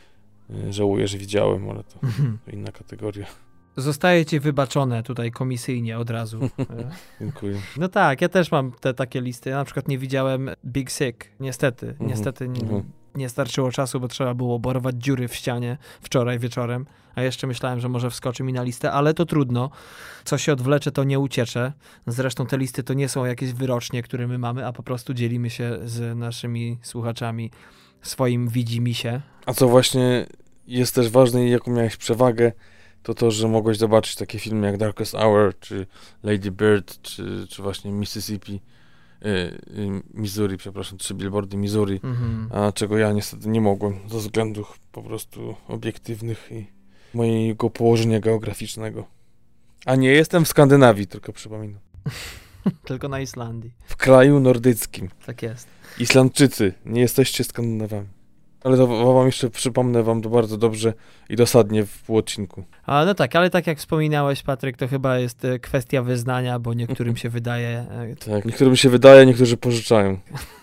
y, żałuję, że widziałem, ale to, mm-hmm. to inna kategoria.
Zostaje ci wybaczone tutaj komisyjnie od razu.
Dziękuję.
No tak, ja też mam te takie listy. Ja na przykład nie widziałem Big Sick. Niestety. Mhm. Niestety nie, mhm. nie starczyło czasu, bo trzeba było borować dziury w ścianie wczoraj wieczorem. A jeszcze myślałem, że może wskoczy mi na listę, ale to trudno. Co się odwlecze, to nie uciecze. Zresztą te listy to nie są jakieś wyrocznie, które my mamy, a po prostu dzielimy się z naszymi słuchaczami swoim widzimisię.
A co właśnie jest też ważne i jaką miałeś przewagę, to to, że mogłeś zobaczyć takie filmy jak Darkest Hour, czy Lady Bird, czy, czy właśnie Mississippi, y, y, Missouri, przepraszam, Trzy Billboardy Missouri, mm-hmm. a czego ja niestety nie mogłem ze względów po prostu obiektywnych i mojego położenia geograficznego. A nie jestem w Skandynawii, tylko przypominam.
Tylko na Islandii.
W kraju nordyckim.
Tak jest.
Islandczycy, nie jesteście Skandynawami. Ale to wam jeszcze przypomnę wam to bardzo dobrze i dosadnie w półodcinku.
A no tak, ale tak jak wspominałeś, Patryk, to chyba jest kwestia wyznania, bo niektórym się wydaje...
Tak, niektórym się wydaje, niektórzy pożyczają.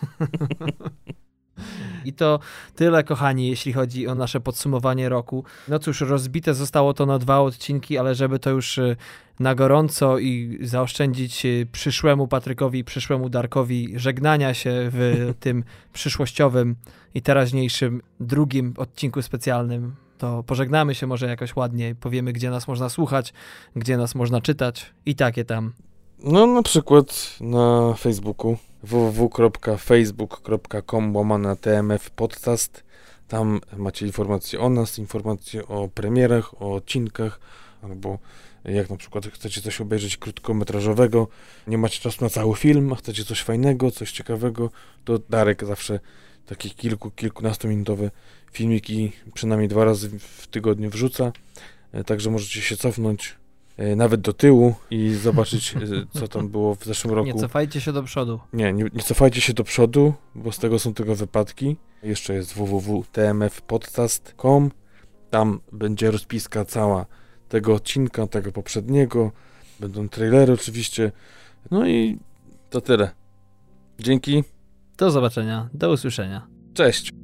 I to tyle, kochani, jeśli chodzi o nasze podsumowanie roku. No cóż, rozbite zostało to na dwa odcinki, ale żeby to już na gorąco i zaoszczędzić przyszłemu Patrykowi, przyszłemu Darkowi żegnania się w tym przyszłościowym i teraźniejszym drugim odcinku specjalnym, to pożegnamy się może jakoś ładnie, powiemy, gdzie nas można słuchać, gdzie nas można czytać i takie tam.
No na przykład na Facebooku w w w kropka facebook kropka com łamane T M F podcast. Tam macie informacje o nas, informacje o premierach, o odcinkach, albo jak na przykład chcecie coś obejrzeć krótkometrażowego, nie macie czasu na cały film, a chcecie coś fajnego, coś ciekawego, to Darek zawsze takie kilku, kilkunastominutowe filmiki przynajmniej dwa razy w tygodniu wrzuca, także możecie się cofnąć nawet do tyłu i zobaczyć, co tam było w zeszłym roku.
Nie cofajcie się do przodu.
Nie, nie, nie cofajcie się do przodu, bo z tego są tylko wypadki. Jeszcze jest w w w kropka t m f podcast kropka com. Tam będzie rozpiska cała tego odcinka, tego poprzedniego. Będą trailery oczywiście. No i to tyle. Dzięki.
Do zobaczenia. Do usłyszenia.
Cześć.